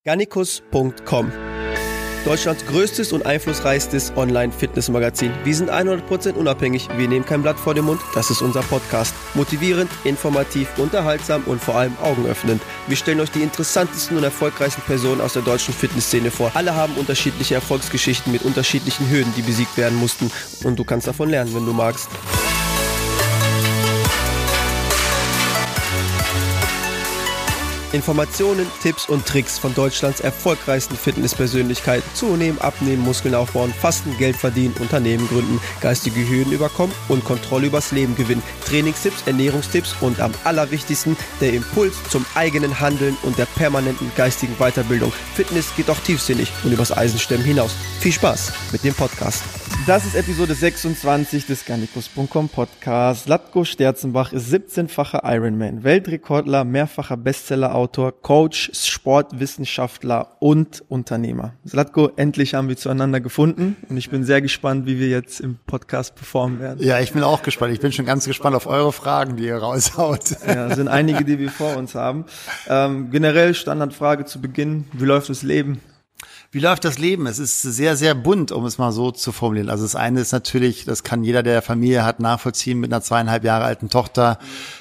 Gannikus.com. Deutschlands größtes und einflussreichstes Online-Fitness-Magazin. Wir sind 100% unabhängig, wir nehmen kein Blatt vor den Mund, das ist unser Podcast. Motivierend, informativ, unterhaltsam und vor allem augenöffnend. Wir stellen euch die interessantesten und erfolgreichsten Personen aus der deutschen Fitnessszene vor. Alle haben unterschiedliche Erfolgsgeschichten mit unterschiedlichen Hürden, die besiegt werden mussten. Und du kannst davon lernen, wenn du magst. Informationen, Tipps und Tricks von Deutschlands erfolgreichsten Fitnesspersönlichkeiten. Zunehmen, abnehmen, Muskeln aufbauen, fasten, Geld verdienen, Unternehmen gründen, geistige Hürden überkommen und Kontrolle übers Leben gewinnen. Trainingstipps, Ernährungstipps und am allerwichtigsten der Impuls zum eigenen Handeln und der permanenten geistigen Weiterbildung. Fitness geht auch tiefsinnig und übers Eisenstemmen hinaus. Viel Spaß mit dem Podcast. Das ist Episode 26 des Gannikus.com Podcasts. Zlatko Sterzenbach ist 17-facher Ironman, Weltrekordler, mehrfacher Bestsellerautor, Coach, Sportwissenschaftler und Unternehmer. Zlatko, endlich haben wir zueinander gefunden und ich bin sehr gespannt, wie wir jetzt im Podcast performen werden. Ja, ich bin auch gespannt. Ich bin schon ganz gespannt auf eure Fragen, die ihr raushaut. Ja, sind einige, die wir vor uns haben. Generell Standardfrage zu Beginn, wie läuft das Leben? Wie läuft das Leben? Es ist sehr, sehr bunt, um es mal so zu formulieren. Also das eine ist natürlich, das kann jeder, der Familie hat, nachvollziehen, mit einer 2,5 Jahre alten Tochter,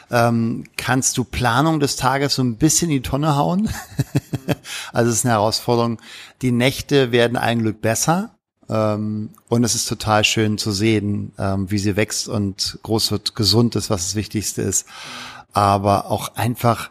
kannst du Planung des Tages so ein bisschen in die Tonne hauen. Also es ist eine Herausforderung. Die Nächte werden ein Glück besser. Und es ist total schön zu sehen, wie sie wächst und groß wird, gesund ist, was das Wichtigste ist. Aber auch einfach,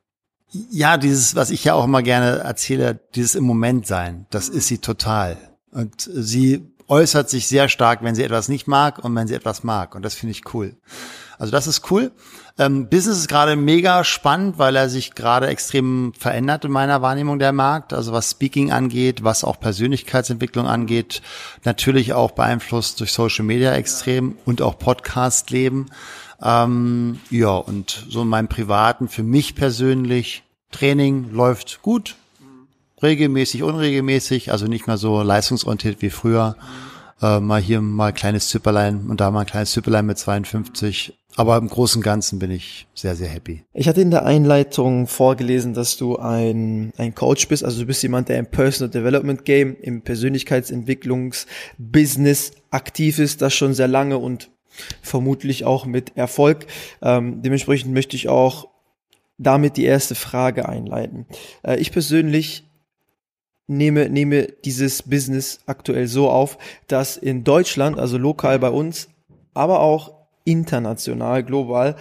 ja, dieses, was ich ja auch immer gerne erzähle, dieses im Moment sein, das ist sie total. Und sie äußert sich sehr stark, wenn sie etwas nicht mag und wenn sie etwas mag. Und das finde ich cool. Also das ist cool. Business ist gerade mega spannend, weil er sich gerade extrem verändert in meiner Wahrnehmung, der Markt. Also was Speaking angeht, was auch Persönlichkeitsentwicklung angeht. Natürlich auch beeinflusst durch Social Media extrem und auch Podcast-Leben. Ja, und so in meinem Privaten, für mich persönlich, Training läuft gut, regelmäßig, unregelmäßig, also nicht mehr so leistungsorientiert wie früher. Mal hier mal ein kleines Zipperlein und da mal ein kleines Zipperlein mit 52. Aber im Großen und Ganzen bin ich sehr, sehr happy. Ich hatte in der Einleitung vorgelesen, dass du ein Coach bist, also du bist jemand, der im Personal Development Game, im Persönlichkeitsentwicklungsbusiness aktiv ist, das schon sehr lange und vermutlich auch mit Erfolg. Dementsprechend möchte ich auch damit die erste Frage einleiten. Ich persönlich nehme dieses Business aktuell so auf, dass in Deutschland, also lokal bei uns, aber auch international, global,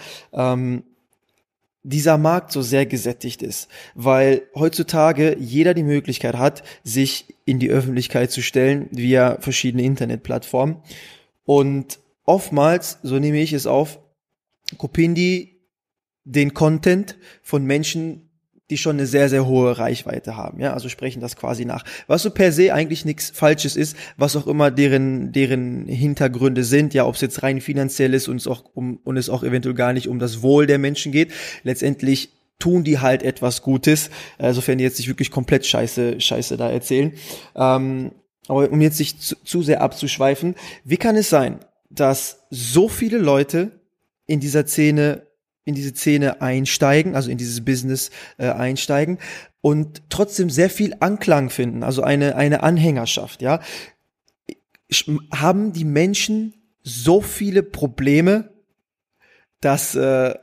dieser Markt so sehr gesättigt ist, weil heutzutage jeder die Möglichkeit hat, sich in die Öffentlichkeit zu stellen via verschiedene Internetplattformen und oftmals, so nehme ich es auf, kopieren die den Content von Menschen, die schon eine sehr, sehr hohe Reichweite haben, ja, also sprechen das quasi nach. Was so per se eigentlich nichts Falsches ist, was auch immer deren Hintergründe sind, ja, ob es jetzt rein finanziell ist und es auch eventuell gar nicht um das Wohl der Menschen geht. Letztendlich tun die halt etwas Gutes, sofern die jetzt nicht wirklich komplett Scheiße da erzählen. Aber um jetzt nicht zu sehr abzuschweifen, wie kann es sein, dass so viele Leute in diese Szene einsteigen, also in dieses Business einsteigen und trotzdem sehr viel Anklang finden, also eine Anhängerschaft, ja? Haben die Menschen so viele Probleme, dass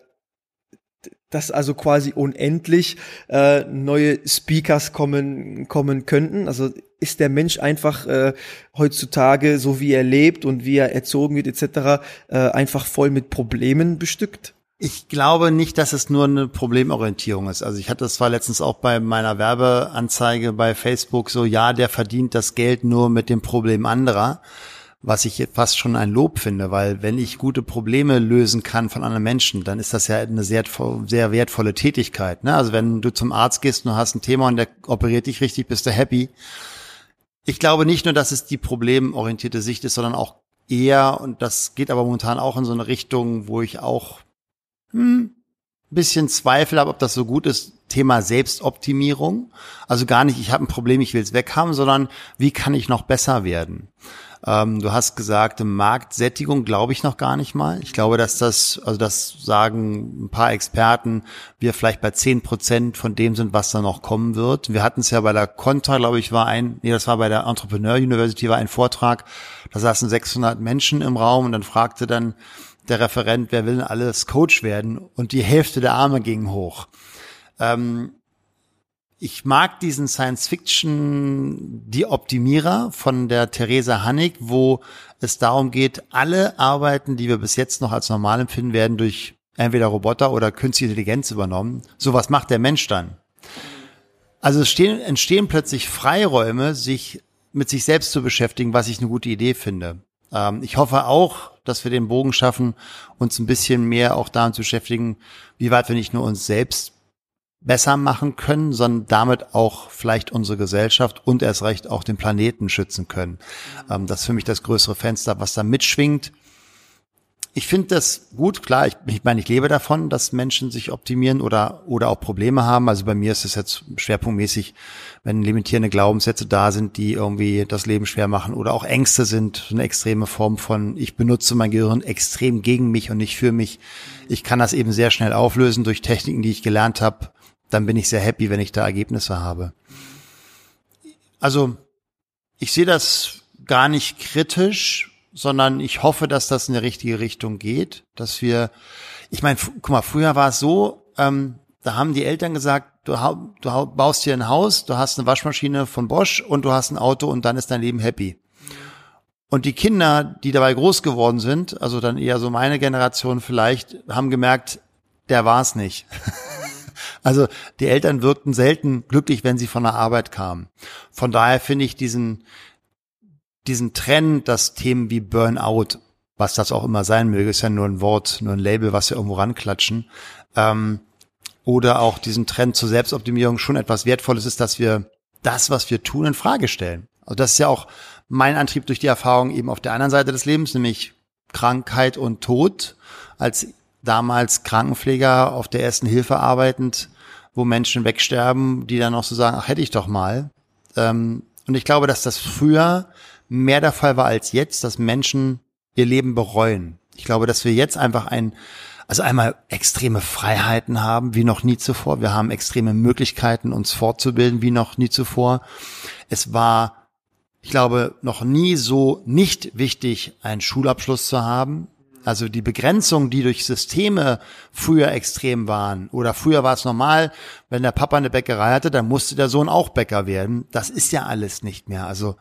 also quasi unendlich neue Speakers kommen könnten? Also ist der Mensch einfach heutzutage, so wie er lebt und wie er erzogen wird etc., einfach voll mit Problemen bestückt? Ich glaube nicht, dass es nur eine Problemorientierung ist. Also ich hatte das zwar letztens auch bei meiner Werbeanzeige bei Facebook so, ja, der verdient das Geld nur mit dem Problem anderer, was ich fast schon ein Lob finde, weil wenn ich gute Probleme lösen kann von anderen Menschen, dann ist das ja eine sehr, sehr wertvolle Tätigkeit, ne? Also wenn du zum Arzt gehst und du hast ein Thema und der operiert dich richtig, bist du happy. Ich glaube nicht nur, dass es die problemorientierte Sicht ist, sondern auch eher, und das geht aber momentan auch in so eine Richtung, wo ich auch ein bisschen Zweifel habe, ob das so gut ist, Thema Selbstoptimierung. Also gar nicht, ich habe ein Problem, ich will es weghaben, sondern wie kann ich noch besser werden? Du hast gesagt, Marktsättigung glaube ich noch gar nicht mal. Ich glaube, dass das sagen ein paar Experten, wir vielleicht bei 10% von dem sind, was da noch kommen wird. Wir hatten es ja bei der Contra, glaube ich, das war bei der Entrepreneur University, war ein Vortrag, da saßen 600 Menschen im Raum und dann fragte dann der Referent, wer will denn alles Coach werden? Und die Hälfte der Arme ging hoch. Ich mag diesen Science-Fiction, die Optimierer von der Theresa Hannig, wo es darum geht, alle Arbeiten, die wir bis jetzt noch als normal empfinden, werden durch entweder Roboter oder künstliche Intelligenz übernommen. So, was macht der Mensch dann? Also es entstehen plötzlich Freiräume, sich mit sich selbst zu beschäftigen, was ich eine gute Idee finde. Ich hoffe auch, dass wir den Bogen schaffen, uns ein bisschen mehr auch damit zu beschäftigen, wie weit wir nicht nur uns selbst besser machen können, sondern damit auch vielleicht unsere Gesellschaft und erst recht auch den Planeten schützen können. Das ist für mich das größere Fenster, was da mitschwingt. Ich finde das gut, klar, ich meine, ich lebe davon, dass Menschen sich optimieren oder auch Probleme haben. Also bei mir ist es jetzt schwerpunktmäßig, wenn limitierende Glaubenssätze da sind, die irgendwie das Leben schwer machen oder auch Ängste sind, eine extreme Form von, ich benutze mein Gehirn extrem gegen mich und nicht für mich. Ich kann das eben sehr schnell auflösen durch Techniken, die ich gelernt habe. Dann bin ich sehr happy, wenn ich da Ergebnisse habe. Also ich sehe das gar nicht kritisch, sondern ich hoffe, dass das in die richtige Richtung geht, dass wir, ich meine, guck mal, früher war es so, da haben die Eltern gesagt, du baust dir ein Haus, du hast eine Waschmaschine von Bosch und du hast ein Auto und dann ist dein Leben happy. Und die Kinder, die dabei groß geworden sind, also dann eher so meine Generation vielleicht, haben gemerkt, der war's nicht. Also die Eltern wirkten selten glücklich, wenn sie von der Arbeit kamen. Von daher finde ich diesen Trend, dass Themen wie Burnout, was das auch immer sein möge, ist ja nur ein Wort, nur ein Label, was wir irgendwo ranklatschen, oder auch diesen Trend zur Selbstoptimierung schon etwas Wertvolles ist, dass wir das, was wir tun, in Frage stellen. Also das ist ja auch mein Antrieb durch die Erfahrung eben auf der anderen Seite des Lebens, nämlich Krankheit und Tod, als damals Krankenpfleger auf der Ersten Hilfe arbeitend, wo Menschen wegsterben, die dann auch so sagen, ach, hätte ich doch mal. Und ich glaube, dass das früher mehr der Fall war als jetzt, dass Menschen ihr Leben bereuen. Ich glaube, dass wir jetzt einfach einmal extreme Freiheiten haben, wie noch nie zuvor. Wir haben extreme Möglichkeiten, uns fortzubilden, wie noch nie zuvor. Es war, ich glaube, noch nie so nicht wichtig, einen Schulabschluss zu haben. Also die Begrenzungen, die durch Systeme früher extrem waren, oder früher war es normal, wenn der Papa eine Bäckerei hatte, dann musste der Sohn auch Bäcker werden. Das ist ja alles nicht mehr. Also,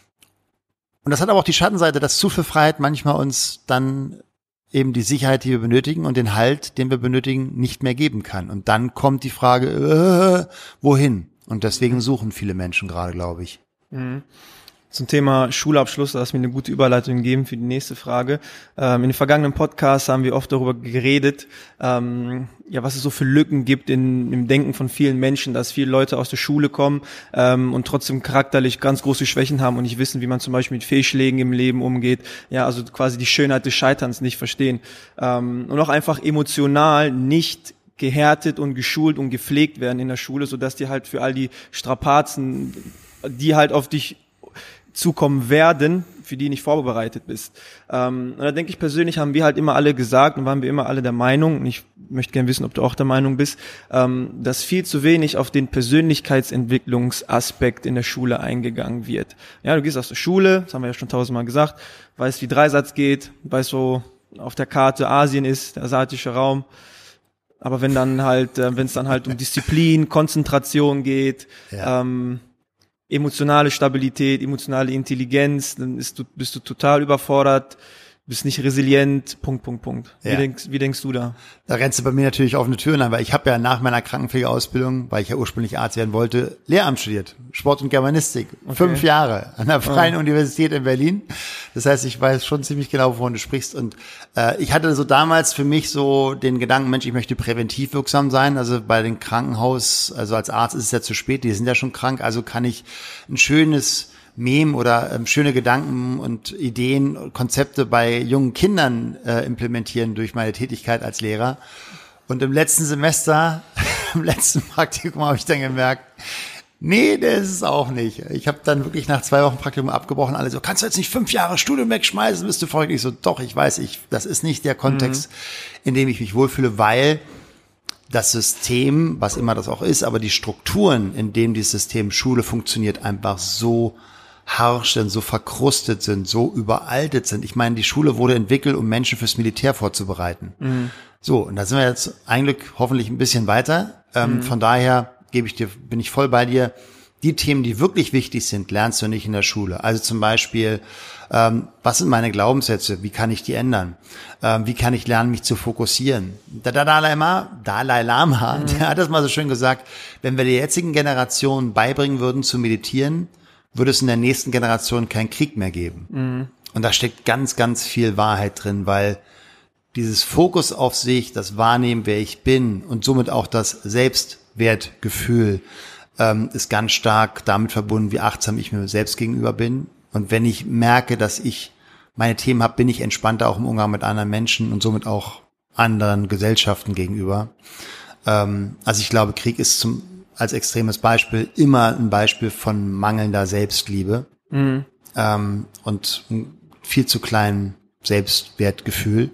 und das hat aber auch die Schattenseite, dass zu viel Freiheit manchmal uns dann eben die Sicherheit, die wir benötigen und den Halt, den wir benötigen, nicht mehr geben kann. Und dann kommt die Frage, wohin? Und deswegen suchen viele Menschen gerade, glaube ich. Mhm. Zum Thema Schulabschluss, da hast du mir eine gute Überleitung gegeben für die nächste Frage. In den vergangenen Podcasts haben wir oft darüber geredet, was es so für Lücken gibt im Denken von vielen Menschen, dass viele Leute aus der Schule kommen und trotzdem charakterlich ganz große Schwächen haben und nicht wissen, wie man zum Beispiel mit Fehlschlägen im Leben umgeht. Ja, also quasi die Schönheit des Scheiterns nicht verstehen. Und auch einfach emotional nicht gehärtet und geschult und gepflegt werden in der Schule, sodass die halt für all die Strapazen, die halt auf dich zukommen werden, für die nicht vorbereitet bist. Und da denke ich persönlich, haben wir halt immer alle gesagt und waren wir immer alle der Meinung, und ich möchte gerne wissen, ob du auch der Meinung bist, dass viel zu wenig auf den Persönlichkeitsentwicklungsaspekt in der Schule eingegangen wird. Ja, du gehst aus der Schule, das haben wir ja schon 1000-mal gesagt, weißt, wie Dreisatz geht, weißt, wo auf der Karte Asien ist, der asiatische Raum. Aber wenn es dann halt um Disziplin, Konzentration geht, ja. Emotionale Stabilität, emotionale Intelligenz, dann bist du total überfordert, bist nicht resilient, Punkt. Ja. Wie denkst du da? Da rennst du bei mir natürlich offene Türen an, weil ich habe ja nach meiner Krankenpflegeausbildung, weil ich ja ursprünglich Arzt werden wollte, Lehramt studiert, Sport und Germanistik, 5 Jahre an der Freien Universität in Berlin. Das heißt, ich weiß schon ziemlich genau, wovon du sprichst. Und ich hatte so damals für mich so den Gedanken, Mensch, ich möchte präventiv wirksam sein. Also bei den Krankenhaus, also als Arzt ist es ja zu spät, die sind ja schon krank, also kann ich ein schönes Meme oder schöne Gedanken und Ideen, Konzepte bei jungen Kindern implementieren durch meine Tätigkeit als Lehrer. Und im letzten Semester beim letzten Praktikum habe ich dann gemerkt, nee, das ist es auch nicht. Ich habe dann wirklich nach 2 Wochen Praktikum abgebrochen. Alle so, kannst du jetzt nicht 5 Jahre Studium wegschmeißen? Bist du verrückt? Ich so, doch, ich weiß, das ist nicht der Kontext, in dem ich mich wohlfühle, weil das System, was immer das auch ist, aber die Strukturen, in denen dieses System Schule funktioniert, einfach so harsch sind, so verkrustet sind, so überaltet sind. Ich meine, die Schule wurde entwickelt, um Menschen fürs Militär vorzubereiten. So, und da sind wir jetzt eigentlich hoffentlich ein bisschen weiter. Von daher bin ich voll bei dir. Die Themen, die wirklich wichtig sind, lernst du nicht in der Schule. Also zum Beispiel, was sind meine Glaubenssätze? Wie kann ich die ändern? Wie kann ich lernen, mich zu fokussieren? Der Dalai Lama, der hat das mal so schön gesagt, wenn wir der jetzigen Generation beibringen würden zu meditieren, würde es in der nächsten Generation keinen Krieg mehr geben. Und da steckt ganz, ganz viel Wahrheit drin, weil dieses Fokus auf sich, das Wahrnehmen, wer ich bin und somit auch das Selbstwertgefühl ist ganz stark damit verbunden, wie achtsam ich mir selbst gegenüber bin. Und wenn ich merke, dass ich meine Themen habe, bin ich entspannter auch im Umgang mit anderen Menschen und somit auch anderen Gesellschaften gegenüber. Also ich glaube, Krieg ist als extremes Beispiel immer ein Beispiel von mangelnder Selbstliebe und viel zu kleinem Selbstwertgefühl.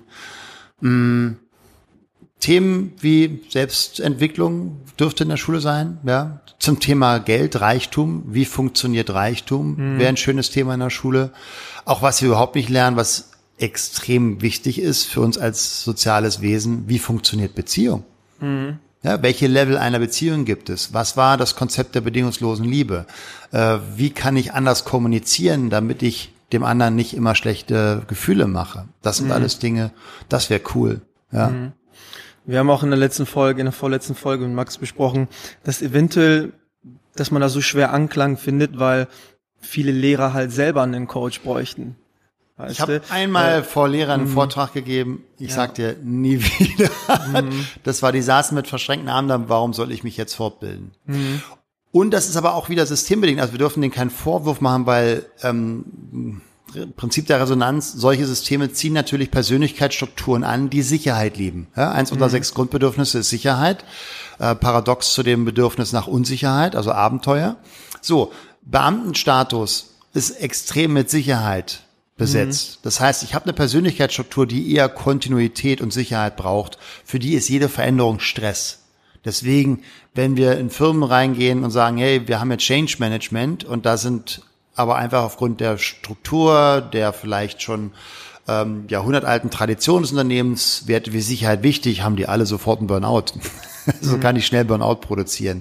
Themen wie Selbstentwicklung dürfte in der Schule sein, ja. Zum Thema Geld, Reichtum, wie funktioniert Reichtum, wäre ein schönes Thema in der Schule. Auch was wir überhaupt nicht lernen, was extrem wichtig ist für uns als soziales Wesen, wie funktioniert Beziehung? Ja, welche Level einer Beziehung gibt es? Was war das Konzept der bedingungslosen Liebe? Wie kann ich anders kommunizieren, damit ich dem anderen nicht immer schlechte Gefühle mache? Das sind alles Dinge, das wäre cool. Ja. Wir haben auch in der vorletzten Folge mit Max besprochen, dass eventuell, dass man da so schwer Anklang findet, weil viele Lehrer halt selber einen Coach bräuchten. Ich habe einmal vor Lehrern einen Vortrag gegeben, sag dir, nie wieder. Das war, die saßen mit verschränkten Armen da, warum soll ich mich jetzt fortbilden? Und das ist aber auch wieder systembedingt, also wir dürfen denen keinen Vorwurf machen, weil Prinzip der Resonanz, solche Systeme ziehen natürlich Persönlichkeitsstrukturen an, die Sicherheit lieben. Ja, 1 unserer 6 Grundbedürfnisse ist Sicherheit, paradox zu dem Bedürfnis nach Unsicherheit, also Abenteuer. So, Beamtenstatus ist extrem mit Sicherheit besetzt. Das heißt, ich habe eine Persönlichkeitsstruktur, die eher Kontinuität und Sicherheit braucht. Für die ist jede Veränderung Stress. Deswegen, wenn wir in Firmen reingehen und sagen, hey, wir haben jetzt Change Management und da sind aber einfach aufgrund der Struktur, der vielleicht schon jahrhundertalten Tradition des Unternehmens, Werte wie Sicherheit wichtig, haben die alle sofort einen Burnout. So kann ich schnell Burnout produzieren.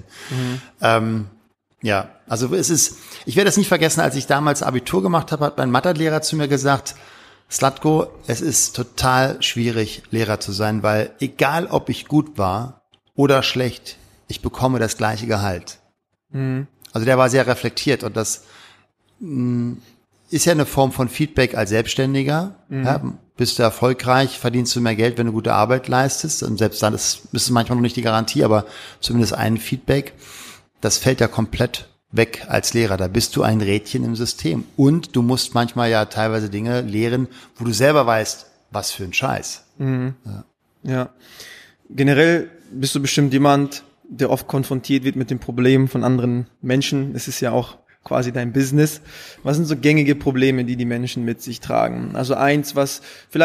Ja, also ich werde das nicht vergessen, als ich damals Abitur gemacht habe, hat mein Mathelehrer zu mir gesagt, Zlatko, es ist total schwierig, Lehrer zu sein, weil egal, ob ich gut war oder schlecht, ich bekomme das gleiche Gehalt. Also der war sehr reflektiert und das ist ja eine Form von Feedback als Selbstständiger. Ja, bist du erfolgreich, verdienst du mehr Geld, wenn du gute Arbeit leistest. Und selbst dann ist manchmal noch nicht die Garantie, aber zumindest ein Feedback. Das fällt ja komplett weg als Lehrer. Da bist du ein Rädchen im System. Und du musst manchmal ja teilweise Dinge lehren, wo du selber weißt, was für ein Scheiß. Ja. Generell bist du bestimmt jemand, der oft konfrontiert wird mit den Problemen von anderen Menschen. Es ist ja auch quasi dein Business. Was sind so gängige Probleme, die die Menschen mit sich tragen? Also was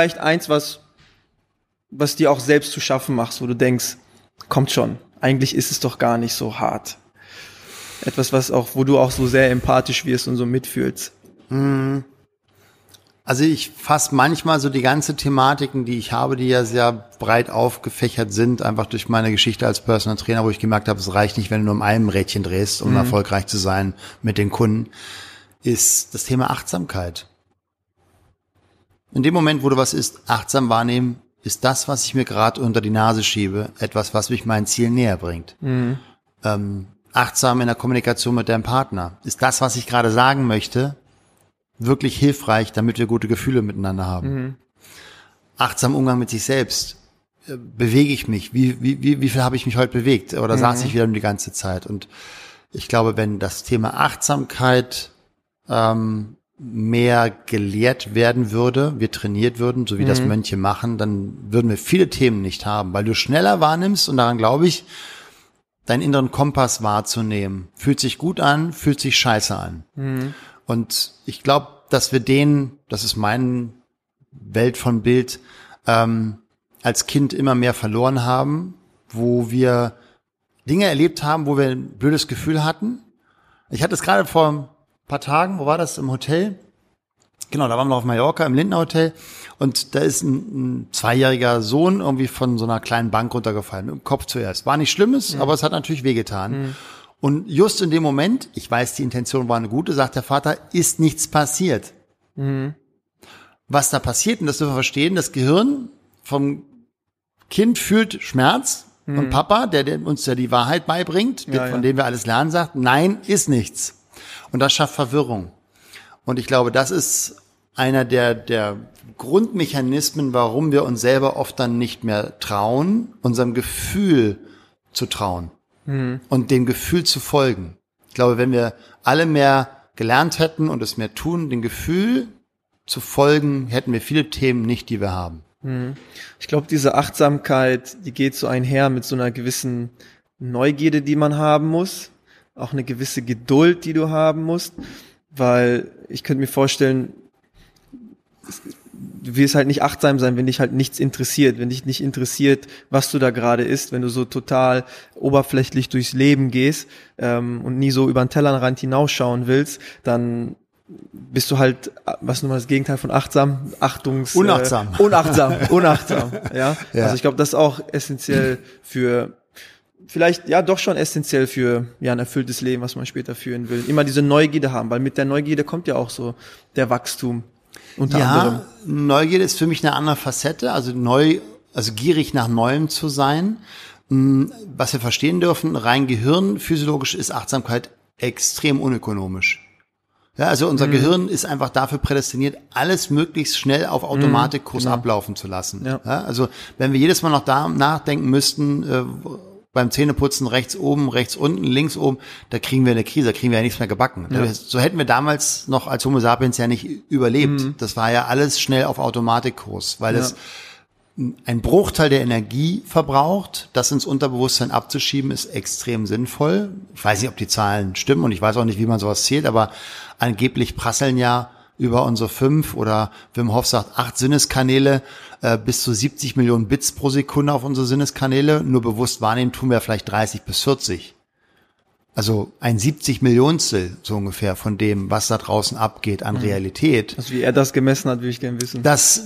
dir auch selbst zu schaffen machst, wo du denkst, kommt schon, eigentlich ist es doch gar nicht so hart. Etwas, wo du auch so sehr empathisch wirst und so mitfühlst. Also ich fasse manchmal so die ganze Thematiken, die ich habe, die ja sehr breit aufgefächert sind, einfach durch meine Geschichte als Personal Trainer, wo ich gemerkt habe, es reicht nicht, wenn du nur um einem Rädchen drehst, um erfolgreich zu sein mit den Kunden, ist das Thema Achtsamkeit. In dem Moment, wo du was isst, achtsam wahrnehmen, ist das, was ich mir gerade unter die Nase schiebe, etwas, was mich meinem Ziel näher bringt. Achtsam in der Kommunikation mit deinem Partner. Ist das, was ich gerade sagen möchte, wirklich hilfreich, damit wir gute Gefühle miteinander haben? Achtsam Umgang mit sich selbst. Bewege ich mich? Wie viel habe ich mich heute bewegt? Oder saß ich wieder die ganze Zeit? Und ich glaube, wenn das Thema Achtsamkeit mehr gelehrt werden würde, wir trainiert würden, so wie das Mönche machen, dann würden wir viele Themen nicht haben, weil du schneller wahrnimmst, und daran glaube ich, deinen inneren Kompass wahrzunehmen. Fühlt sich gut an, fühlt sich scheiße an. Und ich glaube, dass wir das ist mein Welt von Bild, als Kind immer mehr verloren haben, wo wir Dinge erlebt haben, wo wir ein blödes Gefühl hatten. Ich hatte es gerade vor ein paar Tagen, wo war das, im Hotel? Genau, da waren wir auf Mallorca im Lindner Hotel und da ist ein 2-jähriger Sohn irgendwie von so einer kleinen Bank runtergefallen, mit dem Kopf zuerst. War nicht Schlimmes, aber es hat natürlich wehgetan. Und just in dem Moment, ich weiß, die Intention war eine gute, sagt der Vater, ist nichts passiert. Was da passiert, und das dürfen wir verstehen, das Gehirn vom Kind fühlt Schmerz und Papa, der uns ja die Wahrheit beibringt, von dem wir alles lernen, sagt, nein, ist nichts. Und das schafft Verwirrung. Und ich glaube, das ist einer der Grundmechanismen, warum wir uns selber oft dann nicht mehr trauen, unserem Gefühl zu trauen und dem Gefühl zu folgen. Ich glaube, wenn wir alle mehr gelernt hätten und es mehr tun, dem Gefühl zu folgen, hätten wir viele Themen nicht, die wir haben. Ich glaube, diese Achtsamkeit, die geht so einher mit so einer gewissen Neugierde, die man haben muss, auch eine gewisse Geduld, die du haben musst, weil ich könnte mir vorstellen, du wirst halt nicht achtsam sein, wenn dich halt nichts interessiert, wenn dich nicht interessiert, was du da gerade isst, wenn du so total oberflächlich durchs Leben gehst und nie so über den Tellerrand hinausschauen willst, dann bist du halt, was ist nochmal das Gegenteil von achtsam? Unachtsam. Unachtsam, ja. Also ich glaube, das ist auch essentiell für vielleicht, ja, doch schon essentiell für ein erfülltes Leben, was man später führen will. Immer diese Neugierde haben, weil mit der Neugierde kommt ja auch so der Wachstum unter anderem. Neugierde ist für mich eine andere Facette, also gierig nach Neuem zu sein. Was wir verstehen dürfen, rein gehirnphysiologisch ist Achtsamkeit extrem unökonomisch. Ja, also unser Gehirn ist einfach dafür prädestiniert, alles möglichst schnell auf Automatikkurs ablaufen zu lassen. Ja, also wenn wir jedes Mal noch da nachdenken müssten, beim Zähneputzen rechts oben, rechts unten, links oben, da kriegen wir eine Krise, da kriegen wir ja nichts mehr gebacken. Ja. So hätten wir damals noch als Homo sapiens ja nicht überlebt. Das war ja alles schnell auf Automatikkurs, weil es ein Bruchteil der Energie verbraucht. Das ins Unterbewusstsein abzuschieben, ist extrem sinnvoll. Ich weiß nicht, ob die Zahlen stimmen und ich weiß auch nicht, wie man sowas zählt, aber angeblich prasseln ja über unsere 5 oder Wim Hof sagt 8 Sinneskanäle bis zu 70 Millionen Bits pro Sekunde auf unsere Sinneskanäle. Nur bewusst wahrnehmen tun wir vielleicht 30 bis 40. Also ein 70 Millionstel so ungefähr von dem, was da draußen abgeht an Realität. Also wie er das gemessen hat, will ich gerne wissen. Das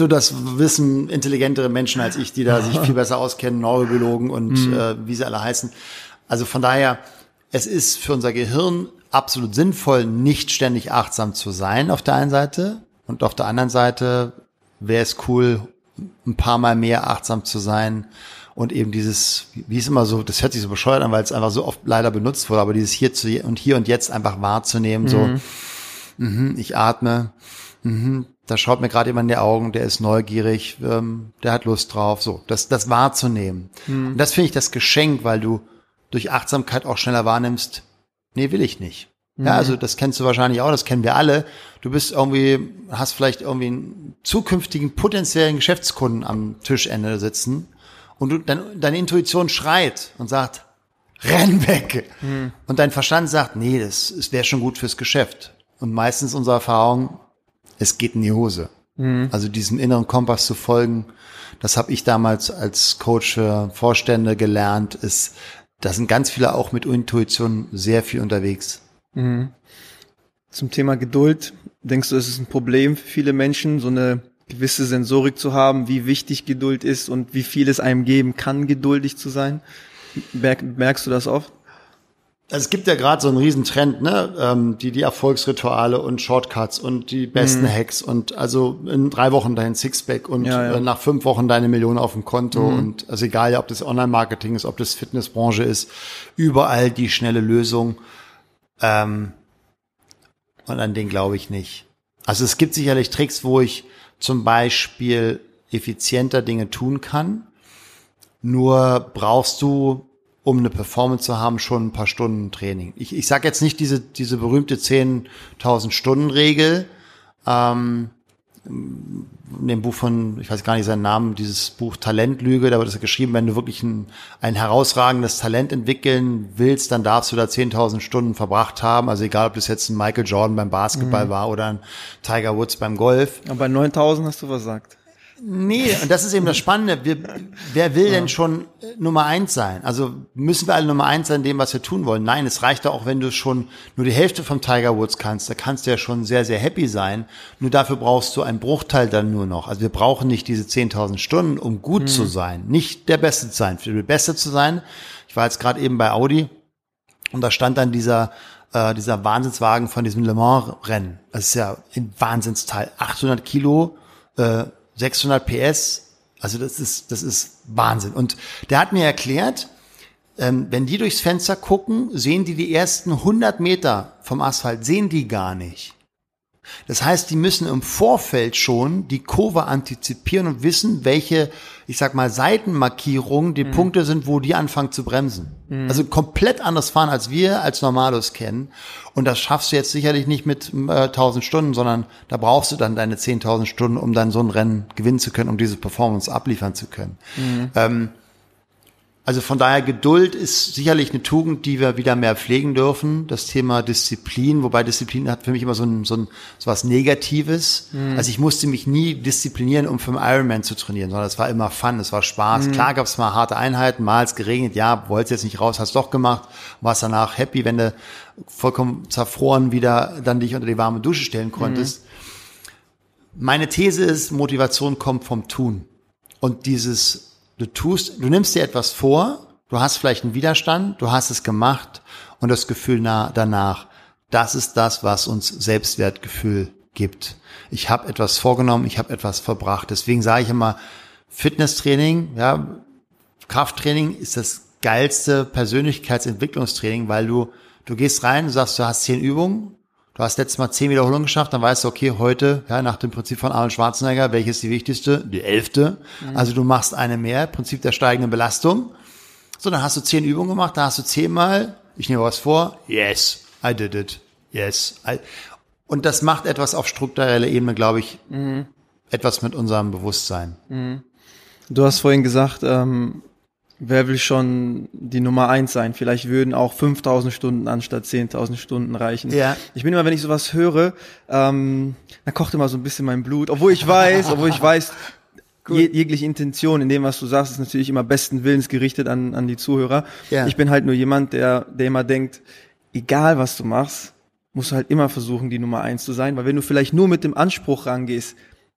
wissen intelligentere Menschen als ich, die da sich viel besser auskennen, Neurobiologen und wie sie alle heißen. Also von daher, es ist für unser Gehirn absolut sinnvoll, nicht ständig achtsam zu sein auf der einen Seite. Und auf der anderen Seite wäre es cool, ein paar Mal mehr achtsam zu sein. Und eben dieses, wie es immer so, das hört sich so bescheuert an, weil es einfach so oft leider benutzt wurde, aber dieses hier und jetzt einfach wahrzunehmen, so, ich atme, da schaut mir gerade jemand in die Augen, der ist neugierig, der hat Lust drauf, so, das wahrzunehmen. Und das finde ich das Geschenk, weil du durch Achtsamkeit auch schneller wahrnimmst, nee, will ich nicht. Ja, also das kennst du wahrscheinlich auch, das kennen wir alle. Du bist hast vielleicht irgendwie einen zukünftigen potenziellen Geschäftskunden am Tischende sitzen und deine Intuition schreit und sagt, renn weg. Und dein Verstand sagt, nee, das wäre schon gut fürs Geschäft. Und meistens unsere Erfahrung, es geht in die Hose. Also diesem inneren Kompass zu folgen, das habe ich damals als Coach für Vorstände gelernt, da sind ganz viele auch mit Intuition sehr viel unterwegs. Zum Thema Geduld, denkst du, es ist ein Problem für viele Menschen, so eine gewisse Sensorik zu haben, wie wichtig Geduld ist und wie viel es einem geben kann, geduldig zu sein? Merkst du das oft? Also es gibt ja gerade so einen riesen Trend, ne? Die Erfolgsrituale und Shortcuts und die besten Hacks und also in 3 Wochen dein Sixpack und nach 5 Wochen deine Million auf dem Konto und also egal, ob das Online-Marketing ist, ob das Fitnessbranche ist, überall die schnelle Lösung. Und an den glaube ich nicht. Also es gibt sicherlich Tricks, wo ich zum Beispiel effizienter Dinge tun kann. Nur brauchst du, um eine Performance zu haben, schon ein paar Stunden Training. Ich sage jetzt nicht diese berühmte 10.000 Stunden Regel, in dem Buch von, ich weiß gar nicht seinen Namen, dieses Buch Talentlüge, da wird es geschrieben, wenn du wirklich ein herausragendes Talent entwickeln willst, dann darfst du da 10.000 Stunden verbracht haben. Also egal, ob das jetzt ein Michael Jordan beim Basketball war oder ein Tiger Woods beim Golf. Aber bei 9.000 hast du versagt. Nee, und das ist eben das Spannende. Wer will denn schon Nummer 1 sein? Also müssen wir alle Nummer 1 sein in dem, was wir tun wollen? Nein, es reicht doch auch, wenn du schon nur die Hälfte vom Tiger Woods kannst. Da kannst du ja schon sehr, sehr happy sein. Nur dafür brauchst du einen Bruchteil dann nur noch. Also wir brauchen nicht diese 10.000 Stunden, um gut zu sein. Nicht der Beste zu sein. Für der Beste zu sein. Ich war jetzt gerade eben bei Audi und da stand dann dieser Wahnsinnswagen von diesem Le Mans Rennen. Das ist ja ein Wahnsinnsteil. 800 Kilo, 600 PS, also das ist Wahnsinn. Und der hat mir erklärt, wenn die durchs Fenster gucken, sehen die ersten 100 Meter vom Asphalt, sehen die gar nicht. Das heißt, die müssen im Vorfeld schon die Kurve antizipieren und wissen, welche, ich sag mal, Seitenmarkierungen die Punkte sind, wo die anfangen zu bremsen. Also komplett anders fahren, als wir als Normalos kennen. Und das schaffst du jetzt sicherlich nicht mit 1.000 Stunden, sondern da brauchst du dann deine 10.000 Stunden, um dann so ein Rennen gewinnen zu können, um diese Performance abliefern zu können. Also von daher, Geduld ist sicherlich eine Tugend, die wir wieder mehr pflegen dürfen. Das Thema Disziplin, wobei Disziplin hat für mich immer so was Negatives. Also ich musste mich nie disziplinieren, um für einen Ironman zu trainieren, sondern es war immer Fun, es war Spaß. Klar gab es mal harte Einheiten, mal es geregnet, ja, wolltest jetzt nicht raus, hast doch gemacht, warst danach happy, wenn du vollkommen zerfroren wieder dann dich unter die warme Dusche stellen konntest. Meine These ist, Motivation kommt vom Tun. Und du nimmst dir etwas vor, du hast vielleicht einen Widerstand, du hast es gemacht und das Gefühl danach, das ist das, was uns Selbstwertgefühl gibt. Ich habe etwas vorgenommen, ich habe etwas verbracht. Deswegen sage ich immer, Fitnesstraining, ja, Krafttraining ist das geilste Persönlichkeitsentwicklungstraining, weil du gehst rein, du sagst, du hast 10 Übungen, du hast letztes Mal 10 Wiederholungen geschafft, dann weißt du, okay, heute, ja, nach dem Prinzip von Arnold Schwarzenegger, welche ist die wichtigste? Die 11. Also du machst eine mehr, Prinzip der steigenden Belastung. So, dann hast du 10 Übungen gemacht, da hast du 10-mal, ich nehme was vor, yes, I did it, yes. Und das macht etwas auf struktureller Ebene, glaube ich, etwas mit unserem Bewusstsein. Du hast vorhin gesagt, wer will schon die Nummer 1 sein? Vielleicht würden auch 5.000 Stunden anstatt 10.000 Stunden reichen. Ja. Ich bin immer, wenn ich sowas höre, dann kocht immer so ein bisschen mein Blut. Obwohl ich weiß, jegliche Intention in dem, was du sagst, ist natürlich immer besten Willens gerichtet an die Zuhörer. Ja. Ich bin halt nur jemand, der immer denkt, egal was du machst, musst du halt immer versuchen, die Nummer 1 zu sein. Weil wenn du vielleicht nur mit dem Anspruch rangehst,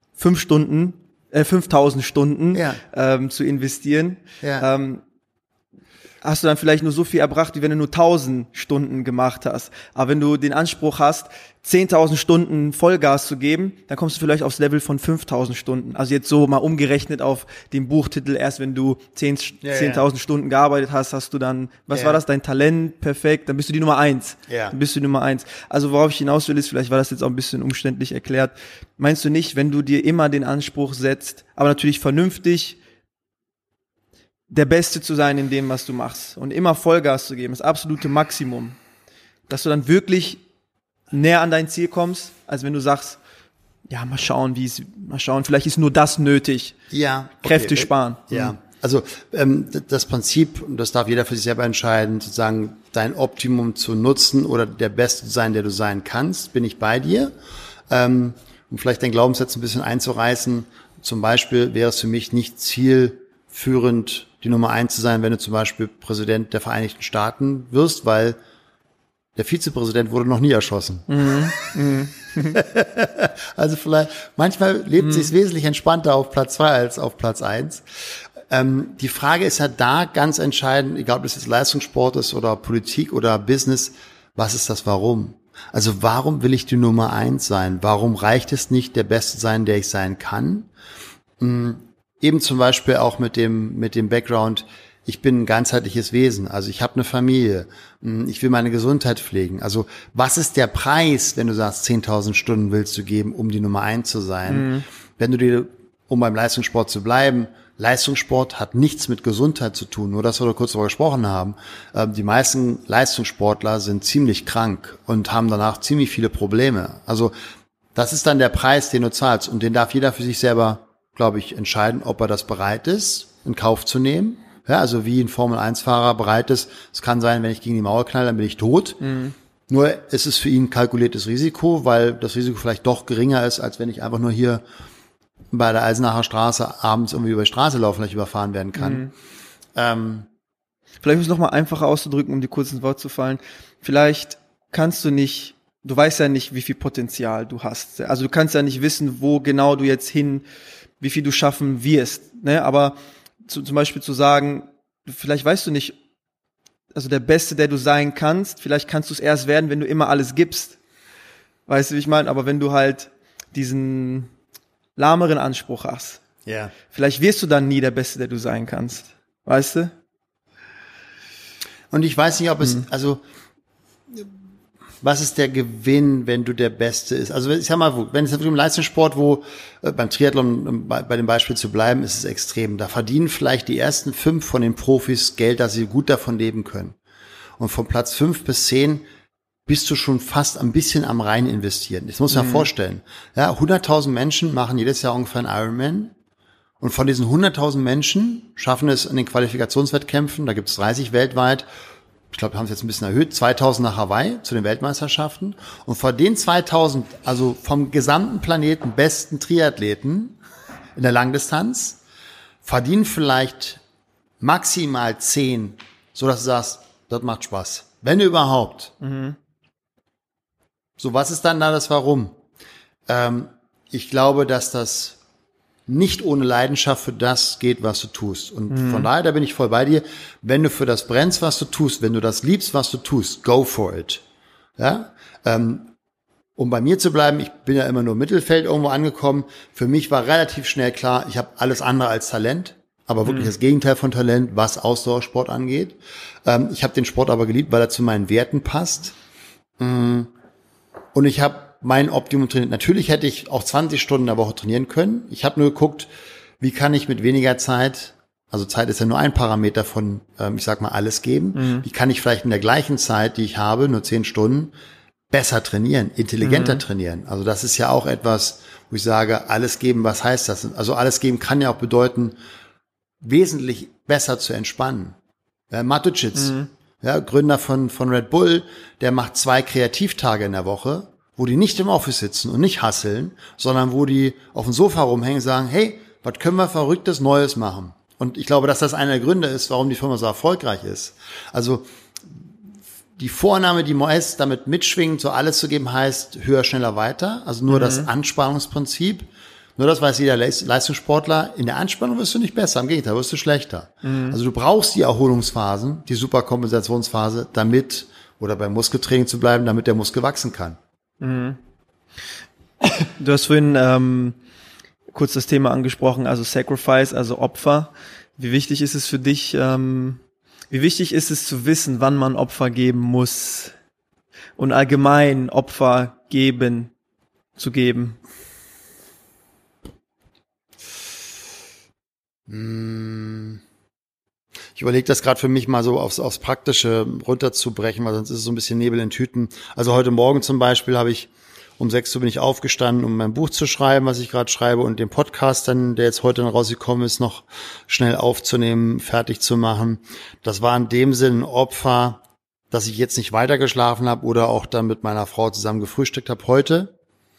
5.000 Stunden zu investieren, hast du dann vielleicht nur so viel erbracht, wie wenn du nur 1.000 Stunden gemacht hast. Aber wenn du den Anspruch hast, 10.000 Stunden Vollgas zu geben, dann kommst du vielleicht aufs Level von 5.000 Stunden. Also jetzt so mal umgerechnet auf den Buchtitel, erst wenn du 10.000 Stunden gearbeitet hast, hast du dann, was war das, dein Talent, perfekt, dann bist du die Nummer 1. Dann bist du die Nummer 1. Also worauf ich hinaus will, ist, vielleicht war das jetzt auch ein bisschen umständlich erklärt, meinst du nicht, wenn du dir immer den Anspruch setzt, aber natürlich vernünftig, der Beste zu sein in dem, was du machst und immer Vollgas zu geben, das absolute Maximum, dass du dann wirklich näher an dein Ziel kommst, als wenn du sagst, ja, mal schauen, vielleicht ist nur das nötig. Ja. Okay. Kräfte sparen. Ja. Also das Prinzip, und das darf jeder für sich selber entscheiden, sozusagen dein Optimum zu nutzen oder der Beste zu sein, der du sein kannst, bin ich bei dir. Um vielleicht deinen Glaubenssatz ein bisschen einzureißen, zum Beispiel wäre es für mich nicht zielführend, die Nummer 1 zu sein, wenn du zum Beispiel Präsident der Vereinigten Staaten wirst, weil der Vizepräsident wurde noch nie erschossen. Also vielleicht, manchmal lebt es sich wesentlich entspannter auf Platz 2 als auf Platz 1. Die Frage ist ja da ganz entscheidend, egal ob das jetzt Leistungssport ist oder Politik oder Business, was ist das Warum? Also warum will ich die Nummer 1 sein? Warum reicht es nicht, der Beste sein, der ich sein kann? Eben zum Beispiel auch mit dem Background, ich bin ein ganzheitliches Wesen, also ich habe eine Familie, ich will meine Gesundheit pflegen. Also was ist der Preis, wenn du sagst, 10.000 Stunden willst du geben, um die Nummer 1 zu sein? Wenn du dir, um beim Leistungssport zu bleiben, Leistungssport hat nichts mit Gesundheit zu tun, nur dass wir da kurz darüber gesprochen haben. Die meisten Leistungssportler sind ziemlich krank und haben danach ziemlich viele Probleme. Also Das ist dann der Preis, den du zahlst. Und den darf jeder für sich selber, glaube ich, entscheiden, ob er das bereit ist, in Kauf zu nehmen. Ja, also wie ein Formel-1-Fahrer bereit ist. Es kann sein, wenn ich gegen die Mauer knalle, dann bin ich tot. Nur es ist für ihn ein kalkuliertes Risiko, weil das Risiko vielleicht doch geringer ist, als wenn ich einfach nur hier bei der Eisenacher Straße abends irgendwie über die Straße laufen, vielleicht überfahren werden kann. Vielleicht ist es nochmal einfacher auszudrücken, um dir kurz ins Wort zu fallen. Vielleicht kannst du weißt ja nicht, wie viel Potenzial du hast. Also du kannst ja nicht wissen, wo genau du jetzt wie viel du schaffen wirst. Ne? Aber zum Beispiel zu sagen, vielleicht weißt du nicht, also der Beste, der du sein kannst, vielleicht kannst du es erst werden, wenn du immer alles gibst. Weißt du, wie ich meine? Aber wenn du halt diesen lahmeren Anspruch hast, vielleicht wirst du dann nie der Beste, der du sein kannst. Weißt du? Und ich weiß nicht, ob es, also was ist der Gewinn, wenn du der Beste ist? Also ich sag mal, wenn es im Leistungssport, beim Triathlon, um bei dem Beispiel zu bleiben, ist es extrem. Da verdienen vielleicht die ersten 5 von den Profis Geld, dass sie gut davon leben können. Und von Platz 5 bis 10 bist du schon fast ein bisschen am rein investieren. Das muss man vorstellen. Ja, 100.000 Menschen machen jedes Jahr ungefähr einen Ironman. Und von diesen 100.000 Menschen schaffen es in den Qualifikationswettkämpfen, da gibt es 30 weltweit, ich glaube, wir haben es jetzt ein bisschen erhöht, 2.000 nach Hawaii zu den Weltmeisterschaften. Und von den 2.000, also vom gesamten Planeten besten Triathleten in der Langdistanz, verdienen vielleicht maximal 10, so dass du sagst, das macht Spaß. Wenn überhaupt. So, was ist dann da das Warum? Ich glaube, dass das nicht ohne Leidenschaft für das geht, was du tust. Und von daher, da bin ich voll bei dir. Wenn du für das brennst, was du tust, wenn du das liebst, was du tust, go for it. Ja? Um bei mir zu bleiben, ich bin ja immer nur im Mittelfeld irgendwo angekommen. Für mich war relativ schnell klar, ich habe alles andere als Talent, aber wirklich das Gegenteil von Talent, was Ausdauersport angeht. Ich habe den Sport aber geliebt, weil er zu meinen Werten passt. Und ich habe mein Optimum trainiert. Natürlich hätte ich auch 20 Stunden in der Woche trainieren können. Ich habe nur geguckt, wie kann ich mit weniger Zeit, also Zeit ist ja nur ein Parameter von, ich sag mal, alles geben. Wie kann ich vielleicht in der gleichen Zeit, die ich habe, nur 10 Stunden, besser trainieren, intelligenter trainieren. Also das ist ja auch etwas, wo ich sage, alles geben, was heißt das? Also alles geben kann ja auch bedeuten, wesentlich besser zu entspannen. Matucic, Gründer von Red Bull, der macht 2 Kreativtage in der Woche, wo die nicht im Office sitzen und nicht hasseln, sondern wo die auf dem Sofa rumhängen und sagen, hey, was können wir Verrücktes Neues machen? Und ich glaube, dass das einer der Gründe ist, warum die Firma so erfolgreich ist. Also die Vorname, die meist damit mitschwingt, so alles zu geben, heißt höher, schneller, weiter. Also nur das Anspannungsprinzip. Nur das weiß jeder Leistungssportler. In der Anspannung wirst du nicht besser, im Gegenteil, wirst du schlechter. Also du brauchst die Erholungsphasen, die Superkompensationsphase, damit, oder beim Muskeltraining zu bleiben, damit der Muskel wachsen kann. Du hast vorhin kurz das Thema angesprochen, also Sacrifice, also Opfer. Wie wichtig ist es für dich, wie wichtig ist es zu wissen, wann man Opfer geben muss und allgemein Opfer zu geben? Ich überlege das gerade für mich mal so aufs Praktische runterzubrechen, weil sonst ist es so ein bisschen Nebel in Tüten. Also heute Morgen zum Beispiel habe ich um 6 Uhr bin ich aufgestanden, um mein Buch zu schreiben, was ich gerade schreibe, und den Podcast dann, der jetzt heute dann rausgekommen ist, noch schnell aufzunehmen, fertig zu machen. Das war in dem Sinn ein Opfer, dass ich jetzt nicht weiter geschlafen habe oder auch dann mit meiner Frau zusammen gefrühstückt habe heute.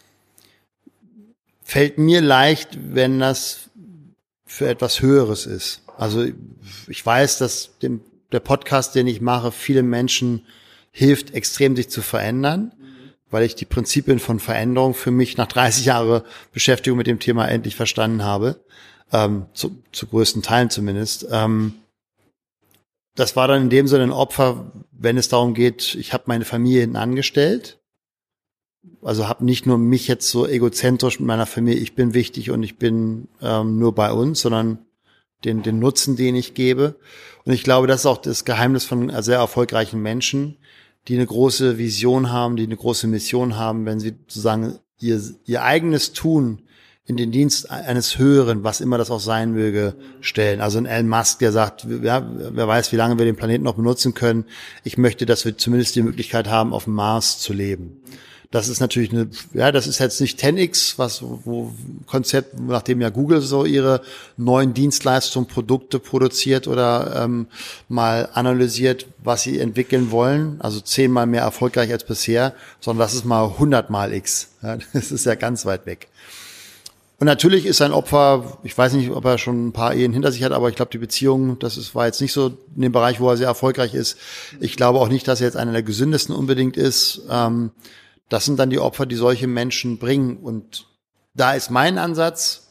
Fällt mir leicht, wenn das für etwas Höheres ist. Also ich weiß, dass der Podcast, den ich mache, vielen Menschen hilft, extrem sich zu verändern, weil ich die Prinzipien von Veränderung für mich nach 30 Jahren Beschäftigung mit dem Thema endlich verstanden habe, zu größten Teilen zumindest. Das war dann in dem Sinne ein Opfer, wenn es darum geht, ich habe meine Familie hinten angestellt, also habe nicht nur mich jetzt so egozentrisch mit meiner Familie, ich bin wichtig und ich bin nur bei uns, sondern den Nutzen, den ich gebe. Und ich glaube, das ist auch das Geheimnis von sehr erfolgreichen Menschen, die eine große Vision haben, die eine große Mission haben, wenn sie sozusagen ihr eigenes Tun in den Dienst eines Höheren, was immer das auch sein möge, stellen. Also ein Elon Musk, der sagt, ja, wer weiß, wie lange wir den Planeten noch benutzen können. Ich möchte, dass wir zumindest die Möglichkeit haben, auf dem Mars zu leben. Das ist natürlich das ist jetzt nicht 10x, wo Konzept, nachdem ja Google so ihre neuen Dienstleistungen, Produkte produziert oder mal analysiert, was sie entwickeln wollen, also 10-mal mehr erfolgreich als bisher, sondern das ist mal 100-mal x. Ja, das ist ja ganz weit weg. Und natürlich ist ein Opfer, ich weiß nicht, ob er schon ein paar Ehen hinter sich hat, aber ich glaube, die Beziehung, war jetzt nicht so in dem Bereich, wo er sehr erfolgreich ist. Ich glaube auch nicht, dass er jetzt einer der gesündesten unbedingt ist. Das sind dann die Opfer, die solche Menschen bringen. Und da ist mein Ansatz,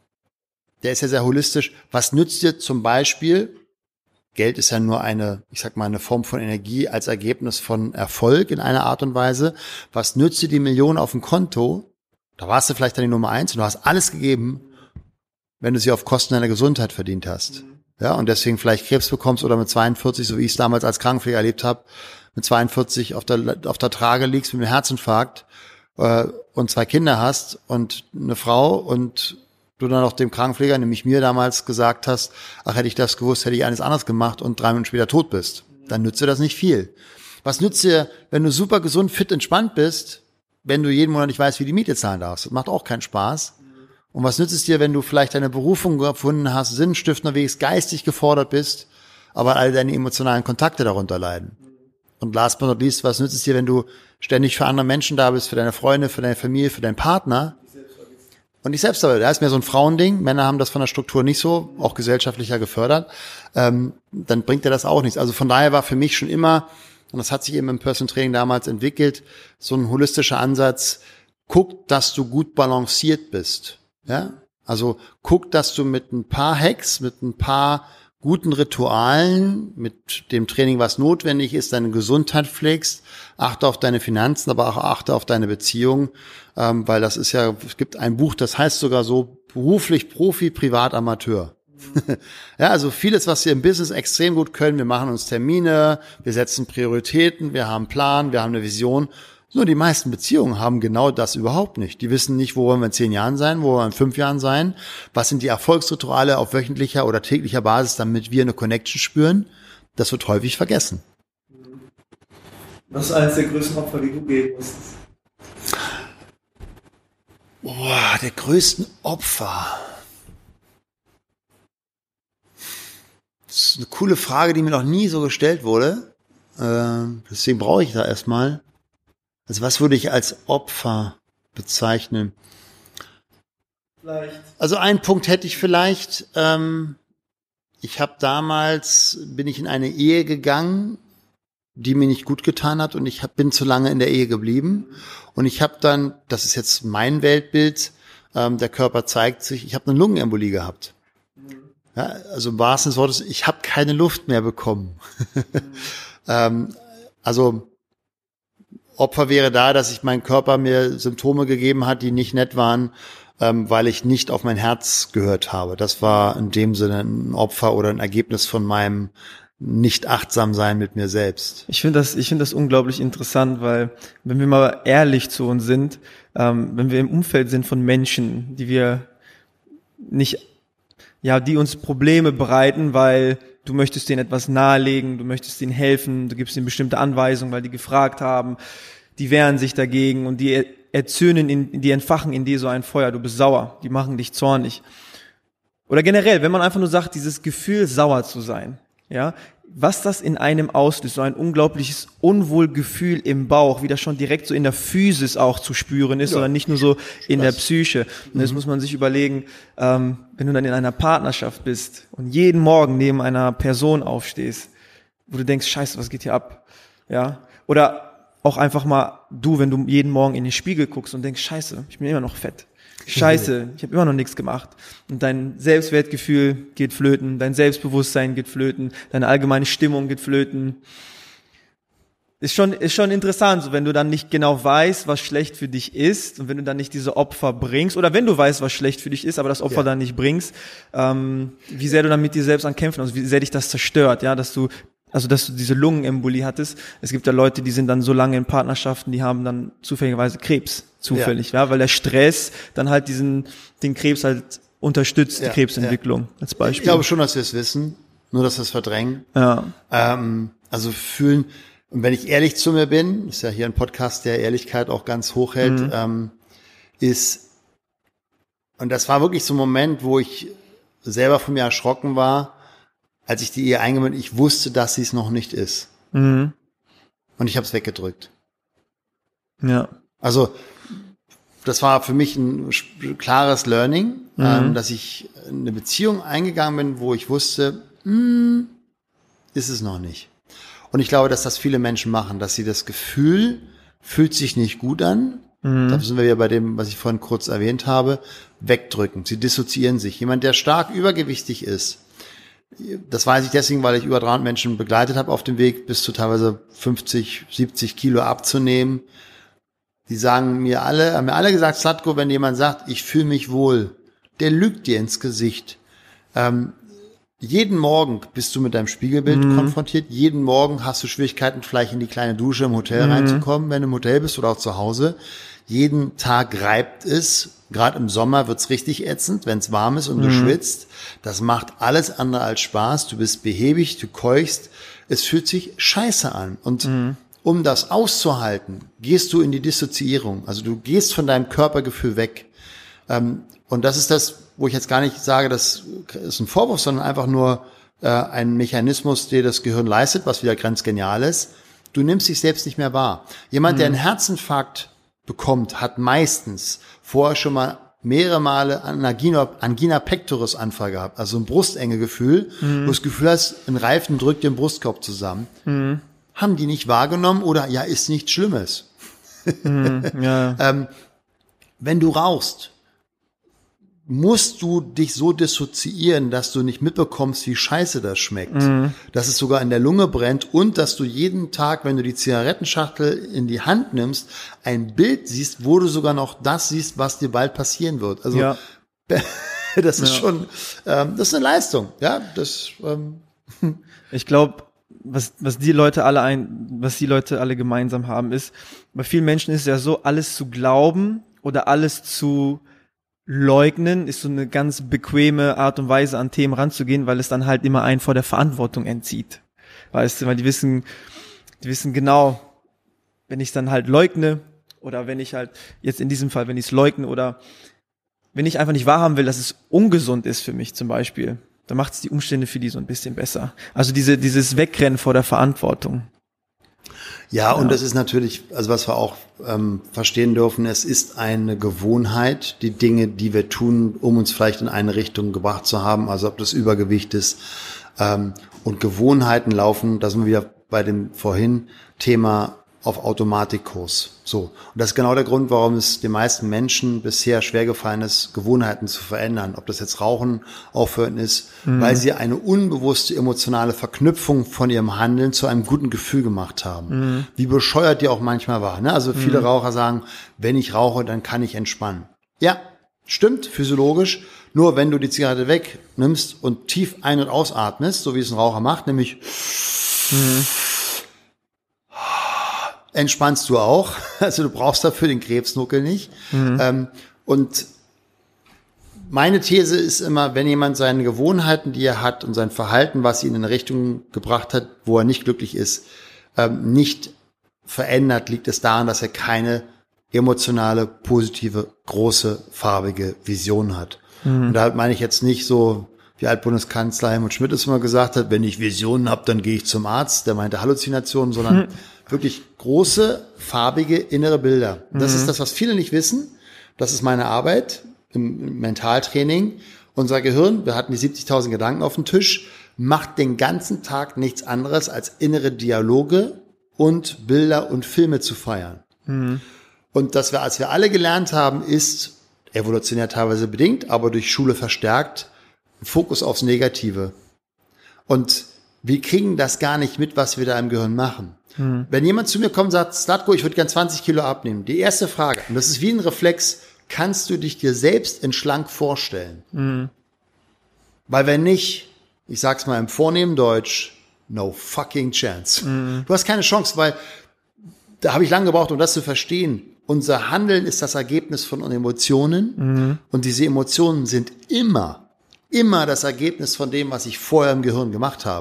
der ist ja sehr holistisch. Was nützt dir zum Beispiel, Geld ist ja nur eine Form von Energie als Ergebnis von Erfolg in einer Art und Weise. Was nützt dir die Million auf dem Konto? Da warst du vielleicht dann die Nummer 1 und du hast alles gegeben, wenn du sie auf Kosten deiner Gesundheit verdient hast. Ja, und deswegen vielleicht Krebs bekommst oder mit 42, so wie ich es damals als Krankenpfleger erlebt habe, mit 42 auf der Trage liegst mit einem Herzinfarkt und 2 Kinder hast und eine Frau und du dann auch dem Krankenpfleger, nämlich mir damals, gesagt hast, ach, hätte ich das gewusst, hätte ich eines anderes gemacht und 3 Minuten später tot bist. Dann nützt dir das nicht viel. Was nützt dir, wenn du super gesund, fit, entspannt bist, wenn du jeden Monat nicht weißt, wie die Miete zahlen darfst? Das macht auch keinen Spaß. Und was nützt es dir, wenn du vielleicht deine Berufung gefunden hast, sinnstiftenderwegs, geistig gefordert bist, aber all deine emotionalen Kontakte darunter leiden? Und last but not least, was nützt es dir, wenn du ständig für andere Menschen da bist, für deine Freunde, für deine Familie, für deinen Partner? Und dich selbst aber, da ist mehr so ein Frauending. Männer haben das von der Struktur nicht so, auch gesellschaftlicher gefördert. Dann bringt dir das auch nichts. Also von daher war für mich schon immer, und das hat sich eben im Personal Training damals entwickelt, so ein holistischer Ansatz, guck, dass du gut balanciert bist. Ja? Also guck, dass du mit ein paar Hacks, mit ein paar guten Ritualen, mit dem Training, was notwendig ist, deine Gesundheit pflegst, achte auf deine Finanzen, aber auch achte auf deine Beziehung, weil das ist ja, es gibt ein Buch, das heißt sogar so, beruflich Profi, privat Amateur. Ja, also vieles, was wir im Business extrem gut können, wir machen uns Termine, wir setzen Prioritäten, wir haben einen Plan, wir haben eine Vision. Nur die meisten Beziehungen haben genau das überhaupt nicht. Die wissen nicht, wo wollen wir in 10 Jahren sein, wo wollen wir in 5 Jahren sein, was sind die Erfolgsrituale auf wöchentlicher oder täglicher Basis, damit wir eine Connection spüren. Das wird häufig vergessen. Was ist eines der größten Opfer, die du geben musstest? Boah, der größten Opfer. Das ist eine coole Frage, die mir noch nie so gestellt wurde. Deswegen brauche ich da erstmal. Also was würde ich als Opfer bezeichnen? Vielleicht. Also einen Punkt hätte ich vielleicht. Ich habe bin ich in eine Ehe gegangen, die mir nicht gut getan hat und bin zu lange in der Ehe geblieben. Und ich habe dann, das ist jetzt mein Weltbild, der Körper zeigt sich, ich habe eine Lungenembolie gehabt. Ja, also im wahrsten Sinne des Wortes, ich habe keine Luft mehr bekommen. Also Opfer wäre da, dass mein Körper mir Symptome gegeben hat, die nicht nett waren, weil ich nicht auf mein Herz gehört habe. Das war in dem Sinne ein Opfer oder ein Ergebnis von meinem nicht achtsam sein mit mir selbst. Ich finde das unglaublich interessant, weil wenn wir mal ehrlich zu uns sind, wenn wir im Umfeld sind von Menschen, die uns Probleme bereiten, weil du möchtest denen etwas nahelegen, du möchtest ihnen helfen, du gibst ihnen bestimmte Anweisungen, weil die gefragt haben, die wehren sich dagegen und die die entfachen in dir so ein Feuer, du bist sauer, die machen dich zornig. Oder generell, wenn man einfach nur sagt, dieses Gefühl, sauer zu sein, ja, was das in einem auslöst, so ein unglaubliches Unwohlgefühl im Bauch, wie das schon direkt so in der Physis auch zu spüren ist, oder nicht nur so in der Psyche. Und das muss man sich überlegen, wenn du dann in einer Partnerschaft bist und jeden Morgen neben einer Person aufstehst, wo du denkst, scheiße, was geht hier ab? Ja? Oder auch einfach mal wenn du jeden Morgen in den Spiegel guckst und denkst, scheiße, ich bin immer noch fett. Scheiße, ich habe immer noch nichts gemacht. Und dein Selbstwertgefühl geht flöten, dein Selbstbewusstsein geht flöten, deine allgemeine Stimmung geht flöten. Ist schon interessant, so wenn du dann nicht genau weißt, was schlecht für dich ist und wenn du dann nicht diese Opfer bringst oder wenn du weißt, was schlecht für dich ist, aber das Opfer dann nicht bringst, wie sehr du dann mit dir selbst ankämpfen, also wie sehr dich das zerstört, ja, dass du diese Lungenembolie hattest. Es gibt ja Leute, die sind dann so lange in Partnerschaften, die haben dann zufälligerweise Krebs. Ja, weil der Stress dann halt den Krebs halt unterstützt, die Krebsentwicklung als Beispiel. Ich glaube schon, dass wir es wissen, nur dass wir es verdrängen. Ja. Also fühlen, Und wenn ich ehrlich zu mir bin, ist ja hier ein Podcast, der Ehrlichkeit auch ganz hoch hält, und das war wirklich so ein Moment, wo ich selber von mir erschrocken war, als ich die Ehe eingegangen bin, ich wusste, dass sie es noch nicht ist. Und ich habe es weggedrückt. Ja. Also das war für mich ein klares Learning, dass ich in eine Beziehung eingegangen bin, wo ich wusste, ist es noch nicht. Und ich glaube, dass das viele Menschen machen, dass sie das Gefühl, fühlt sich nicht gut an, da sind wir wieder bei dem, was ich vorhin kurz erwähnt habe, wegdrücken. Sie dissoziieren sich. Jemand, der stark übergewichtig ist, das weiß ich deswegen, weil ich über 300 Menschen begleitet habe auf dem Weg, bis zu teilweise 50, 70 Kilo abzunehmen. Die haben mir alle gesagt, Zlatko, wenn jemand sagt, ich fühle mich wohl, der lügt dir ins Gesicht. Jeden Morgen bist du mit deinem Spiegelbild konfrontiert. Jeden Morgen hast du Schwierigkeiten, vielleicht in die kleine Dusche im Hotel reinzukommen, wenn du im Hotel bist oder auch zu Hause. Jeden Tag reibt es. Gerade im Sommer wird's richtig ätzend, wenn es warm ist und du schwitzt. Das macht alles andere als Spaß. Du bist behäbig, du keuchst. Es fühlt sich scheiße an. Und um das auszuhalten, gehst du in die Dissoziierung. Also du gehst von deinem Körpergefühl weg. Und das ist das, wo ich jetzt gar nicht sage, das ist ein Vorwurf, sondern einfach nur ein Mechanismus, der das Gehirn leistet, was wieder ganz genial ist. Du nimmst dich selbst nicht mehr wahr. Jemand, der einen Herzinfarkt bekommt, hat meistens vorher schon mal mehrere Male Angina pectoris Anfall gehabt, also ein Brustengegefühl, wo du das Gefühl hast, ein Reifen drückt den Brustkorb zusammen. Haben die nicht wahrgenommen oder ja, ist nichts Schlimmes. Ja. Wenn du rauchst, musst du dich so dissoziieren, dass du nicht mitbekommst, wie scheiße das schmeckt. Dass es sogar in der Lunge brennt und dass du jeden Tag, wenn du die Zigarettenschachtel in die Hand nimmst, ein Bild siehst, wo du sogar noch das siehst, was dir bald passieren wird. Also Ja. das ist schon, das ist eine Leistung. Ja, Ich glaube, was die Leute alle gemeinsam haben, ist, bei vielen Menschen ist es ja so, alles zu glauben oder alles zu leugnen, ist so eine ganz bequeme Art und Weise, an Themen ranzugehen, weil es dann halt immer einen vor der Verantwortung entzieht. Weißt du, weil die wissen genau, wenn ich es dann halt leugne oder wenn ich halt, jetzt in diesem Fall, wenn ich es leugne oder wenn ich einfach nicht wahrhaben will, dass es ungesund ist für mich zum Beispiel, dann macht es die Umstände für die so ein bisschen besser. Also dieses Wegrennen vor der Verantwortung. Ja, und das ist natürlich, also was wir auch verstehen dürfen, es ist eine Gewohnheit, die Dinge, die wir tun, um uns vielleicht in eine Richtung gebracht zu haben, also ob das Übergewicht ist. Und Gewohnheiten laufen, da sind wir wieder bei dem vorhin Thema auf Automatikkurs. So. Und das ist genau der Grund, warum es den meisten Menschen bisher schwer gefallen ist, Gewohnheiten zu verändern. Ob das jetzt Rauchen aufhören ist, weil sie eine unbewusste emotionale Verknüpfung von ihrem Handeln zu einem guten Gefühl gemacht haben. Wie bescheuert die auch manchmal war. Ne? Also viele Raucher sagen, wenn ich rauche, dann kann ich entspannen. Ja, stimmt, physiologisch. Nur wenn du die Zigarette wegnimmst und tief ein- und ausatmest, so wie es ein Raucher macht, nämlich entspannst du auch. Also du brauchst dafür den Krebsnuckel nicht. Und meine These ist immer, wenn jemand seine Gewohnheiten, die er hat und sein Verhalten, was ihn in eine Richtung gebracht hat, wo er nicht glücklich ist, nicht verändert, liegt es daran, dass er keine emotionale, positive, große, farbige Vision hat. Und da meine ich jetzt nicht so, wie Altbundeskanzler Helmut Schmidt es immer gesagt hat, wenn ich Visionen habe, dann gehe ich zum Arzt. Der meinte Halluzinationen, sondern wirklich große, farbige, innere Bilder. Das ist das, was viele nicht wissen. Das ist meine Arbeit im Mentaltraining. Unser Gehirn, wir hatten die 70.000 Gedanken auf dem Tisch, macht den ganzen Tag nichts anderes, als innere Dialoge und Bilder und Filme zu feiern. Und das, als wir alle gelernt haben, ist, evolutionär teilweise bedingt, aber durch Schule verstärkt, Fokus aufs Negative. Und wir kriegen das gar nicht mit, was wir da im Gehirn machen. Wenn jemand zu mir kommt und sagt, Zlatko, ich würde gern 20 Kilo abnehmen. Die erste Frage, und das ist wie ein Reflex, kannst du dich dir selbst in schlank vorstellen? Weil wenn nicht, ich sag's mal im vornehmen Deutsch, no fucking chance. Du hast keine Chance, weil da habe ich lange gebraucht, um das zu verstehen. Unser Handeln ist das Ergebnis von Emotionen und diese Emotionen sind immer das Ergebnis von dem, was ich vorher im Gehirn gemacht habe.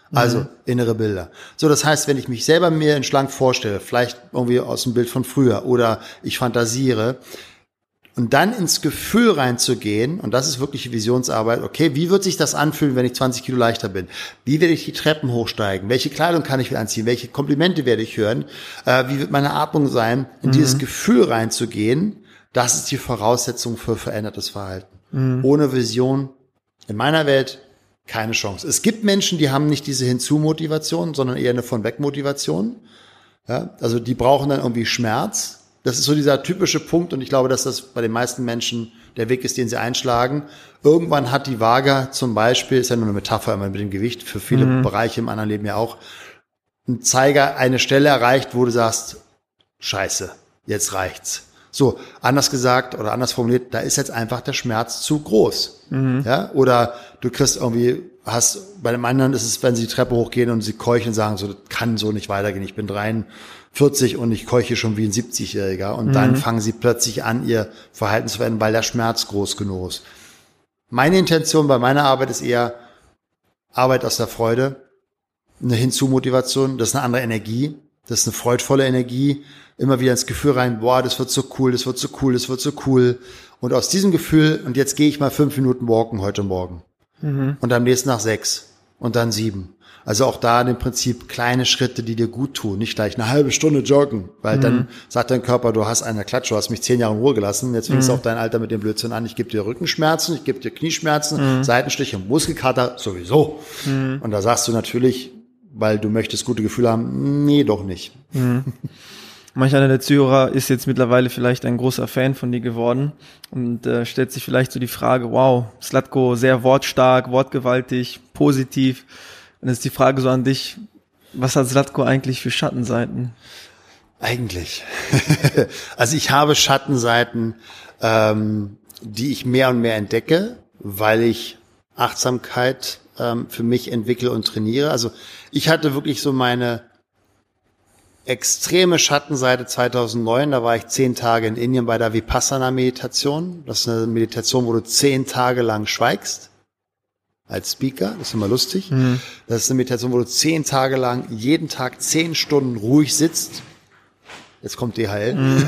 Also innere Bilder. So, das heißt, wenn ich mich selber mir in schlank vorstelle, vielleicht irgendwie aus dem Bild von früher oder ich fantasiere und dann ins Gefühl reinzugehen, und das ist wirklich Visionsarbeit, okay, wie wird sich das anfühlen, wenn ich 20 Kilo leichter bin? Wie werde ich die Treppen hochsteigen? Welche Kleidung kann ich anziehen? Welche Komplimente werde ich hören? Wie wird meine Atmung sein? In dieses Gefühl reinzugehen, das ist die Voraussetzung für verändertes Verhalten. Ohne Vision, in meiner Welt, keine Chance. Es gibt Menschen, die haben nicht diese Hinzu-Motivation, sondern eher eine Von-Weg-Motivation. Ja, also die brauchen dann irgendwie Schmerz. Das ist so dieser typische Punkt und ich glaube, dass das bei den meisten Menschen der Weg ist, den sie einschlagen. Irgendwann hat die Waage zum Beispiel, ist ja nur eine Metapher immer mit dem Gewicht, für viele Bereiche im anderen Leben ja auch, ein Zeiger eine Stelle erreicht, wo du sagst, Scheiße, jetzt reicht's. So, anders gesagt oder anders formuliert, da ist jetzt einfach der Schmerz zu groß. Ja, oder du kriegst irgendwie, bei dem anderen ist es, wenn sie die Treppe hochgehen und sie keuchen und sagen, so, das kann so nicht weitergehen. Ich bin 43 und ich keuche schon wie ein 70-Jähriger. Und dann fangen sie plötzlich an, ihr Verhalten zu verändern, weil der Schmerz groß genug ist. Meine Intention bei meiner Arbeit ist eher Arbeit aus der Freude, eine Hinzu-Motivation, das ist eine andere Energie, das ist eine freudvolle Energie, immer wieder ins Gefühl rein, boah, das wird so cool, das wird so cool, das wird so cool. Und aus diesem Gefühl, und jetzt gehe ich mal 5 Minuten walken heute Morgen. Und am nächsten Tag 6 und dann 7. Also auch da im Prinzip kleine Schritte, die dir gut tun, nicht gleich eine halbe Stunde joggen, weil dann sagt dein Körper, du hast eine Klatsche, du hast mich 10 Jahre in Ruhe gelassen, jetzt fängst du auf dein Alter mit dem Blödsinn an, ich gebe dir Rückenschmerzen, ich gebe dir Knieschmerzen, Seitenstiche, Muskelkater, sowieso. Und da sagst du natürlich, weil du möchtest gute Gefühle haben, nee, doch nicht. Manch einer der Zuhörer ist jetzt mittlerweile vielleicht ein großer Fan von dir geworden und stellt sich vielleicht so die Frage, wow, Zlatko, sehr wortstark, wortgewaltig, positiv. Und jetzt ist die Frage so an dich, was hat Zlatko eigentlich für Schattenseiten? Eigentlich. Also ich habe Schattenseiten, die ich mehr und mehr entdecke, weil ich Achtsamkeit für mich entwickle und trainiere. Also ich hatte wirklich so meine extreme Schattenseite 2009, da war ich 10 Tage in Indien bei der Vipassana-Meditation. Das ist eine Meditation, wo du 10 Tage lang schweigst, als Speaker, das ist immer lustig. Das ist eine Meditation, wo du 10 Tage lang, jeden Tag 10 Stunden ruhig sitzt. Jetzt kommt DHL.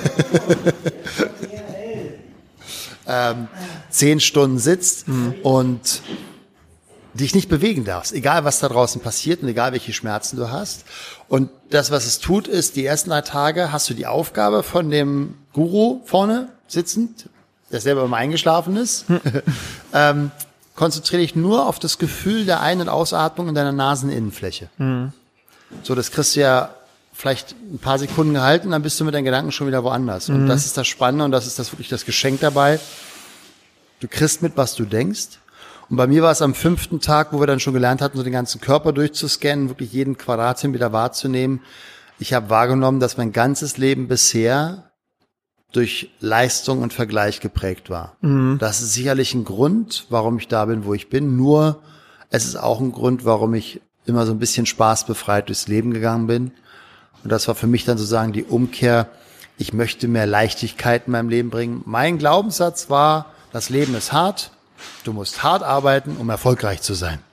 10 Stunden sitzt und dich nicht bewegen darfst, egal was da draußen passiert und egal welche Schmerzen du hast. Und das, was es tut, ist, die ersten 3 Tage hast du die Aufgabe von dem Guru vorne sitzend, der selber immer eingeschlafen ist. Konzentriere dich nur auf das Gefühl der Ein- und Ausatmung in deiner Naseninnenfläche. So, das kriegst du ja vielleicht ein paar Sekunden gehalten, dann bist du mit deinen Gedanken schon wieder woanders. Und das ist das Spannende und das ist das wirklich das Geschenk dabei. Du kriegst mit, was du denkst. Und bei mir war es am 5. Tag, wo wir dann schon gelernt hatten, so den ganzen Körper durchzuscannen, wirklich jeden Quadratzentimeter wahrzunehmen. Ich habe wahrgenommen, dass mein ganzes Leben bisher durch Leistung und Vergleich geprägt war. Das ist sicherlich ein Grund, warum ich da bin, wo ich bin. Nur, es ist auch ein Grund, warum ich immer so ein bisschen spaßbefreit durchs Leben gegangen bin. Und das war für mich dann sozusagen die Umkehr. Ich möchte mehr Leichtigkeit in meinem Leben bringen. Mein Glaubenssatz war, das Leben ist hart. Du musst hart arbeiten, um erfolgreich zu sein.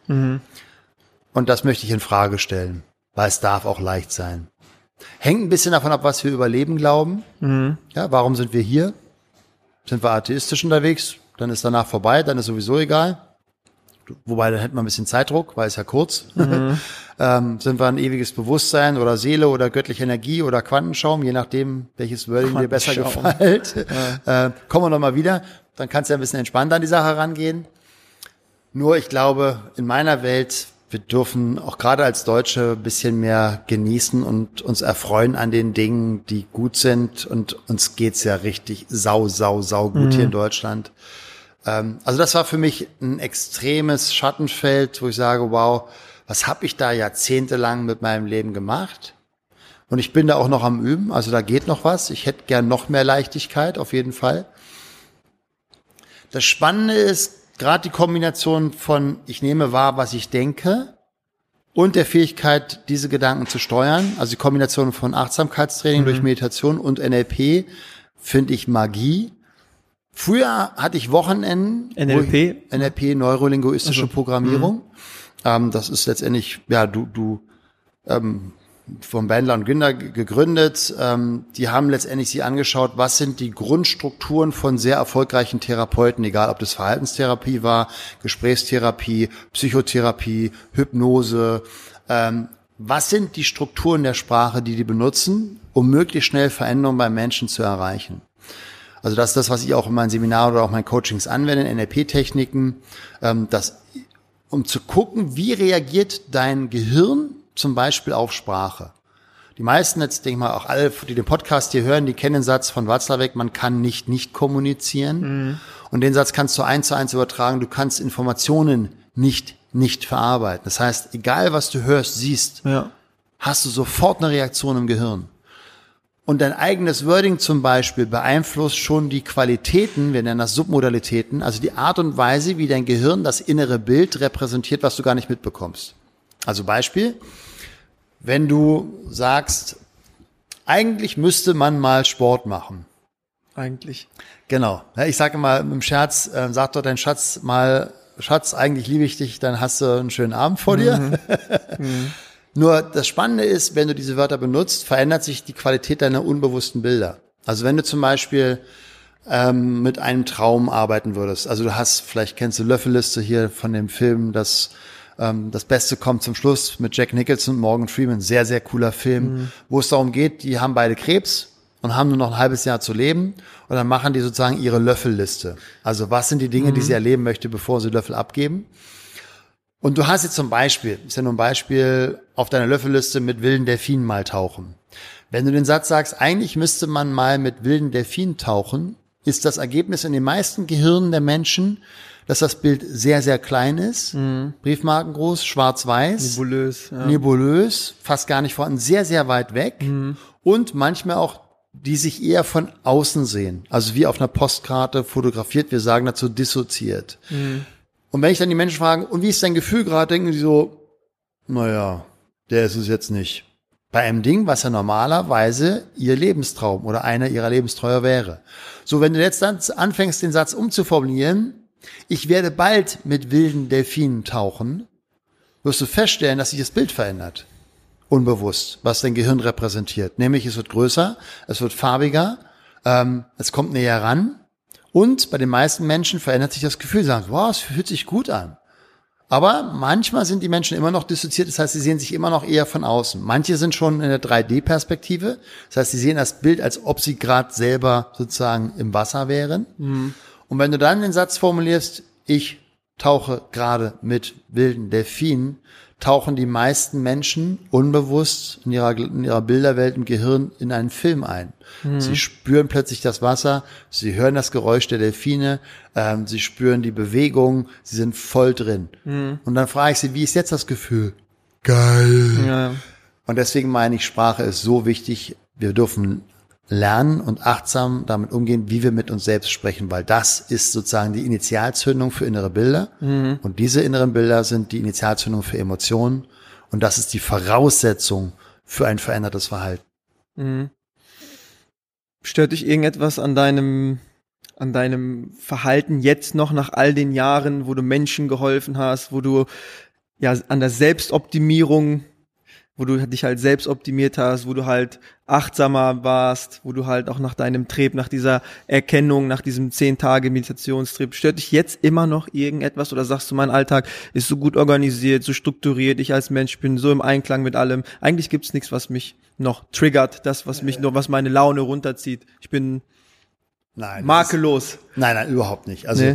Und das möchte ich in Frage stellen, weil es darf auch leicht sein. Hängt ein bisschen davon ab, was wir über Leben glauben. Ja, warum sind wir hier? Sind wir atheistisch unterwegs? Dann ist danach vorbei, dann ist sowieso egal. Wobei, dann hätten wir ein bisschen Zeitdruck, weil es ja kurz. Sind wir ein ewiges Bewusstsein oder Seele oder göttliche Energie oder Quantenschaum, je nachdem, welches Wording dir besser gefällt. Kommen wir nochmal wieder. Dann kannst du ja ein bisschen entspannter an die Sache rangehen. Nur ich glaube, in meiner Welt, wir dürfen auch gerade als Deutsche ein bisschen mehr genießen und uns erfreuen an den Dingen, die gut sind. Und uns geht's ja richtig sau gut hier in Deutschland. Also das war für mich ein extremes Schattenfeld, wo ich sage, wow, was habe ich da jahrzehntelang mit meinem Leben gemacht? Und ich bin da auch noch am Üben, also da geht noch was. Ich hätte gern noch mehr Leichtigkeit, auf jeden Fall. Das Spannende ist gerade die Kombination von ich nehme wahr, was ich denke und der Fähigkeit, diese Gedanken zu steuern. Also die Kombination von Achtsamkeitstraining durch Meditation und NLP finde ich Magie. Früher hatte ich Wochenenden. NLP? NLP, neurolinguistische Programmierung. Das ist letztendlich, von Bandler und Günther gegründet. Die haben letztendlich sich angeschaut, was sind die Grundstrukturen von sehr erfolgreichen Therapeuten, egal ob das Verhaltenstherapie war, Gesprächstherapie, Psychotherapie, Hypnose. Was sind die Strukturen der Sprache, die benutzen, um möglichst schnell Veränderungen beim Menschen zu erreichen? Also das ist das, was ich auch in meinen Seminaren oder auch meinen Coachings anwende, NLP-Techniken, um zu gucken, wie reagiert dein Gehirn zum Beispiel auf Sprache. Die meisten, jetzt denke ich mal, auch alle, die den Podcast hier hören, die kennen den Satz von Watzlawick, man kann nicht kommunizieren. Mhm. Und den Satz kannst du 1:1 übertragen, du kannst Informationen nicht verarbeiten. Das heißt, egal was du hörst, siehst, hast du sofort eine Reaktion im Gehirn. Und dein eigenes Wording zum Beispiel beeinflusst schon die Qualitäten, wir nennen das Submodalitäten, also die Art und Weise, wie dein Gehirn das innere Bild repräsentiert, was du gar nicht mitbekommst. Also Beispiel, wenn du sagst, eigentlich müsste man mal Sport machen. Eigentlich. Genau. Ich sage immer im Scherz, sag doch dein Schatz mal, Schatz, eigentlich liebe ich dich, dann hast du einen schönen Abend vor dir. Nur das Spannende ist, wenn du diese Wörter benutzt, verändert sich die Qualität deiner unbewussten Bilder. Also wenn du zum Beispiel mit einem Traum arbeiten würdest, also du hast, vielleicht kennst du Löffelliste hier von dem Film, das Beste kommt zum Schluss mit Jack Nicholson und Morgan Freeman, sehr, sehr cooler Film, wo es darum geht, die haben beide Krebs und haben nur noch ein halbes Jahr zu leben und dann machen die sozusagen ihre Löffelliste. Also was sind die Dinge, die sie erleben möchte, bevor sie Löffel abgeben? Und du hast jetzt zum Beispiel, ist ja nur ein Beispiel, auf deiner Löffelliste mit wilden Delfinen mal tauchen. Wenn du den Satz sagst, eigentlich müsste man mal mit wilden Delfinen tauchen, ist das Ergebnis in den meisten Gehirnen der Menschen, dass das Bild sehr, sehr klein ist, briefmarkengroß, schwarz-weiß, nebulös, fast gar nicht vorhanden, sehr, sehr weit weg und manchmal auch, die sich eher von außen sehen, also wie auf einer Postkarte fotografiert, wir sagen dazu dissoziiert. Und wenn ich dann die Menschen frage, und wie ist dein Gefühl gerade, denken die so, naja, der ist es jetzt nicht. Bei einem Ding, was ja normalerweise ihr Lebenstraum oder einer ihrer Lebensträume wäre. So, wenn du jetzt dann anfängst, den Satz umzuformulieren, ich werde bald mit wilden Delfinen tauchen, wirst du feststellen, dass sich das Bild verändert. Unbewusst, was dein Gehirn repräsentiert. Nämlich, es wird größer, es wird farbiger, es kommt näher ran und bei den meisten Menschen verändert sich das Gefühl, sie sagen, wow, es fühlt sich gut an. Aber manchmal sind die Menschen immer noch dissoziiert, das heißt, sie sehen sich immer noch eher von außen. Manche sind schon in der 3D-Perspektive, das heißt, sie sehen das Bild, als ob sie gerade selber sozusagen im Wasser wären. Und wenn du dann den Satz formulierst, ich tauche gerade mit wilden Delfinen, tauchen die meisten Menschen unbewusst in ihrer Bilderwelt im Gehirn in einen Film ein. Sie spüren plötzlich das Wasser, sie hören das Geräusch der Delfine, sie spüren die Bewegung, sie sind voll drin. Und dann frage ich sie, wie ist jetzt das Gefühl? Geil. Ja. Und deswegen meine ich, Sprache ist so wichtig, wir dürfen lernen und achtsam damit umgehen, wie wir mit uns selbst sprechen, weil das ist sozusagen die Initialzündung für innere Bilder und diese inneren Bilder sind die Initialzündung für Emotionen und das ist die Voraussetzung für ein verändertes Verhalten. Stört dich irgendetwas an deinem Verhalten jetzt noch nach all den Jahren, wo du Menschen geholfen hast, wo du ja an der Selbstoptimierung, wo du dich halt selbst optimiert hast, wo du halt achtsamer warst, wo du halt auch nach deinem Trip, nach dieser Erkennung, nach diesem 10-Tage-Meditationstrip, stört dich jetzt immer noch irgendetwas oder sagst du, mein Alltag ist so gut organisiert, so strukturiert, ich als Mensch bin so im Einklang mit allem, eigentlich gibt's nichts, was mich noch triggert, was meine Laune runterzieht, ich bin makellos. Nein, überhaupt nicht. Also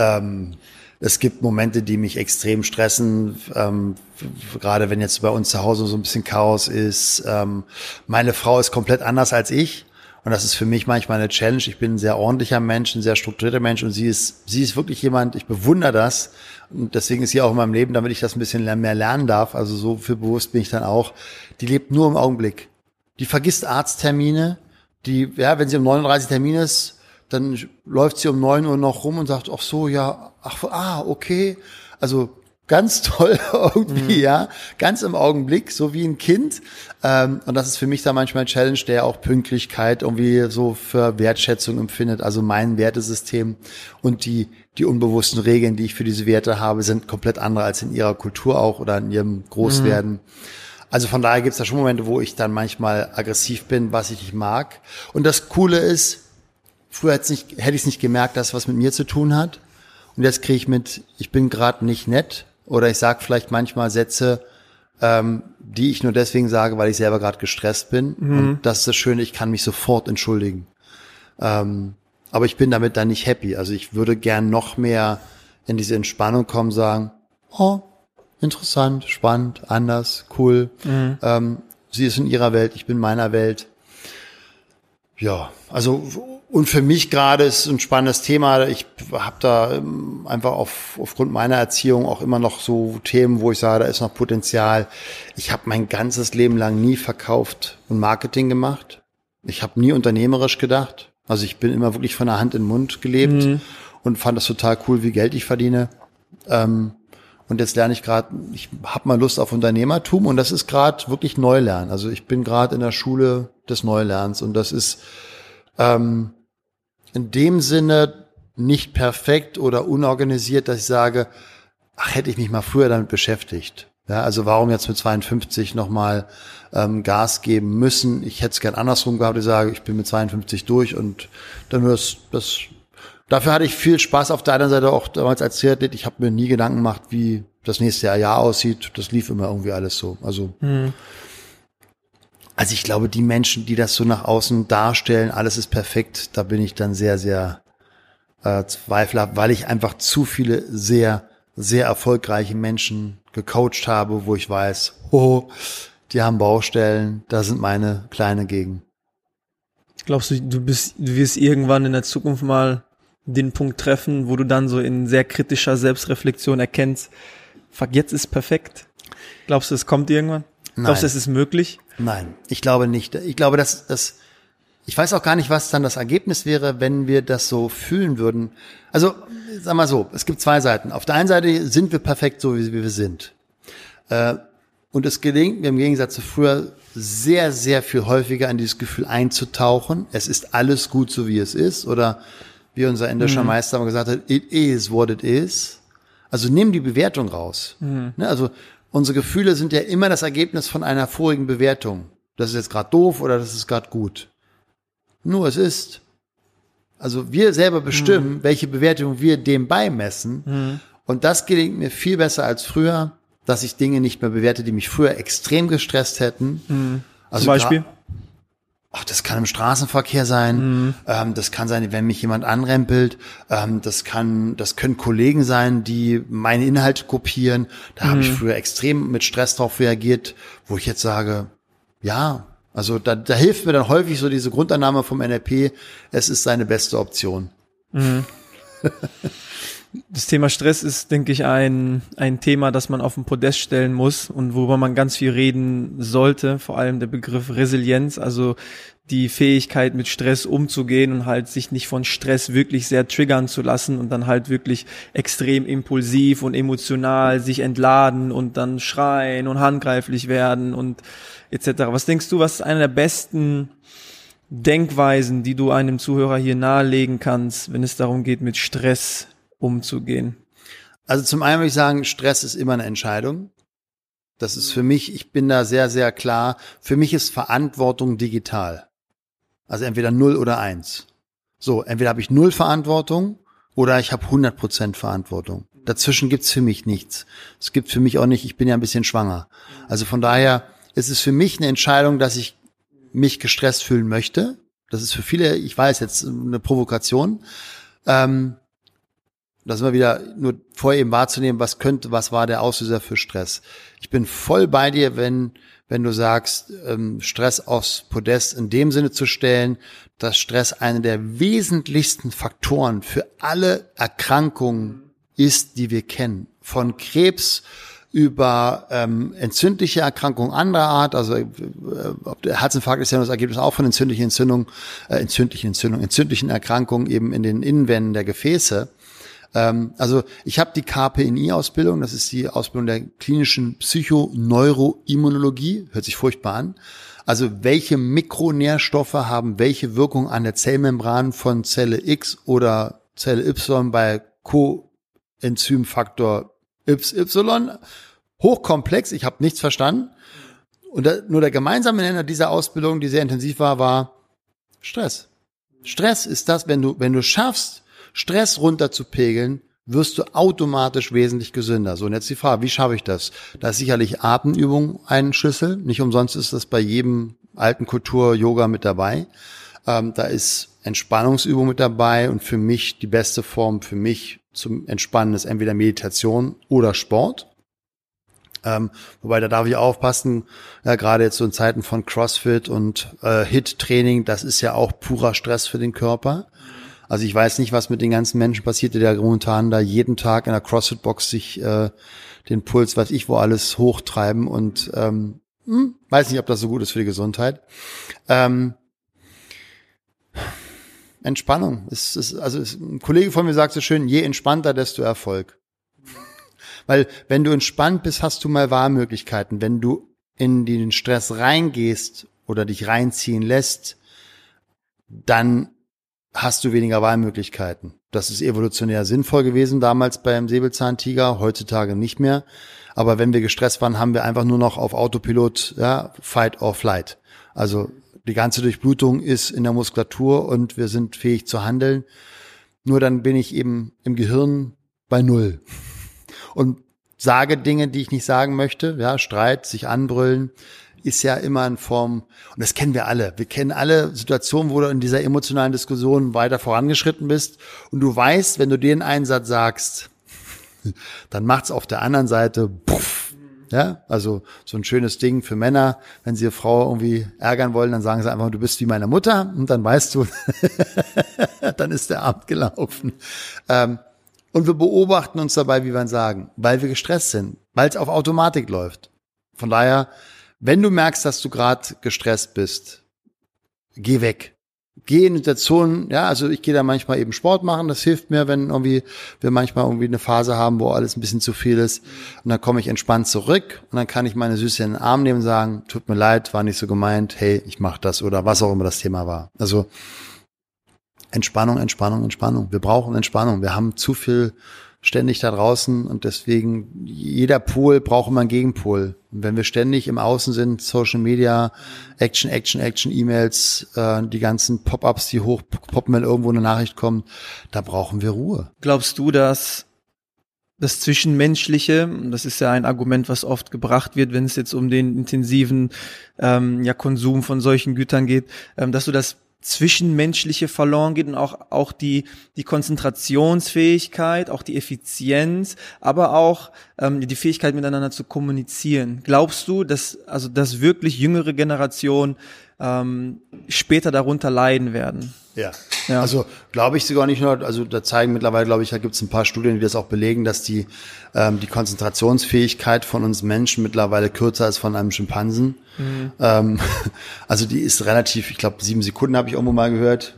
es gibt Momente, die mich extrem stressen, gerade wenn jetzt bei uns zu Hause so ein bisschen Chaos ist. Meine Frau ist komplett anders als ich und das ist für mich manchmal eine Challenge. Ich bin ein sehr ordentlicher Mensch, ein sehr strukturierter Mensch und sie ist wirklich jemand, ich bewundere das und deswegen ist sie auch in meinem Leben, damit ich das ein bisschen mehr lernen darf, also so viel bewusst bin ich dann auch, die lebt nur im Augenblick. Die vergisst Arzttermine, wenn sie um 39 Termin ist, dann läuft sie um 9 Uhr noch rum und sagt, ach so, ja, okay. Also ganz toll irgendwie, ja, ganz im Augenblick, so wie ein Kind. Und das ist für mich da manchmal ein Challenge, der auch Pünktlichkeit irgendwie so für Wertschätzung empfindet. Also mein Wertesystem und die unbewussten Regeln, die ich für diese Werte habe, sind komplett andere als in ihrer Kultur auch oder in ihrem Großwerden. Also von daher gibt es da schon Momente, wo ich dann manchmal aggressiv bin, was ich nicht mag. Und das Coole ist, früher hätte ich es nicht gemerkt, dass es was mit mir zu tun hat. Und jetzt kriege ich mit, ich bin gerade nicht nett. Oder ich sage vielleicht manchmal Sätze, die ich nur deswegen sage, weil ich selber gerade gestresst bin. Und das ist das Schöne, ich kann mich sofort entschuldigen. Aber ich bin damit dann nicht happy. Also ich würde gern noch mehr in diese Entspannung kommen, sagen, oh, interessant, spannend, anders, cool. Sie ist in ihrer Welt, ich bin in meiner Welt. Ja, also und für mich gerade ist ein spannendes Thema. Ich habe da einfach aufgrund meiner Erziehung auch immer noch so Themen, wo ich sage, da ist noch Potenzial. Ich habe mein ganzes Leben lang nie verkauft und Marketing gemacht. Ich habe nie unternehmerisch gedacht. Also ich bin immer wirklich von der Hand in den Mund gelebt und fand das total cool, wie Geld ich verdiene. Und jetzt lerne ich gerade, ich habe mal Lust auf Unternehmertum und das ist gerade wirklich Neulernen. Also ich bin gerade in der Schule des Neulernens und das ist in dem Sinne nicht perfekt oder unorganisiert, dass ich sage, ach, hätte ich mich mal früher damit beschäftigt. Ja, also warum jetzt mit 52 nochmal Gas geben müssen? Ich hätte es gern andersrum gehabt, ich sage, ich bin mit 52 durch und dann dafür hatte ich viel Spaß auf der anderen Seite auch damals als Triathlet. Ich habe mir nie Gedanken gemacht, wie das nächste Jahr aussieht. Das lief immer irgendwie alles so. Also ich glaube, die Menschen, die das so nach außen darstellen, alles ist perfekt, da bin ich dann sehr, sehr zweifelhaft, weil ich einfach zu viele sehr, sehr erfolgreiche Menschen gecoacht habe, wo ich weiß, oh, die haben Baustellen, da sind meine Kleine gegen. Glaubst du, du wirst irgendwann in der Zukunft mal den Punkt treffen, wo du dann so in sehr kritischer Selbstreflexion erkennst, fuck, jetzt ist perfekt? Glaubst du, es kommt irgendwann? Nein. Glaubst du, es ist möglich? Nein, ich glaube nicht. Ich glaube, ich weiß auch gar nicht, was dann das Ergebnis wäre, wenn wir das so fühlen würden. Also, sag mal so, es gibt zwei Seiten. Auf der einen Seite sind wir perfekt so, wie wir sind. Und es gelingt mir im Gegensatz zu früher sehr, sehr viel häufiger in dieses Gefühl einzutauchen. Es ist alles gut, so wie es ist. Oder wie unser indischer Meister gesagt hat, it is what it is. Also nimm die Bewertung raus. Ne, also unsere Gefühle sind ja immer das Ergebnis von einer vorigen Bewertung. Das ist jetzt gerade doof oder das ist gerade gut. Nur es ist. Also wir selber bestimmen, welche Bewertung wir dem beimessen. Und das gelingt mir viel besser als früher, dass ich Dinge nicht mehr bewerte, die mich früher extrem gestresst hätten. Also Zum Beispiel? Das kann im Straßenverkehr sein, das kann sein, wenn mich jemand anrempelt, das können Kollegen sein, die meine Inhalte kopieren. Da habe ich früher extrem mit Stress drauf reagiert, wo ich jetzt sage, ja, also da hilft mir dann häufig so diese Grundannahme vom NLP, es ist seine beste Option. Das Thema Stress ist, denke ich, ein Thema, das man auf den Podest stellen muss und worüber man ganz viel reden sollte. Vor allem der Begriff Resilienz, also die Fähigkeit, mit Stress umzugehen und halt sich nicht von Stress wirklich sehr triggern zu lassen und dann halt wirklich extrem impulsiv und emotional sich entladen und dann schreien und handgreiflich werden und etc. Was denkst du, was ist eine der besten Denkweisen, die du einem Zuhörer hier nahelegen kannst, wenn es darum geht, mit Stress umzugehen? Also zum einen würde ich sagen, Stress ist immer eine Entscheidung. Das ist für mich, ich bin da sehr, sehr klar, für mich ist Verantwortung digital. Also entweder 0 oder 1. So, entweder habe ich 0 Verantwortung oder ich habe 100% Verantwortung. Dazwischen gibt's für mich nichts. Es gibt für mich auch nicht, ich bin ja ein bisschen schwanger. Also von daher ist es für mich eine Entscheidung, dass ich mich gestresst fühlen möchte. Das ist für viele, ich weiß jetzt, eine Provokation. Das immer wieder nur vorher eben wahrzunehmen, was war der Auslöser für Stress. Ich bin voll bei dir, wenn du sagst, Stress aufs Podest in dem Sinne zu stellen, dass Stress einer der wesentlichsten Faktoren für alle Erkrankungen ist, die wir kennen. Von Krebs über entzündliche Erkrankungen anderer Art, also der Herzinfarkt ist ja das Ergebnis auch von entzündlichen Erkrankungen eben in den Innenwänden der Gefäße. Also ich habe die KPNI-Ausbildung, das ist die Ausbildung der klinischen Psychoneuroimmunologie, hört sich furchtbar an. Also welche Mikronährstoffe haben welche Wirkung an der Zellmembran von Zelle X oder Zelle Y bei Coenzymfaktor XY? Hochkomplex, ich habe nichts verstanden. Und nur der gemeinsame Nenner dieser Ausbildung, die sehr intensiv war Stress. Stress ist das, wenn du schaffst, Stress runterzupegeln, wirst du automatisch wesentlich gesünder. So, und jetzt die Frage, wie schaffe ich das? Da ist sicherlich Atemübung ein Schlüssel. Nicht umsonst ist das bei jedem alten Kultur-Yoga mit dabei. Da ist Entspannungsübung mit dabei und für mich die beste Form für mich zum Entspannen ist entweder Meditation oder Sport. Wobei, da darf ich aufpassen, ja, gerade jetzt so in Zeiten von CrossFit und HIIT-Training, das ist ja auch purer Stress für den Körper. Also ich weiß nicht, was mit den ganzen Menschen passiert, die da momentan da jeden Tag in der CrossFit-Box sich den Puls, weiß ich wo, alles hochtreiben und weiß nicht, ob das so gut ist für die Gesundheit. Entspannung. Ein Kollege von mir sagt so schön, je entspannter, desto Erfolg. Weil wenn du entspannt bist, hast du mal Wahlmöglichkeiten. Wenn du in den Stress reingehst oder dich reinziehen lässt, dann hast du weniger Wahlmöglichkeiten. Das ist evolutionär sinnvoll gewesen damals beim Säbelzahntiger, heutzutage nicht mehr. Aber wenn wir gestresst waren, haben wir einfach nur noch auf Autopilot, ja, Fight or Flight. Also die ganze Durchblutung ist in der Muskulatur und wir sind fähig zu handeln. Nur dann bin ich eben im Gehirn bei Null und sage Dinge, die ich nicht sagen möchte. Ja, Streit, sich anbrüllen, ist ja immer in Form, und das kennen wir alle. Wir kennen alle Situationen, wo du in dieser emotionalen Diskussion weiter vorangeschritten bist und du weißt, wenn du den einen Satz sagst, dann macht's auf der anderen Seite puff. Ja, also so ein schönes Ding für Männer, wenn sie ihre Frau irgendwie ärgern wollen, dann sagen sie einfach, du bist wie meine Mutter und dann weißt du, dann ist der Abend gelaufen. Und wir beobachten uns dabei, wie wir sagen, weil wir gestresst sind, weil es auf Automatik läuft. Von daher, wenn du merkst, dass du gerade gestresst bist, geh weg. Geh in Situationen, ja, also ich gehe da manchmal eben Sport machen, das hilft mir, wenn irgendwie wir manchmal irgendwie eine Phase haben, wo alles ein bisschen zu viel ist und dann komme ich entspannt zurück und dann kann ich meine Süße in den Arm nehmen und sagen, tut mir leid, war nicht so gemeint, hey, ich mach das oder was auch immer das Thema war. Also Entspannung, Entspannung, Entspannung. Wir brauchen Entspannung. Wir haben zu viel ständig da draußen und deswegen jeder Pol braucht immer einen Gegenpol. Und wenn wir ständig im Außen sind, Social Media, Action, E-Mails, die ganzen Pop-ups, die hochpoppen, wenn irgendwo eine Nachricht kommt, da brauchen wir Ruhe. Glaubst du, dass das Zwischenmenschliche, das ist ja ein Argument, was oft gebracht wird, wenn es jetzt um den intensiven Konsum von solchen Gütern geht, dass du das Zwischenmenschliche verloren geht und auch die Konzentrationsfähigkeit, auch die Effizienz, aber auch die Fähigkeit miteinander zu kommunizieren. Glaubst du, dass wirklich jüngere Generationen später darunter leiden werden? Ja. Also glaube ich sogar nicht nur, also da zeigen mittlerweile, glaube ich, da gibt es ein paar Studien, die das auch belegen, dass die Konzentrationsfähigkeit von uns Menschen mittlerweile kürzer ist von einem Schimpansen. Mhm. Also die ist relativ, ich glaube 7 Sekunden habe ich irgendwo mal gehört.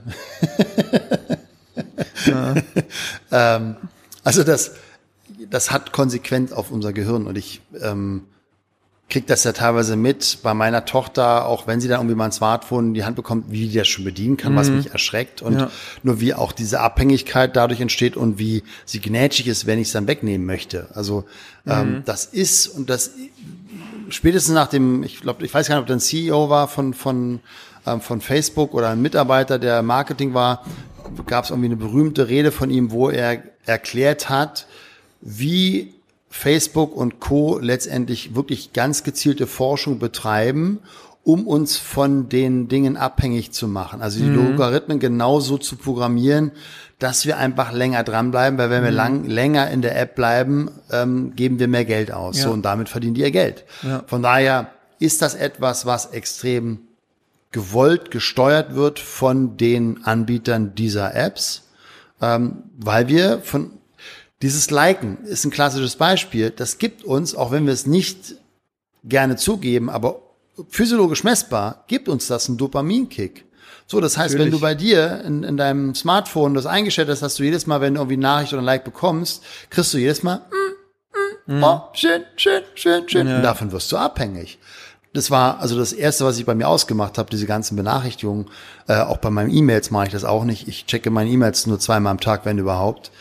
Ja. Also das hat Konsequenz auf unser Gehirn und ich krieg das ja teilweise mit bei meiner Tochter, auch wenn sie dann irgendwie mal ein Smartphone in die Hand bekommt, wie die das schon bedienen kann, was mich erschreckt und nur wie auch diese Abhängigkeit dadurch entsteht und wie sie gnätschig ist, wenn ich es dann wegnehmen möchte. Also das ist und das spätestens nach dem, ich glaube, ich weiß gar nicht, ob der ein CEO war von Facebook oder ein Mitarbeiter, der Marketing war, gab es irgendwie eine berühmte Rede von ihm, wo er erklärt hat, wie Facebook und Co. letztendlich wirklich ganz gezielte Forschung betreiben, um uns von den Dingen abhängig zu machen. Also die Logarithmen genauso zu programmieren, dass wir einfach länger dranbleiben, weil wenn wir länger in der App bleiben, geben wir mehr Geld aus. Ja. So, und damit verdienen die ihr Geld. Ja. Von daher ist das etwas, was extrem gewollt gesteuert wird von den Anbietern dieser Apps, weil wir dieses Liken ist ein klassisches Beispiel. Das gibt uns, auch wenn wir es nicht gerne zugeben, aber physiologisch messbar, gibt uns das einen Dopaminkick. So, das heißt, wenn du bei dir in deinem Smartphone das eingestellt hast, hast du jedes Mal, wenn du irgendwie eine Nachricht oder ein Like bekommst, kriegst du jedes Mal, oh, schön. Ja. Und davon wirst du abhängig. Das war also das Erste, was ich bei mir ausgemacht habe, diese ganzen Benachrichtigungen. Auch bei meinen E-Mails mache ich das auch nicht. Ich checke meine E-Mails nur 2-mal am Tag, wenn überhaupt.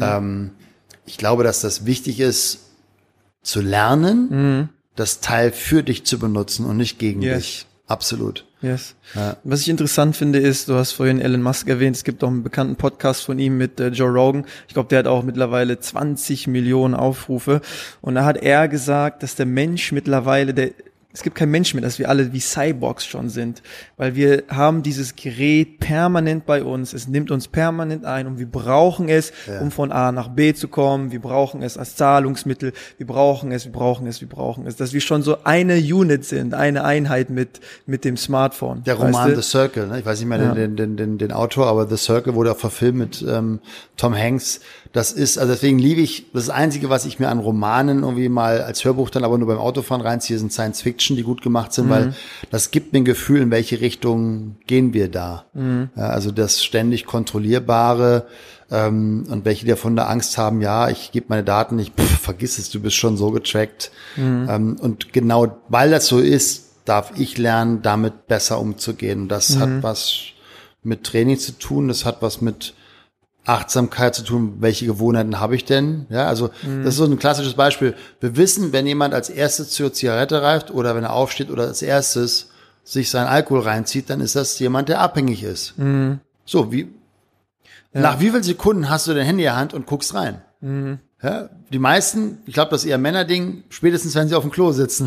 Ich glaube, dass das wichtig ist, zu lernen, das Teil für dich zu benutzen und nicht gegen dich. Absolut. Yes. Ja. Was ich interessant finde ist, du hast vorhin Elon Musk erwähnt, es gibt auch einen bekannten Podcast von ihm mit Joe Rogan. Ich glaube, der hat auch mittlerweile 20 Millionen Aufrufe. Und da hat er gesagt, dass der Mensch mittlerweile, es gibt keinen Mensch mehr, dass wir alle wie Cyborgs schon sind, weil wir haben dieses Gerät permanent bei uns, es nimmt uns permanent ein und wir brauchen es, um von A nach B zu kommen, wir brauchen es als Zahlungsmittel, wir brauchen es, dass wir schon so eine Unit sind, eine Einheit mit dem Smartphone. Der Roman The Circle, ne? Ich weiß nicht mehr den Autor, aber The Circle wurde auch verfilmt mit Tom Hanks. Das ist, also deswegen liebe ich, das Einzige, was ich mir an Romanen irgendwie mal als Hörbuch dann aber nur beim Autofahren reinziehe, sind Science Fiction, die gut gemacht sind, weil das gibt mir ein Gefühl, in welche Richtung gehen wir da. Ja, also das ständig Kontrollierbare und welche davon da Angst haben, ja, ich gebe meine Daten nicht, vergiss es, du bist schon so getrackt. Und genau, weil das so ist, darf ich lernen, damit besser umzugehen. Und das hat was mit Training zu tun, das hat was mit Achtsamkeit zu tun, welche Gewohnheiten habe ich denn? Ja, also das ist so ein klassisches Beispiel. Wir wissen, wenn jemand als erstes zur Zigarette reift oder wenn er aufsteht oder als erstes sich seinen Alkohol reinzieht, dann ist das jemand, der abhängig ist. So, nach wie vielen Sekunden hast du dein Handy in der Hand und guckst rein? Ja, die meisten, ich glaube, das ist eher Männerding, spätestens wenn sie auf dem Klo sitzen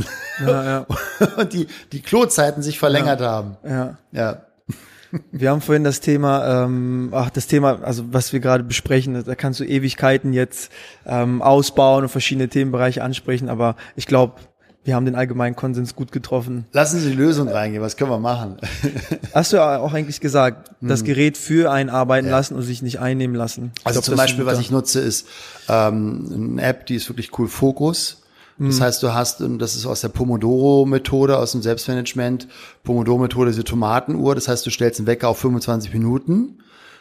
und die Klozeiten sich verlängert haben. Ja. Wir haben vorhin das Thema, also was wir gerade besprechen, da kannst du Ewigkeiten jetzt ausbauen und verschiedene Themenbereiche ansprechen, aber ich glaube, wir haben den allgemeinen Konsens gut getroffen. Lassen Sie die Lösung reingehen, was können wir machen? Hast du ja auch eigentlich gesagt, das Gerät für einen arbeiten lassen und sich nicht einnehmen lassen. Also zum Beispiel, was ich nutze, ist eine App, die ist wirklich cool, Focus. Das heißt, du hast, und das ist aus der Pomodoro-Methode, aus dem Selbstmanagement, Pomodoro-Methode, diese Tomatenuhr, das heißt, du stellst einen Wecker auf 25 Minuten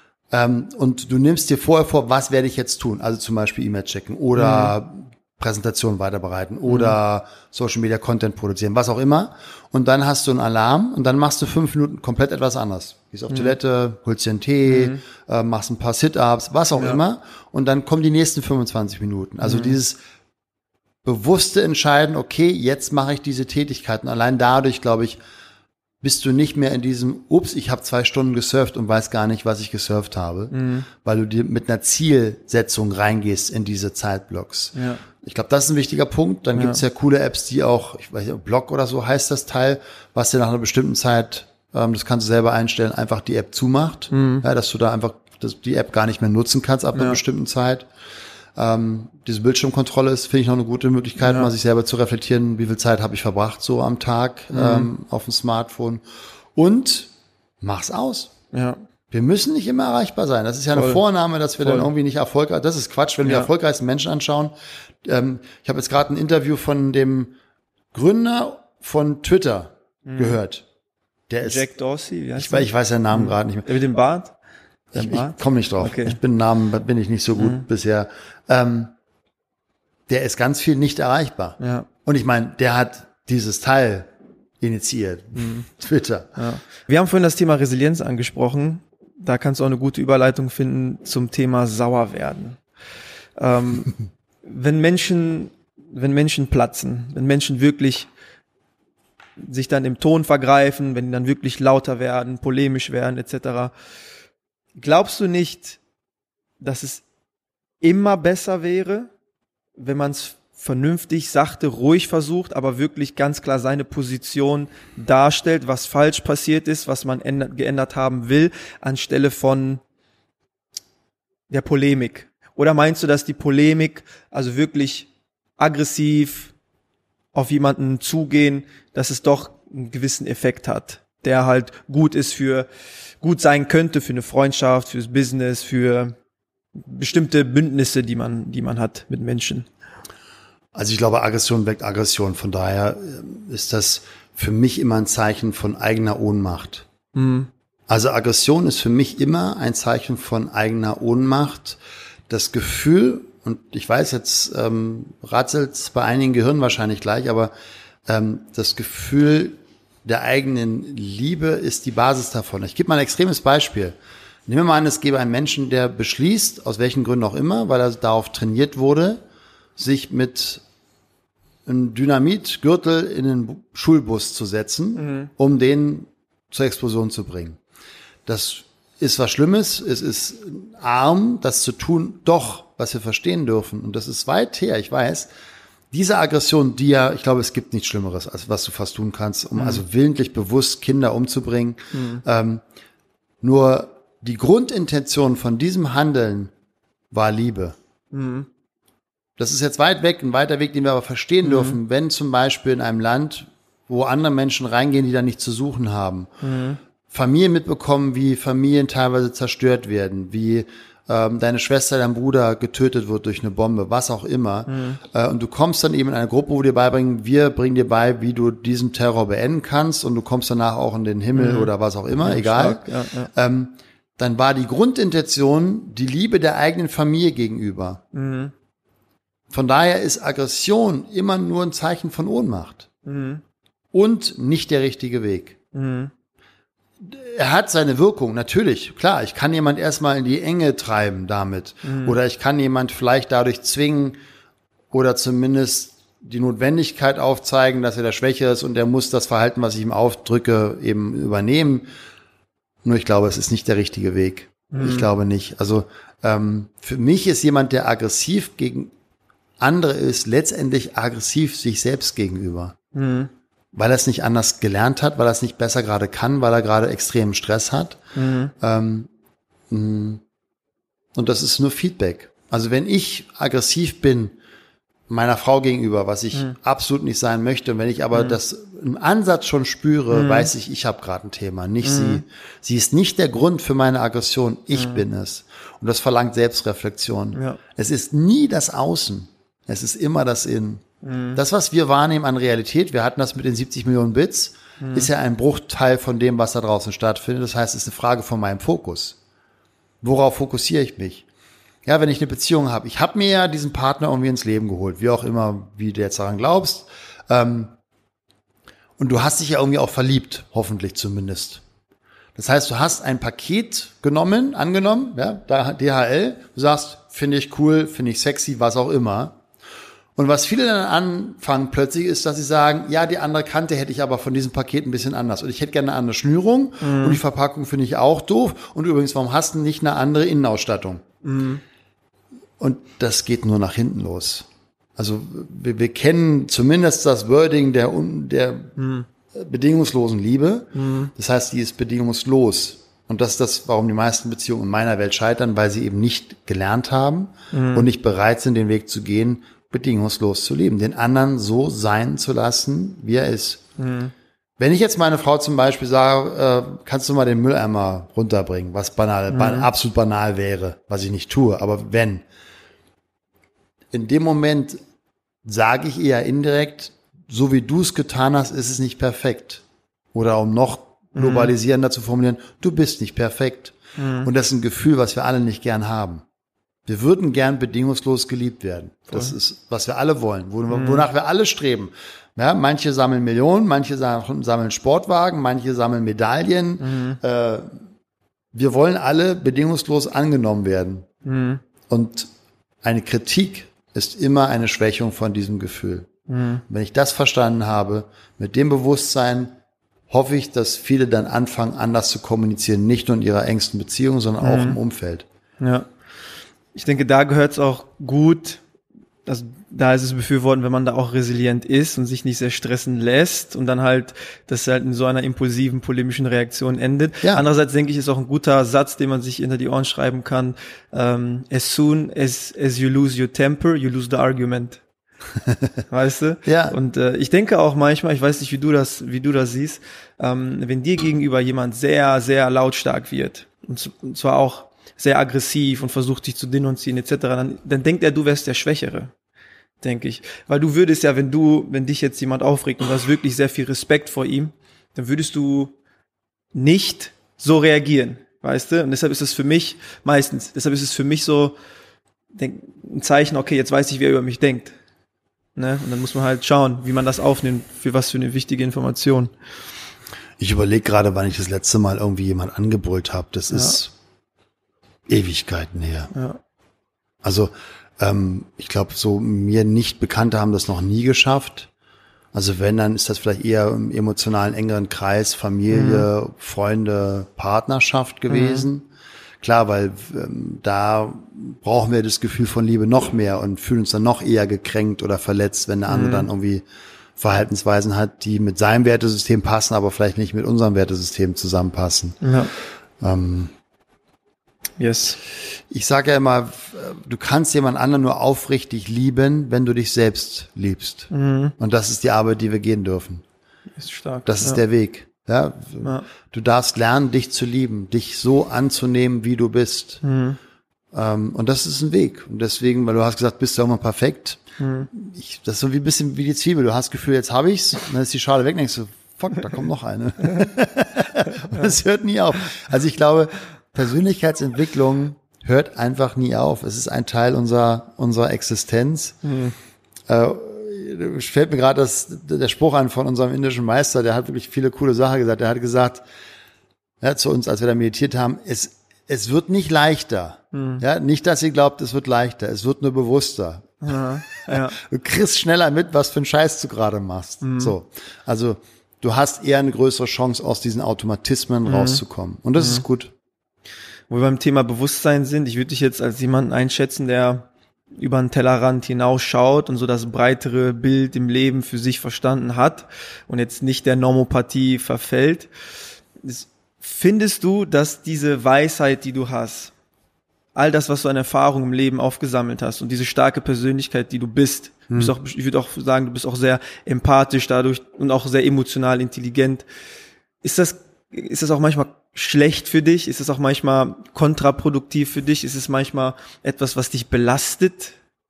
und du nimmst dir vorher vor, was werde ich jetzt tun? Also zum Beispiel E-Mail checken oder Präsentationen weiterbereiten oder Social Media Content produzieren, was auch immer. Und dann hast du einen Alarm und dann machst du 5 Minuten komplett etwas anders. Gehst auf Toilette, holst dir einen Tee, machst ein paar Sit-Ups, was auch immer. Und dann kommen die nächsten 25 Minuten. Also dieses bewusste Entscheiden, okay, jetzt mache ich diese Tätigkeiten. Allein dadurch, glaube ich, bist du nicht mehr in diesem, ich habe 2 Stunden gesurft und weiß gar nicht, was ich gesurft habe, weil du dir mit einer Zielsetzung reingehst in diese Zeitblocks. Ja. Ich glaube, das ist ein wichtiger Punkt. Dann gibt's ja coole Apps, die auch, ich weiß nicht, Block oder so heißt das Teil, was dir nach einer bestimmten Zeit, das kannst du selber einstellen, einfach die App zumacht, ja, dass du da einfach die App gar nicht mehr nutzen kannst ab einer bestimmten Zeit. Diese Bildschirmkontrolle ist, finde ich, noch eine gute Möglichkeit, mal sich selber zu reflektieren, wie viel Zeit habe ich verbracht so am Tag auf dem Smartphone. Und mach's aus. Ja. Wir müssen nicht immer erreichbar sein. Das ist ja eine Vornahme, dass wir dann irgendwie nicht erfolgreich. Das ist Quatsch, wenn wir die erfolgreichsten Menschen anschauen. Ich habe jetzt gerade ein Interview von dem Gründer von Twitter gehört. Der ist Jack Dorsey, wie heißt ich weiß seinen Namen gerade nicht mehr. Der mit dem Bart? Ich komme nicht drauf. Okay. Bin ich nicht so gut bisher. Der ist ganz viel nicht erreichbar. Ja. Und ich meine, der hat dieses Teil initiiert. Twitter. Ja. Wir haben vorhin das Thema Resilienz angesprochen. Da kannst du auch eine gute Überleitung finden zum Thema sauer werden. Wenn Menschen platzen, wenn Menschen wirklich sich dann im Ton vergreifen, wenn die dann wirklich lauter werden, polemisch werden, etc., glaubst du nicht, dass es immer besser wäre, wenn man es vernünftig, sachte, ruhig versucht, aber wirklich ganz klar seine Position darstellt, was falsch passiert ist, was man geändert haben will, anstelle von der Polemik? Oder meinst du, dass die Polemik, also wirklich aggressiv auf jemanden zugehen, dass es doch einen gewissen Effekt hat, der halt gut sein könnte für eine Freundschaft, fürs Business, für bestimmte Bündnisse, die man hat mit Menschen? Also ich glaube, Aggression weckt Aggression. Von daher ist das für mich immer ein Zeichen von eigener Ohnmacht. Also Aggression ist für mich immer ein Zeichen von eigener Ohnmacht. Das Gefühl, und ich weiß, jetzt ratzelt's bei einigen Gehirnen wahrscheinlich gleich, aber das Gefühl der eigenen Liebe ist die Basis davon. Ich gebe mal ein extremes Beispiel. Nehmen wir mal an, es gäbe einen Menschen, der beschließt, aus welchen Gründen auch immer, weil er darauf trainiert wurde, sich mit einem Dynamitgürtel in den Schulbus zu setzen, um den zur Explosion zu bringen. Das ist was Schlimmes, es ist arm, das zu tun, doch, was wir verstehen dürfen. Und das ist weit her, ich weiß. Diese Aggression, die ja, ich glaube, es gibt nichts Schlimmeres, als was du fast tun kannst, um also willentlich bewusst Kinder umzubringen. Nur die Grundintention von diesem Handeln war Liebe. Das ist jetzt weit weg, ein weiter Weg, den wir aber verstehen dürfen, wenn zum Beispiel in einem Land, wo andere Menschen reingehen, die da nichts zu suchen haben, Familien mitbekommen, wie Familien teilweise zerstört werden, wie deine Schwester, dein Bruder getötet wird durch eine Bombe, was auch immer. Und du kommst dann eben in eine Gruppe, wo dir beibringen, wir bringen dir bei, wie du diesen Terror beenden kannst und du kommst danach auch in den Himmel oder was auch immer, egal. Stark, dann war die Grundintention die Liebe der eigenen Familie gegenüber. Von daher ist Aggression immer nur ein Zeichen von Ohnmacht und nicht der richtige Weg. Er hat seine Wirkung, natürlich, klar, ich kann jemand erstmal in die Enge treiben damit oder ich kann jemand vielleicht dadurch zwingen oder zumindest die Notwendigkeit aufzeigen, dass er der Schwäche ist und er muss das Verhalten, was ich ihm aufdrücke, eben übernehmen. Nur ich glaube, es ist nicht der richtige Weg. Ich glaube nicht. Also für mich ist jemand, der aggressiv gegen andere ist, letztendlich aggressiv sich selbst gegenüber. Weil er es nicht anders gelernt hat, weil er es nicht besser gerade kann, weil er gerade extremen Stress hat. Und das ist nur Feedback. Also wenn ich aggressiv bin meiner Frau gegenüber, was ich absolut nicht sein möchte, und wenn ich aber das im Ansatz schon spüre, weiß ich habe gerade ein Thema, nicht sie. Sie ist nicht der Grund für meine Aggression, ich bin es. Und das verlangt Selbstreflexion. Ja. Es ist nie das Außen, es ist immer das Innen. Das, was wir wahrnehmen an Realität, wir hatten das mit den 70 Millionen Bits, ist ja ein Bruchteil von dem, was da draußen stattfindet. Das heißt, es ist eine Frage von meinem Fokus. Worauf fokussiere ich mich? Ja, wenn ich eine Beziehung habe. Ich habe mir ja diesen Partner irgendwie ins Leben geholt, wie auch immer, wie du jetzt daran glaubst. Und du hast dich ja irgendwie auch verliebt, hoffentlich zumindest. Das heißt, du hast ein Paket angenommen, ja, DHL, du sagst, finde ich cool, finde ich sexy, was auch immer. Und was viele dann anfangen plötzlich ist, dass sie sagen, ja, die andere Kante hätte ich aber von diesem Paket ein bisschen anders. Und ich hätte gerne eine andere Schnürung und die Verpackung finde ich auch doof. Und übrigens, warum hast du nicht eine andere Innenausstattung? Und das geht nur nach hinten los. Also wir kennen zumindest das Wording der bedingungslosen Liebe. Das heißt, die ist bedingungslos. Und das ist das, warum die meisten Beziehungen in meiner Welt scheitern, weil sie eben nicht gelernt haben und nicht bereit sind, den Weg zu gehen, bedingungslos zu leben, den anderen so sein zu lassen, wie er ist. Wenn ich jetzt meine Frau zum Beispiel sage, kannst du mal den Mülleimer runterbringen, was absolut banal wäre, was ich nicht tue, aber wenn. In dem Moment sage ich eher indirekt, so wie du es getan hast, ist es nicht perfekt. Oder um noch globalisierender zu formulieren, du bist nicht perfekt. Und das ist ein Gefühl, was wir alle nicht gern haben. Wir würden gern bedingungslos geliebt werden. Das ist, was wir alle wollen, wonach wir alle streben. Ja, manche sammeln Millionen, manche sammeln Sportwagen, manche sammeln Medaillen. Wir wollen alle bedingungslos angenommen werden. Und eine Kritik ist immer eine Schwächung von diesem Gefühl. Wenn ich das verstanden habe, mit dem Bewusstsein, hoffe ich, dass viele dann anfangen, anders zu kommunizieren, nicht nur in ihrer engsten Beziehung, sondern auch im Umfeld. Ja. Ich denke, da gehört es auch gut, also da ist es befürworten, wenn man da auch resilient ist und sich nicht sehr stressen lässt und dann halt, das halt in so einer impulsiven, polemischen Reaktion endet. Ja. Andererseits denke ich, ist auch ein guter Satz, den man sich hinter die Ohren schreiben kann. As soon as you lose your temper, you lose the argument. Weißt du? Ja. Und ich denke auch manchmal, ich weiß nicht, wie du das siehst, wenn dir gegenüber jemand sehr, sehr lautstark wird, und zwar auch sehr aggressiv und versucht dich zu denunzieren etc., dann denkt er, du wärst der Schwächere, denke ich. Weil du würdest ja, wenn dich jetzt jemand aufregt und du hast wirklich sehr viel Respekt vor ihm, dann würdest du nicht so reagieren, weißt du? Und deshalb ist es für mich so ein Zeichen, okay, jetzt weiß ich, wie er über mich denkt. Ne? Und dann muss man halt schauen, wie man das aufnimmt, für was für eine wichtige Information. Ich überlege gerade, wann ich das letzte Mal irgendwie jemand angebrüllt habe. Das ist Ewigkeiten her. Ja. Also ich glaube, so mir nicht Bekannte haben das noch nie geschafft. Also wenn, dann ist das vielleicht eher im emotionalen, engeren Kreis, Familie, Freunde, Partnerschaft gewesen. Klar, weil da brauchen wir das Gefühl von Liebe noch mehr und fühlen uns dann noch eher gekränkt oder verletzt, wenn der andere dann irgendwie Verhaltensweisen hat, die mit seinem Wertesystem passen, aber vielleicht nicht mit unserem Wertesystem zusammenpassen. Ja. Yes. Ich sage ja immer, du kannst jemand anderen nur aufrichtig lieben, wenn du dich selbst liebst. Und das ist die Arbeit, die wir gehen dürfen. Ist stark. Das ist der Weg. Ja? Du darfst lernen, dich zu lieben, dich so anzunehmen, wie du bist. Und das ist ein Weg. Und deswegen, weil du hast gesagt, bist du auch mal perfekt. Das ist so wie ein bisschen wie die Zwiebel. Du hast das Gefühl, jetzt habe ich's, und dann ist die Schale weg, und denkst du, fuck, da kommt noch eine. Und das hört nie auf. Also ich glaube, Persönlichkeitsentwicklung hört einfach nie auf. Es ist ein Teil unserer Existenz. Fällt mir gerade der Spruch an von unserem indischen Meister, der hat wirklich viele coole Sachen gesagt. Der hat gesagt, zu uns, als wir da meditiert haben, es wird nicht leichter. Ja, nicht, dass ihr glaubt, es wird leichter. Es wird nur bewusster. Ja. Du kriegst schneller mit, was für einen Scheiß du gerade machst. So. Also, du hast eher eine größere Chance, aus diesen Automatismen rauszukommen. Und das ist gut. Wo wir beim Thema Bewusstsein sind, ich würde dich jetzt als jemanden einschätzen, der über den Tellerrand hinausschaut und so das breitere Bild im Leben für sich verstanden hat und jetzt nicht der Normopathie verfällt. Findest du, dass diese Weisheit, die du hast, all das, was du an Erfahrung im Leben aufgesammelt hast und diese starke Persönlichkeit, die du bist, ich würde auch sagen, du bist auch sehr empathisch dadurch und auch sehr emotional intelligent. Ist das auch manchmal schlecht für dich? Ist es auch manchmal kontraproduktiv für dich? Ist es manchmal etwas, was dich belastet?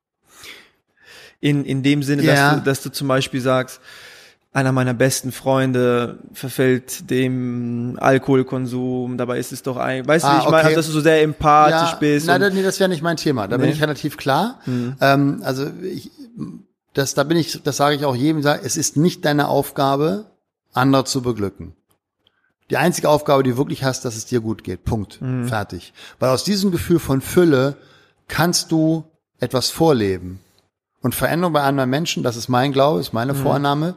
In dem Sinne, dass du zum Beispiel sagst, einer meiner besten Freunde verfällt dem Alkoholkonsum, dabei ist es doch weißt du, wie ich meine, also, dass du so sehr empathisch bist. Nein, das wäre nicht mein Thema. Da bin ich relativ klar. Also das sage ich auch jedem, es ist nicht deine Aufgabe, andere zu beglücken. Die einzige Aufgabe, die du wirklich hast, dass es dir gut geht. Punkt. Fertig. Weil aus diesem Gefühl von Fülle kannst du etwas vorleben. Und Veränderung bei anderen Menschen, das ist mein Glaube, ist meine Vorannahme,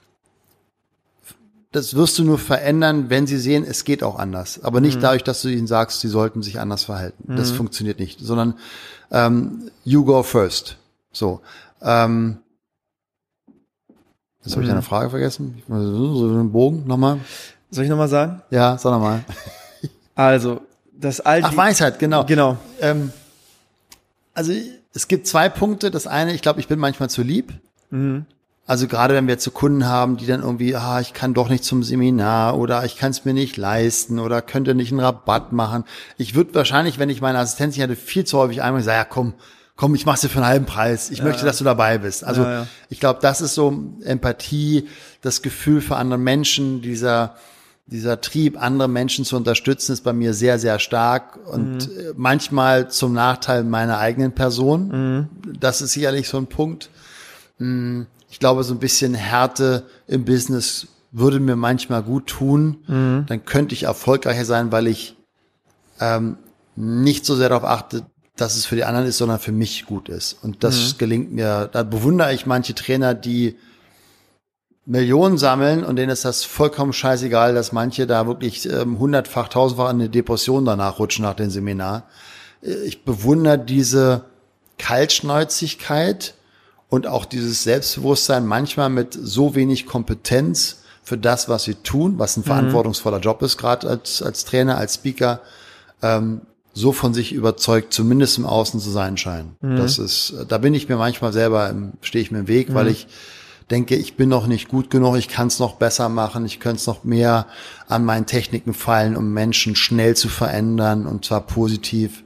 das wirst du nur verändern, wenn sie sehen, es geht auch anders. Aber nicht dadurch, dass du ihnen sagst, sie sollten sich anders verhalten. Das funktioniert nicht. Sondern you go first. So. Jetzt habe ich eine Frage vergessen. So einen Bogen nochmal. Soll ich nochmal sagen? Ja, sag nochmal. Also, Weisheit, genau. Genau. Also, es gibt 2 Punkte. Das eine, ich glaube, ich bin manchmal zu lieb. Also, gerade wenn wir zu Kunden haben, die dann irgendwie, ich kann doch nicht zum Seminar oder ich kann es mir nicht leisten oder könnte nicht einen Rabatt machen. Ich würde wahrscheinlich, wenn ich meine Assistenz nicht hatte, viel zu häufig einmal sagen, ja, komm, ich mach's dir für einen halben Preis. Ich möchte, dass du dabei bist. Also, ich glaube, das ist so Empathie, das Gefühl für andere Menschen, dieser Trieb, andere Menschen zu unterstützen, ist bei mir sehr, sehr stark und manchmal zum Nachteil meiner eigenen Person. Das ist sicherlich so ein Punkt. Ich glaube, so ein bisschen Härte im Business würde mir manchmal gut tun. Dann könnte ich erfolgreicher sein, weil ich nicht so sehr darauf achte, dass es für die anderen ist, sondern für mich gut ist. Und das gelingt mir. Da bewundere ich manche Trainer, die Millionen sammeln und denen ist das vollkommen scheißegal, dass manche da wirklich 100-fach, 1000-fach in eine Depression danach rutschen nach dem Seminar. Ich bewundere diese Kaltschnäuzigkeit und auch dieses Selbstbewusstsein manchmal mit so wenig Kompetenz für das, was sie tun, was ein verantwortungsvoller Job ist, gerade als Trainer, als Speaker, so von sich überzeugt, zumindest im Außen zu sein scheinen. Da bin ich mir manchmal selber, stehe ich mir im Weg, weil ich denke, ich bin noch nicht gut genug, ich kann es noch besser machen, ich könnte es noch mehr an meinen Techniken feilen, um Menschen schnell zu verändern und zwar positiv.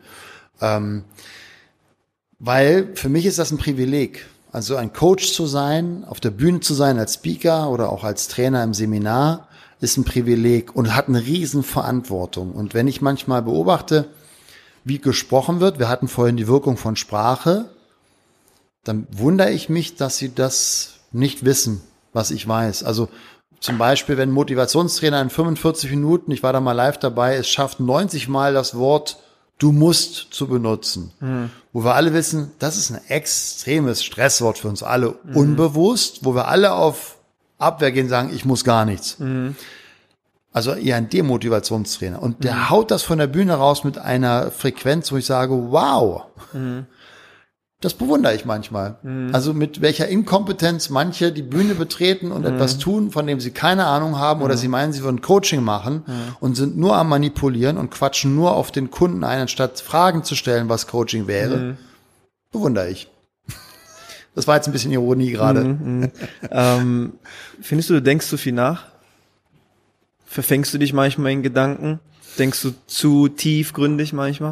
Weil für mich ist das ein Privileg. Also ein Coach zu sein, auf der Bühne zu sein als Speaker oder auch als Trainer im Seminar, ist ein Privileg und hat eine riesen Verantwortung. Und wenn ich manchmal beobachte, wie gesprochen wird, wir hatten vorhin die Wirkung von Sprache, dann wundere ich mich, dass sie das nicht wissen, was ich weiß. Also zum Beispiel, wenn ein Motivationstrainer in 45 Minuten, ich war da mal live dabei, es schafft 90 Mal das Wort "du musst" zu benutzen. Wo wir alle wissen, das ist ein extremes Stresswort für uns alle, unbewusst, wo wir alle auf Abwehr gehen und sagen, ich muss gar nichts. Also eher ein Demotivationstrainer. Und der haut das von der Bühne raus mit einer Frequenz, wo ich sage, wow. Das bewundere ich manchmal. Also mit welcher Inkompetenz manche die Bühne betreten und etwas tun, von dem sie keine Ahnung haben oder sie meinen, sie würden Coaching machen und sind nur am Manipulieren und quatschen nur auf den Kunden ein, anstatt Fragen zu stellen, was Coaching wäre. Bewundere ich. Das war jetzt ein bisschen Ironie gerade. Findest du denkst zu viel nach? Verfängst du dich manchmal in Gedanken? Denkst du zu tiefgründig manchmal?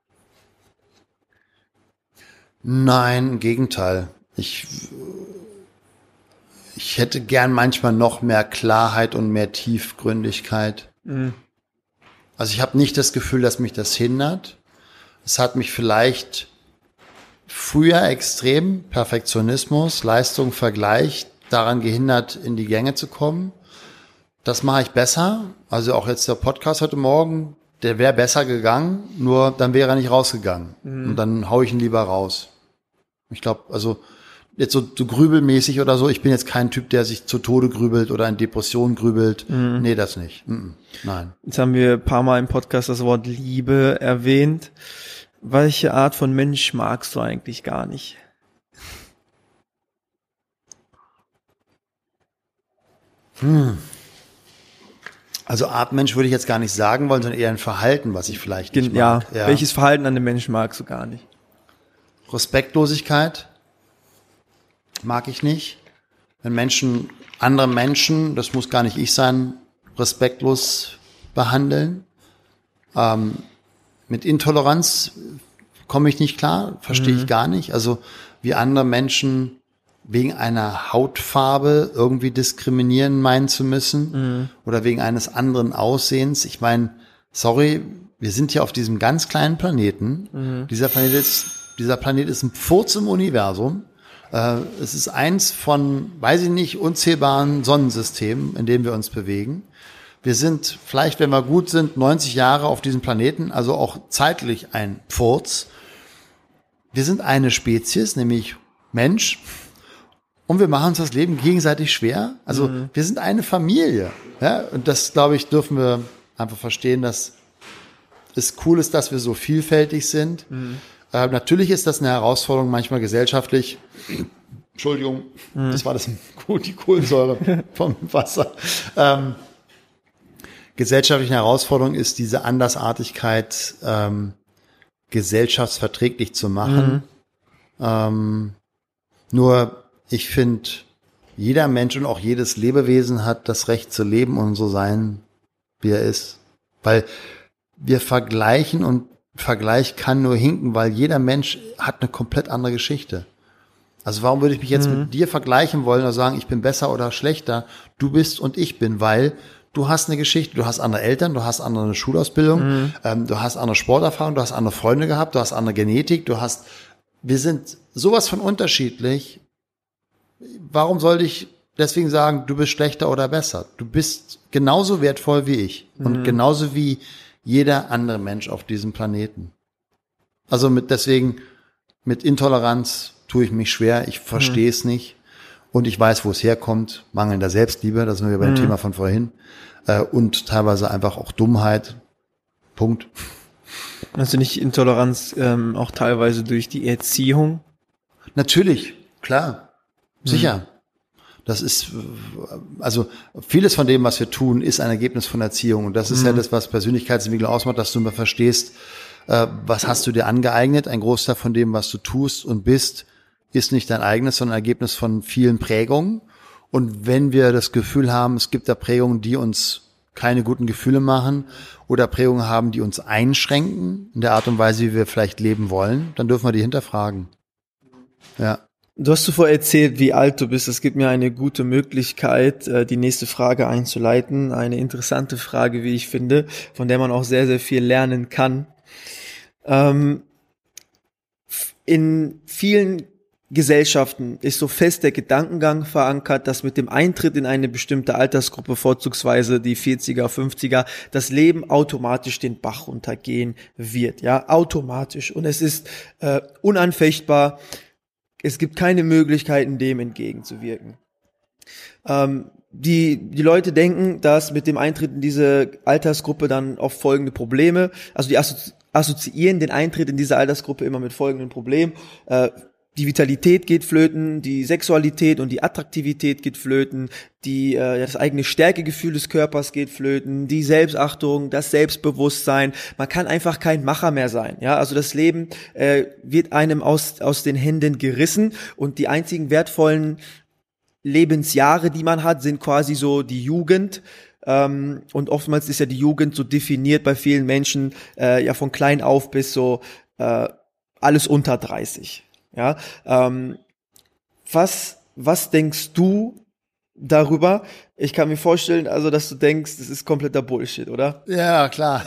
Nein, im Gegenteil. Ich hätte gern manchmal noch mehr Klarheit und mehr Tiefgründigkeit. Also ich habe nicht das Gefühl, dass mich das hindert. Es hat mich vielleicht früher extrem Perfektionismus, Leistung, Vergleich daran gehindert, in die Gänge zu kommen. Das mache ich besser. Also auch jetzt der Podcast heute Morgen, der wäre besser gegangen, nur dann wäre er nicht rausgegangen. Und dann hau ich ihn lieber raus. Ich glaube, also jetzt so grübelmäßig oder so, ich bin jetzt kein Typ, der sich zu Tode grübelt oder in Depression grübelt. Nee, das nicht. Nein. Jetzt haben wir ein paar Mal im Podcast das Wort Liebe erwähnt. Welche Art von Mensch magst du eigentlich gar nicht? Also Art Mensch würde ich jetzt gar nicht sagen wollen, sondern eher ein Verhalten, was ich vielleicht nicht mag. Ja. Welches Verhalten an dem Menschen magst du gar nicht? Respektlosigkeit mag ich nicht. Wenn Menschen, andere Menschen, das muss gar nicht ich sein, respektlos behandeln. Mit Intoleranz komme ich nicht klar, verstehe ich gar nicht. Also wie andere Menschen wegen einer Hautfarbe irgendwie diskriminieren meinen zu müssen oder wegen eines anderen Aussehens. Ich meine, sorry, wir sind hier auf diesem ganz kleinen Planeten. Dieser Planet ist ein Furz im Universum. Es ist eins von, weiß ich nicht, unzählbaren Sonnensystemen, in dem wir uns bewegen. Wir sind vielleicht, wenn wir gut sind, 90 Jahre auf diesem Planeten, also auch zeitlich ein Furz. Wir sind eine Spezies, nämlich Mensch. Und wir machen uns das Leben gegenseitig schwer. Also wir sind eine Familie. Ja? Und das, glaube ich, dürfen wir einfach verstehen, dass es cool ist, dass wir so vielfältig sind. Natürlich ist das eine Herausforderung, manchmal gesellschaftlich. Entschuldigung, das war die Kohlensäure vom Wasser. Gesellschaftliche Herausforderung ist, diese Andersartigkeit gesellschaftsverträglich zu machen. Nur ich finde, jeder Mensch und auch jedes Lebewesen hat das Recht zu leben und so sein, wie er ist. Weil wir vergleichen und Vergleich kann nur hinken, weil jeder Mensch hat eine komplett andere Geschichte. Also warum würde ich mich jetzt mit dir vergleichen wollen oder sagen, ich bin besser oder schlechter? Du bist und ich bin, weil du hast eine Geschichte, du hast andere Eltern, du hast andere Schulausbildung, du hast andere Sporterfahrung, du hast andere Freunde gehabt, du hast andere Genetik, wir sind sowas von unterschiedlich. Warum sollte ich deswegen sagen, du bist schlechter oder besser? Du bist genauso wertvoll wie ich und genauso wie jeder andere Mensch auf diesem Planeten. Also deswegen mit Intoleranz tue ich mich schwer, ich verstehe es nicht und ich weiß, wo es herkommt, mangelnder Selbstliebe, das sind wir bei dem Thema von vorhin, und teilweise einfach auch Dummheit. Punkt. Hast du nicht Intoleranz auch teilweise durch die Erziehung? Natürlich, klar. Sicher. Das ist, also vieles von dem, was wir tun, ist ein Ergebnis von Erziehung. Und das ist ja das, was Persönlichkeitsentwicklung ausmacht, dass du immer verstehst, was hast du dir angeeignet. Ein Großteil von dem, was du tust und bist, ist nicht dein eigenes, sondern ein Ergebnis von vielen Prägungen. Und wenn wir das Gefühl haben, es gibt da Prägungen, die uns keine guten Gefühle machen oder Prägungen haben, die uns einschränken in der Art und Weise, wie wir vielleicht leben wollen, dann dürfen wir die hinterfragen. Ja. Du hast zuvor erzählt, wie alt du bist. Das gibt mir eine gute Möglichkeit, die nächste Frage einzuleiten. Eine interessante Frage, wie ich finde, von der man auch sehr, sehr viel lernen kann. In vielen Gesellschaften ist so fest der Gedankengang verankert, dass mit dem Eintritt in eine bestimmte Altersgruppe, vorzugsweise die 40er, 50er, das Leben automatisch den Bach runtergehen wird, ja, automatisch. Und es ist unanfechtbar. Es gibt keine Möglichkeiten, dem entgegenzuwirken. Die Leute denken, dass mit dem Eintritt in diese Altersgruppe dann oft folgende Probleme, also die assoziieren den Eintritt in diese Altersgruppe immer mit folgenden Problemen. Die Vitalität geht flöten, die Sexualität und die Attraktivität geht flöten, das eigene Stärkegefühl des Körpers geht flöten, die Selbstachtung, das Selbstbewusstsein. Man kann einfach kein Macher mehr sein. Ja, also das Leben wird einem aus den Händen gerissen und die einzigen wertvollen Lebensjahre, die man hat, sind quasi so die Jugend. Und oftmals ist ja die Jugend so definiert bei vielen Menschen ja von klein auf bis so alles unter 30. Ja, was denkst du darüber? Ich kann mir vorstellen, also, dass du denkst, das ist kompletter Bullshit, oder? Ja, klar.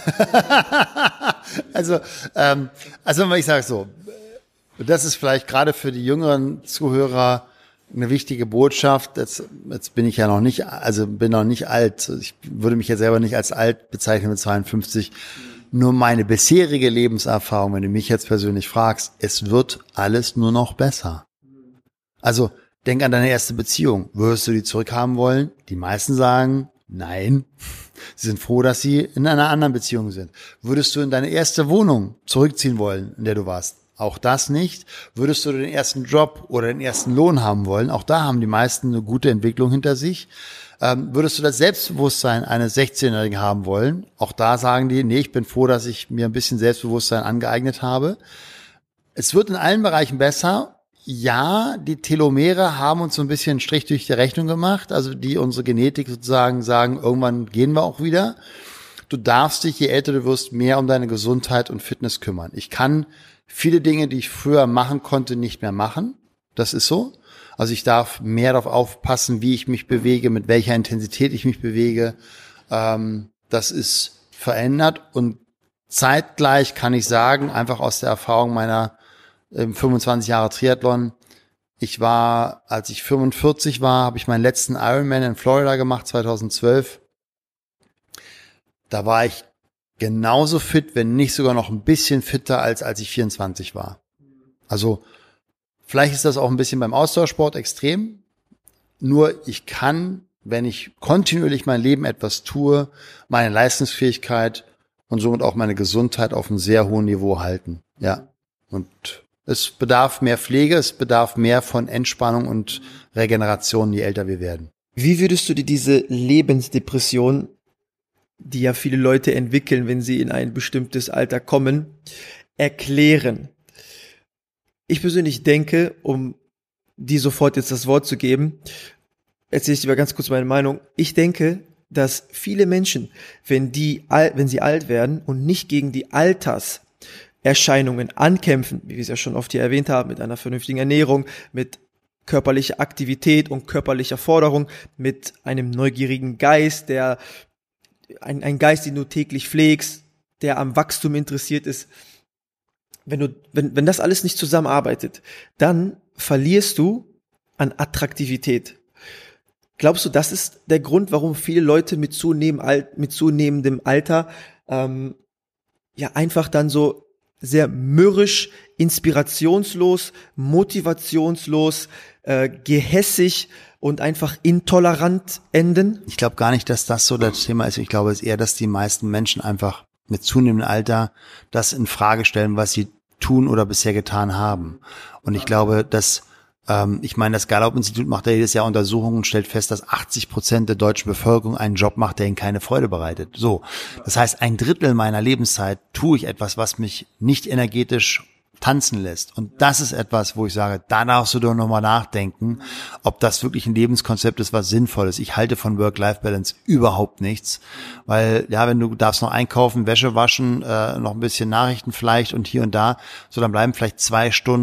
Also ich sage so, das ist vielleicht gerade für die jüngeren Zuhörer eine wichtige Botschaft. Jetzt bin ich ja noch nicht, also bin noch nicht alt. Ich würde mich ja selber nicht als alt bezeichnen mit 52. Nur meine bisherige Lebenserfahrung, wenn du mich jetzt persönlich fragst, es wird alles nur noch besser. Also denk an deine erste Beziehung. Würdest du die zurückhaben wollen? Die meisten sagen nein. Sie sind froh, dass sie in einer anderen Beziehung sind. Würdest du in deine erste Wohnung zurückziehen wollen, in der du warst? Auch das nicht. Würdest du den ersten Job oder den ersten Lohn haben wollen? Auch da haben die meisten eine gute Entwicklung hinter sich. Würdest du das Selbstbewusstsein eines 16-Jährigen haben wollen? Auch da sagen die, nee, ich bin froh, dass ich mir ein bisschen Selbstbewusstsein angeeignet habe. Es wird in allen Bereichen besser. Ja, die Telomere haben uns so ein bisschen einen Strich durch die Rechnung gemacht, also die unsere Genetik sozusagen sagen, irgendwann gehen wir auch wieder. Du darfst dich, je älter du wirst, mehr um deine Gesundheit und Fitness kümmern. Ich kann viele Dinge, die ich früher machen konnte, nicht mehr machen. Das ist so. Also ich darf mehr darauf aufpassen, wie ich mich bewege, mit welcher Intensität ich mich bewege. Das ist verändert und zeitgleich kann ich sagen, einfach aus der Erfahrung meiner 25 Jahre Triathlon, als ich 45 war, habe ich meinen letzten Ironman in Florida gemacht, 2012. Da war ich genauso fit, wenn nicht sogar noch ein bisschen fitter, als ich 24 war. Also vielleicht ist das auch ein bisschen beim Ausdauersport extrem. Nur ich kann, wenn ich kontinuierlich mein Leben etwas tue, meine Leistungsfähigkeit und somit auch meine Gesundheit auf einem sehr hohen Niveau halten. Ja. Und es bedarf mehr Pflege, es bedarf mehr von Entspannung und Regeneration, je älter wir werden. Wie würdest du dir diese Lebensdepression, die ja viele Leute entwickeln, wenn sie in ein bestimmtes Alter kommen, erklären? Ich persönlich denke, um dir sofort jetzt das Wort zu geben, erzähle ich dir mal ganz kurz meine Meinung. Ich denke, dass viele Menschen, wenn sie alt werden und nicht gegen die Alterserscheinungen ankämpfen, wie wir es ja schon oft hier erwähnt haben, mit einer vernünftigen Ernährung, mit körperlicher Aktivität und körperlicher Forderung, mit einem neugierigen Geist, ein Geist, den du täglich pflegst, der am Wachstum interessiert ist. Wenn das alles nicht zusammenarbeitet, dann verlierst du an Attraktivität. Glaubst du, das ist der Grund, warum viele Leute mit zunehmendem Alter ja einfach dann so sehr mürrisch, inspirationslos, motivationslos, gehässig und einfach intolerant enden? Ich glaube gar nicht, dass das so das Thema ist. Ich glaube es ist eher, dass die meisten Menschen einfach mit zunehmendem Alter das in Frage stellen, was sie tun oder bisher getan haben. Und ich glaube, dass das Gallup-Institut macht ja jedes Jahr Untersuchungen und stellt fest, dass 80% der deutschen Bevölkerung einen Job macht, der ihnen keine Freude bereitet. So, das heißt, 1/3 meiner Lebenszeit tue ich etwas, was mich nicht energetisch tanzen lässt. Und das ist etwas, wo ich sage, da darfst du doch nochmal nachdenken, ob das wirklich ein Lebenskonzept ist, was sinnvoll ist. Ich halte von Work-Life-Balance überhaupt nichts, weil ja, wenn du darfst noch einkaufen, Wäsche waschen, noch ein bisschen Nachrichten vielleicht und hier und da, so dann bleiben vielleicht 2 Stunden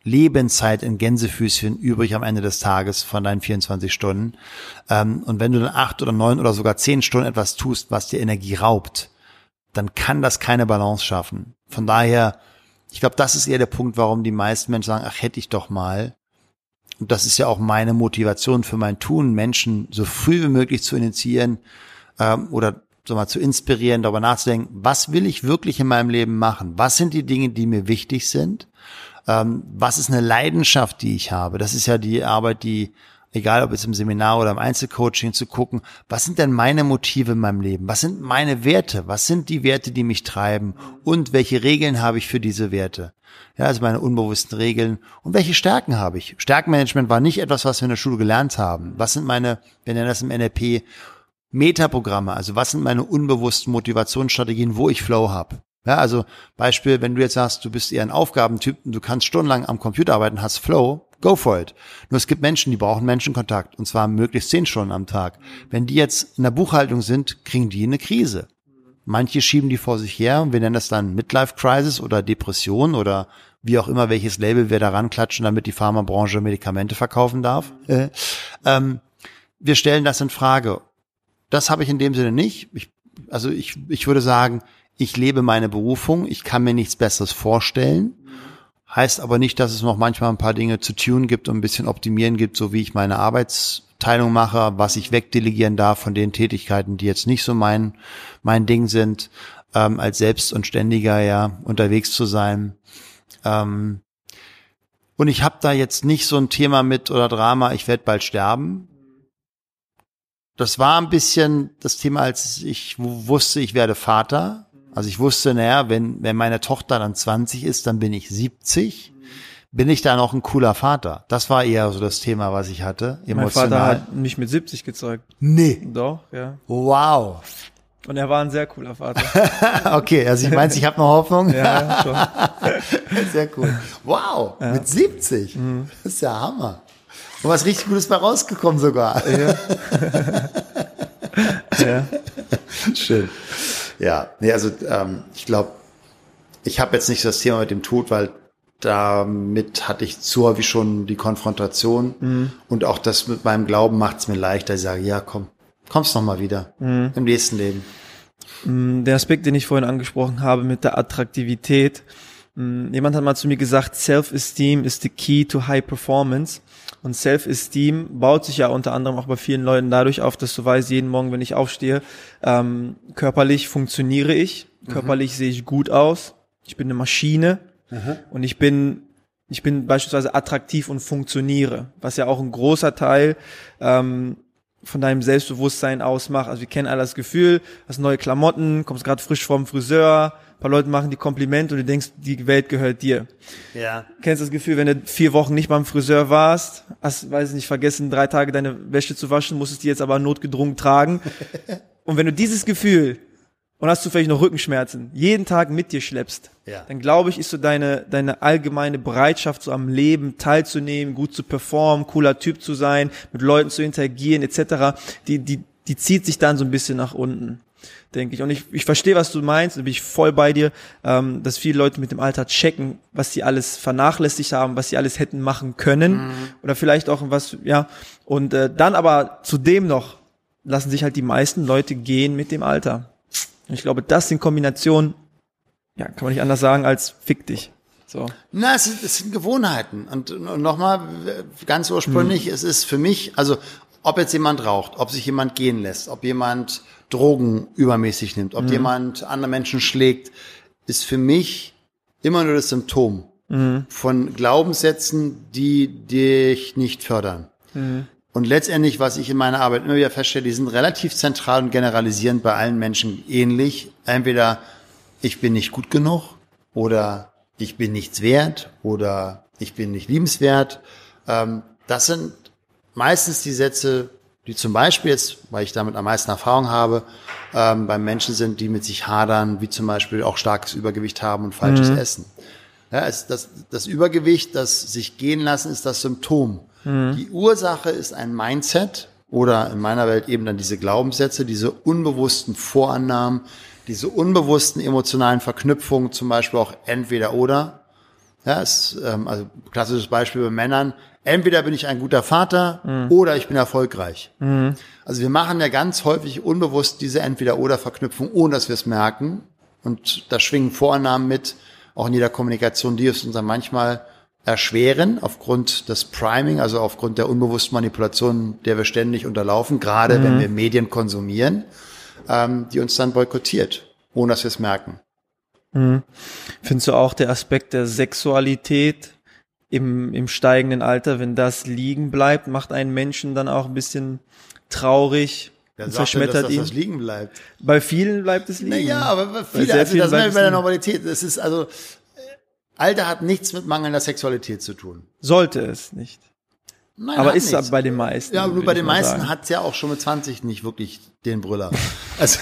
Lebenszeit in Gänsefüßchen übrig am Ende des Tages von deinen 24 Stunden. Und wenn du dann 8 oder 9 oder sogar 10 Stunden etwas tust, was dir Energie raubt, dann kann das keine Balance schaffen. Von daher, ich glaube, das ist eher der Punkt, warum die meisten Menschen sagen, ach, hätte ich doch mal. Und das ist ja auch meine Motivation für mein Tun, Menschen so früh wie möglich zu initiieren oder so mal zu inspirieren, darüber nachzudenken, was will ich wirklich in meinem Leben machen? Was sind die Dinge, die mir wichtig sind? Was ist eine Leidenschaft, die ich habe? Das ist ja die Arbeit, die, egal ob jetzt im Seminar oder im Einzelcoaching, zu gucken, was sind denn meine Motive in meinem Leben? Was sind meine Werte? Was sind die Werte, die mich treiben? Und welche Regeln habe ich für diese Werte? Ja, also meine unbewussten Regeln. Und welche Stärken habe ich? Stärkenmanagement war nicht etwas, was wir in der Schule gelernt haben. Was sind meine, wir nennen das im NLP, Metaprogramme? Also was sind meine unbewussten Motivationsstrategien, wo ich Flow habe? Ja, also Beispiel, wenn du jetzt sagst, du bist eher ein Aufgabentyp und du kannst stundenlang am Computer arbeiten, hast Flow, go for it. Nur es gibt Menschen, die brauchen Menschenkontakt und zwar möglichst 10 Stunden am Tag. Wenn die jetzt in der Buchhaltung sind, kriegen die eine Krise. Manche schieben die vor sich her und wir nennen das dann Midlife Crisis oder Depression oder wie auch immer, welches Label wir daran klatschen, damit die Pharmabranche Medikamente verkaufen darf. Wir stellen das in Frage. Das habe ich in dem Sinne nicht. Ich würde sagen, ich lebe meine Berufung, ich kann mir nichts Besseres vorstellen. Heißt aber nicht, dass es noch manchmal ein paar Dinge zu tun gibt und ein bisschen optimieren gibt, so wie ich meine Arbeitsteilung mache, was ich wegdelegieren darf von den Tätigkeiten, die jetzt nicht so mein Ding sind, als Selbst- und Ständiger ja unterwegs zu sein. Und ich habe da jetzt nicht so ein Thema mit oder Drama, ich werde bald sterben. Das war ein bisschen das Thema, als ich wusste, ich werde Vater. Also ich wusste, naja, wenn meine Tochter dann 20 ist, dann bin ich 70. Bin ich da noch ein cooler Vater? Das war eher so das Thema, was ich hatte, emotional. Mein Vater hat mich mit 70 gezeugt. Nee. Doch, ja. Wow. Und er war ein sehr cooler Vater. Okay, also ich meinst, ich habe noch Hoffnung? Ja, schon. Sehr cool. Wow, ja. Mit 70? Das ist ja Hammer. Und was richtig Gutes bei rausgekommen sogar. Ja. Ja. Schön. Ja, nee, also ich glaube, ich habe jetzt nicht das Thema mit dem Tod, weil damit hatte ich zu häufig schon die Konfrontation und auch das mit meinem Glauben macht es mir leichter. Ich sage, ja, kommst noch mal wieder im nächsten Leben. Der Aspekt, den ich vorhin angesprochen habe mit der Attraktivität. Jemand hat mal zu mir gesagt, Self-Esteem is the key to high performance. Und Self-Esteem baut sich ja unter anderem auch bei vielen Leuten dadurch auf, dass du weißt, jeden Morgen, wenn ich aufstehe, körperlich funktioniere ich, körperlich sehe ich gut aus, ich bin eine Maschine und ich bin beispielsweise attraktiv und funktioniere, was ja auch ein großer Teil von deinem Selbstbewusstsein ausmacht. Also wir kennen alle das Gefühl, hast neue Klamotten, kommst gerade frisch vom Friseur, ein paar Leute machen die Komplimente und du denkst, die Welt gehört dir. Ja. Kennst das Gefühl, wenn du 4 Wochen nicht beim Friseur warst, hast, weiß nicht, vergessen, 3 Tage deine Wäsche zu waschen, musstest die jetzt aber notgedrungen tragen. Und wenn du dieses Gefühl, und hast du vielleicht noch Rückenschmerzen, jeden Tag mit dir schleppst, dann glaube ich, ist so deine allgemeine Bereitschaft, so am Leben teilzunehmen, gut zu performen, cooler Typ zu sein, mit Leuten zu interagieren, etc., die zieht sich dann so ein bisschen nach unten, denke ich. Und ich verstehe, was du meinst, da bin ich voll bei dir, dass viele Leute mit dem Alter checken, was sie alles vernachlässigt haben, was sie alles hätten machen können, oder vielleicht auch was, ja, und dann aber zudem noch lassen sich halt die meisten Leute gehen mit dem Alter. Und ich glaube, das in Kombination, ja, kann man nicht anders sagen als fick dich. So. Na, es sind Gewohnheiten. Und nochmal, ganz ursprünglich, es ist für mich, also ob jetzt jemand raucht, ob sich jemand gehen lässt, ob jemand Drogen übermäßig nimmt, ob jemand andere Menschen schlägt, ist für mich immer nur das Symptom von Glaubenssätzen, die dich nicht fördern. Und letztendlich, was ich in meiner Arbeit immer wieder feststelle, die sind relativ zentral und generalisierend bei allen Menschen ähnlich. Entweder ich bin nicht gut genug oder ich bin nichts wert oder ich bin nicht liebenswert. Das sind meistens die Sätze, die zum Beispiel jetzt, weil ich damit am meisten Erfahrung habe, bei Menschen sind, die mit sich hadern, wie zum Beispiel auch starkes Übergewicht haben und falsches Essen. Ja, das Übergewicht, das sich gehen lassen, ist das Symptom. Die Ursache ist ein Mindset oder in meiner Welt eben dann diese Glaubenssätze, diese unbewussten Vorannahmen, diese unbewussten emotionalen Verknüpfungen, zum Beispiel auch entweder oder. Ja, also klassisches Beispiel bei Männern. Entweder bin ich ein guter Vater oder ich bin erfolgreich. Also wir machen ja ganz häufig unbewusst diese Entweder-oder-Verknüpfung, ohne dass wir es merken. Und da schwingen Vorannahmen mit, auch in jeder Kommunikation, die es uns dann manchmal erschweren, aufgrund des Priming, also aufgrund der unbewussten Manipulation, der wir ständig unterlaufen, gerade wenn wir Medien konsumieren, die uns dann boykottiert, ohne dass wir es merken. Findest du auch der Aspekt der Sexualität im steigenden Alter, wenn das liegen bleibt, macht einen Menschen dann auch ein bisschen traurig? Wer sagt Verschmettert denn, dass das liegen bleibt? Bei vielen bleibt es liegen. Naja, aber bei vielen, also das ist bei der Normalität. Es ist also, Alter hat nichts mit mangelnder Sexualität zu tun. Sollte es nicht. Nein, aber ist es bei den meisten. Ja, nur bei den meisten hat es ja auch schon mit 20 nicht wirklich den Brüller. Also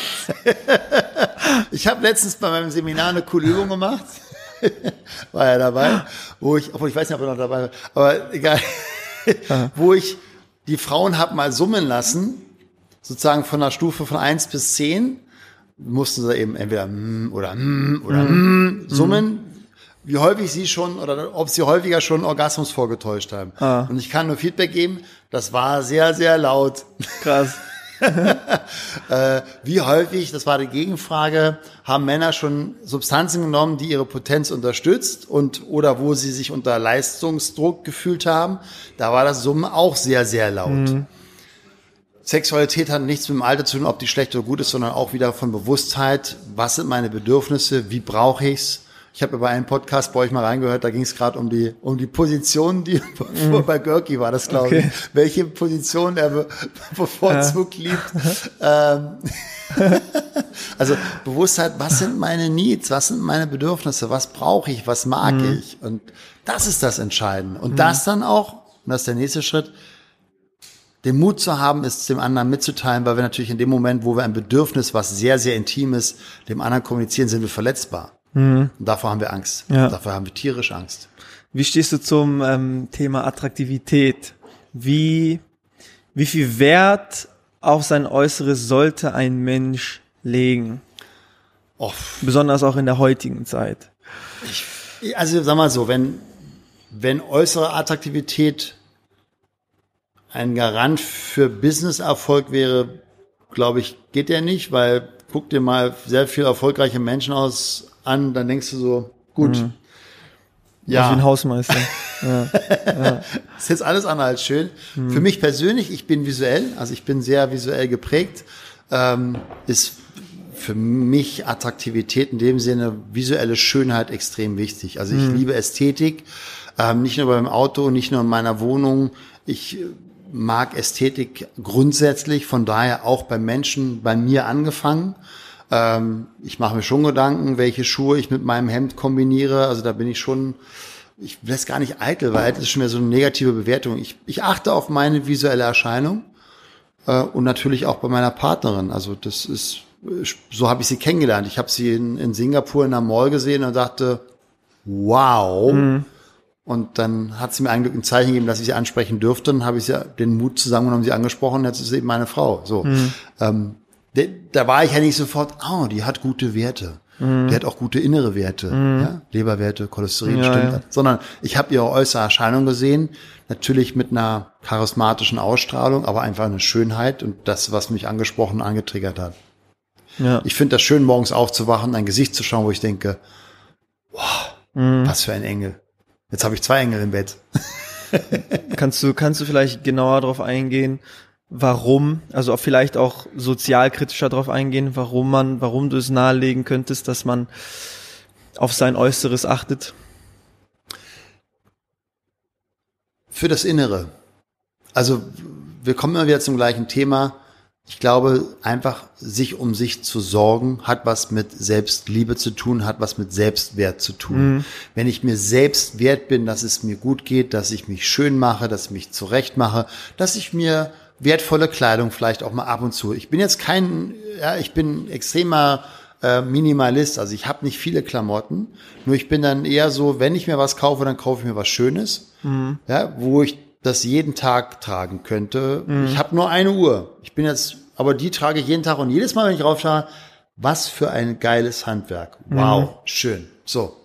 ich habe letztens bei meinem Seminar eine coole Übung gemacht. War ja dabei, obwohl ich weiß nicht, ob er noch dabei war, aber egal, wo ich die Frauen habe mal summen lassen, sozusagen von einer Stufe von 1 bis 10, mussten sie eben entweder oder summen, wie häufig sie schon oder ob sie häufiger schon Orgasmus vorgetäuscht haben. Und ich kann nur Feedback geben, das war sehr, sehr laut. Krass. Wie häufig, das war die Gegenfrage, haben Männer schon Substanzen genommen, die ihre Potenz unterstützt oder wo sie sich unter Leistungsdruck gefühlt haben. Da war das Summen auch sehr, sehr laut. Sexualität hat nichts mit dem Alter zu tun, ob die schlecht oder gut ist, sondern auch wieder von Bewusstheit. Was sind meine Bedürfnisse? Wie brauche ich's? Ich habe bei einem Podcast bei euch mal reingehört, da ging es gerade um die Position, die bei Görki war das, glaube ich. Welche Position er bevorzugt liebt. Also Bewusstheit, was sind meine Needs, was sind meine Bedürfnisse, was brauche ich, was mag ich? Und das ist das Entscheidende. Und das dann auch, und das ist der nächste Schritt, den Mut zu haben, es dem anderen mitzuteilen, weil wir natürlich in dem Moment, wo wir ein Bedürfnis, was sehr, sehr intim ist, dem anderen kommunizieren, sind wir verletzbar. Und davor haben wir Angst. Ja. Davor haben wir tierisch Angst. Wie stehst du zum Thema Attraktivität? Wie viel Wert auf sein Äußeres sollte ein Mensch legen? Besonders auch in der heutigen Zeit. Also sag mal so, wenn äußere Attraktivität ein Garant für Business-Erfolg wäre, glaube ich, geht der nicht, weil guck dir mal sehr viel erfolgreiche Menschen an, dann denkst du so, gut. Ja. Wie ein Hausmeister. Ja. Ist jetzt alles andere als schön. Für mich persönlich, ich bin visuell, also ich bin sehr visuell geprägt, ist für mich Attraktivität in dem Sinne, visuelle Schönheit extrem wichtig. Also ich liebe Ästhetik, nicht nur beim Auto, nicht nur in meiner Wohnung. Ich mag Ästhetik grundsätzlich, von daher auch beim Menschen, bei mir angefangen. Ich mache mir schon Gedanken, welche Schuhe ich mit meinem Hemd kombiniere. Also da bin ich will das gar nicht eitel, weil eitel ist schon wieder so eine negative Bewertung. Ich achte auf meine visuelle Erscheinung und natürlich auch bei meiner Partnerin. Also das ist, so habe ich sie kennengelernt. Ich habe sie in Singapur in einer Mall gesehen und dachte, wow. Und dann hat sie mir eigentlich ein Zeichen gegeben, dass ich sie ansprechen dürfte. Dann habe ich den Mut zusammengenommen, sie angesprochen. Jetzt ist sie eben meine Frau. So. Da war ich ja nicht sofort, die hat gute Werte. Die hat auch gute innere Werte. Ja? Leberwerte, Cholesterin, stimmt. Ja. Sondern ich habe ihre äußere Erscheinung gesehen. Natürlich mit einer charismatischen Ausstrahlung, aber einfach eine Schönheit und das, was mich angesprochen und angetriggert hat. Ja. Ich finde das schön, morgens aufzuwachen, ein Gesicht zu schauen, wo ich denke, wow, was für ein Engel. Jetzt habe ich 2 Engel im Bett. Kannst du vielleicht genauer darauf eingehen, warum, also vielleicht auch sozialkritischer darauf eingehen, warum du es nahelegen könntest, dass man auf sein Äußeres achtet? Für das Innere. Also wir kommen immer wieder zum gleichen Thema. Ich glaube, einfach sich um sich zu sorgen, hat was mit Selbstliebe zu tun, hat was mit Selbstwert zu tun. Wenn ich mir selbst wert bin, dass es mir gut geht, dass ich mich schön mache, dass ich mich zurecht mache, dass ich mir wertvolle Kleidung vielleicht auch mal ab und zu. Ich bin jetzt ich bin extremer Minimalist, also ich habe nicht viele Klamotten, nur ich bin dann eher so, wenn ich mir was kaufe, dann kaufe ich mir was Schönes, wo ich das jeden Tag tragen könnte. Ich habe nur eine Uhr. Aber die trage ich jeden Tag und jedes Mal, wenn ich raufschaue, was für ein geiles Handwerk. Wow, schön. So,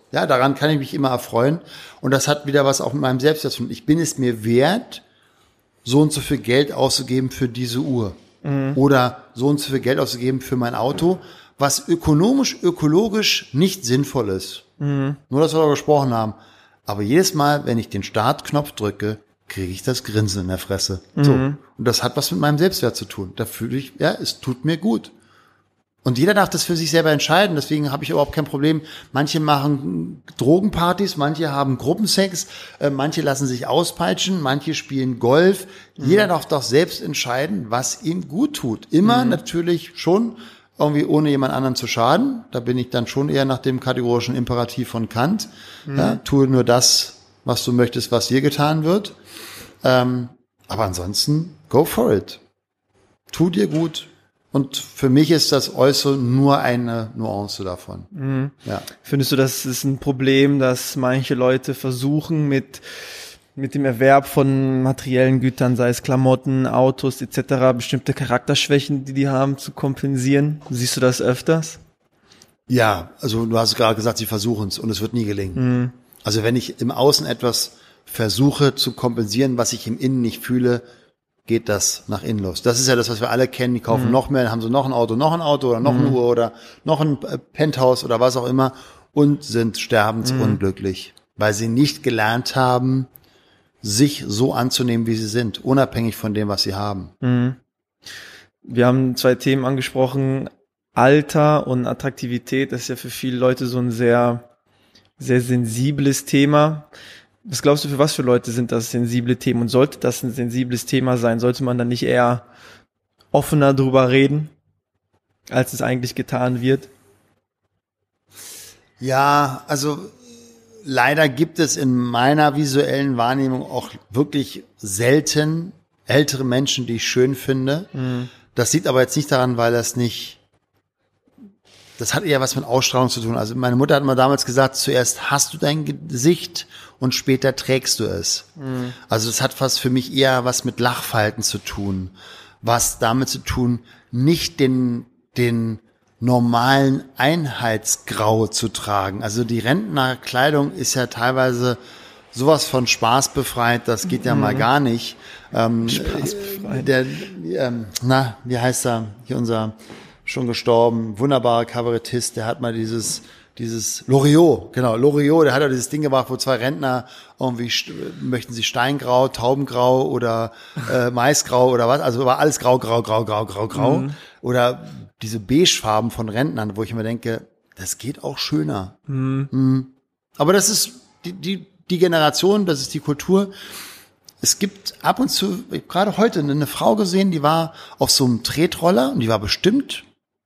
Ja, daran kann ich mich immer erfreuen. Und das hat wieder was auch mit meinem Selbstwert zu tun. Ich bin es mir wert, so und so viel Geld auszugeben für diese Uhr. Oder so und so viel Geld auszugeben für mein Auto, was ökologisch nicht sinnvoll ist. Nur, dass wir darüber gesprochen haben. Aber jedes Mal, wenn ich den Startknopf drücke, kriege ich das Grinsen in der Fresse. So. Und das hat was mit meinem Selbstwert zu tun. Da fühle ich, ja, es tut mir gut. Und jeder darf das für sich selber entscheiden. Deswegen habe ich überhaupt kein Problem. Manche machen Drogenpartys, manche haben Gruppensex, manche lassen sich auspeitschen, manche spielen Golf. Jeder darf doch selbst entscheiden, was ihm gut tut. Immer natürlich schon irgendwie ohne jemand anderen zu schaden. Da bin ich dann schon eher nach dem kategorischen Imperativ von Kant. Ja, tue nur das, was du möchtest, was dir getan wird. Aber ansonsten, go for it. Tu dir gut. Und für mich ist das Äußere nur eine Nuance davon. Ja. Findest du, das ist ein Problem, dass manche Leute versuchen, mit dem Erwerb von materiellen Gütern, sei es Klamotten, Autos etc., bestimmte Charakterschwächen, die haben, zu kompensieren? Siehst du das öfters? Ja, also du hast gerade gesagt, sie versuchen es und es wird nie gelingen. Also wenn ich im Außen etwas versuche zu kompensieren, was ich im Innen nicht fühle, geht das nach innen los. Das ist ja das, was wir alle kennen. Die kaufen noch mehr, dann haben sie noch ein Auto oder noch eine Uhr oder noch ein Penthouse oder was auch immer und sind sterbensunglücklich, weil sie nicht gelernt haben, sich so anzunehmen, wie sie sind, unabhängig von dem, was sie haben. Wir haben 2 Themen angesprochen. Alter und Attraktivität, das ist ja für viele Leute so ein sehr, sehr sensibles Thema. Was glaubst du, für was für Leute sind das sensible Themen? Und sollte das ein sensibles Thema sein, sollte man dann nicht eher offener drüber reden, als es eigentlich getan wird? Ja, also leider gibt es in meiner visuellen Wahrnehmung auch wirklich selten ältere Menschen, die ich schön finde. Das liegt aber jetzt nicht daran, weil das hat eher was mit Ausstrahlung zu tun. Also meine Mutter hat mal damals gesagt, zuerst hast du dein Gesicht und später trägst du es. Also das hat für mich eher was mit Lachfalten zu tun. Was damit zu tun, nicht den normalen Einheitsgrau zu tragen. Also die Rentnerkleidung ist ja teilweise sowas von Spaß befreit, das geht ja mal gar nicht. Spaßbefreit. Wie heißt er? Hier unser schon gestorben, wunderbarer Kabarettist, der hat mal dieses Loriot, genau, Loriot, der hat ja dieses Ding gemacht, wo 2 Rentner irgendwie möchten sie Steingrau, Taubengrau oder Maisgrau oder was, also war alles grau. Oder diese Beigefarben von Rentnern, wo ich immer denke, das geht auch schöner. Aber das ist die Generation, das ist die Kultur. Es gibt ab und zu, ich habe gerade heute eine Frau gesehen, die war auf so einem Tretroller und die war bestimmt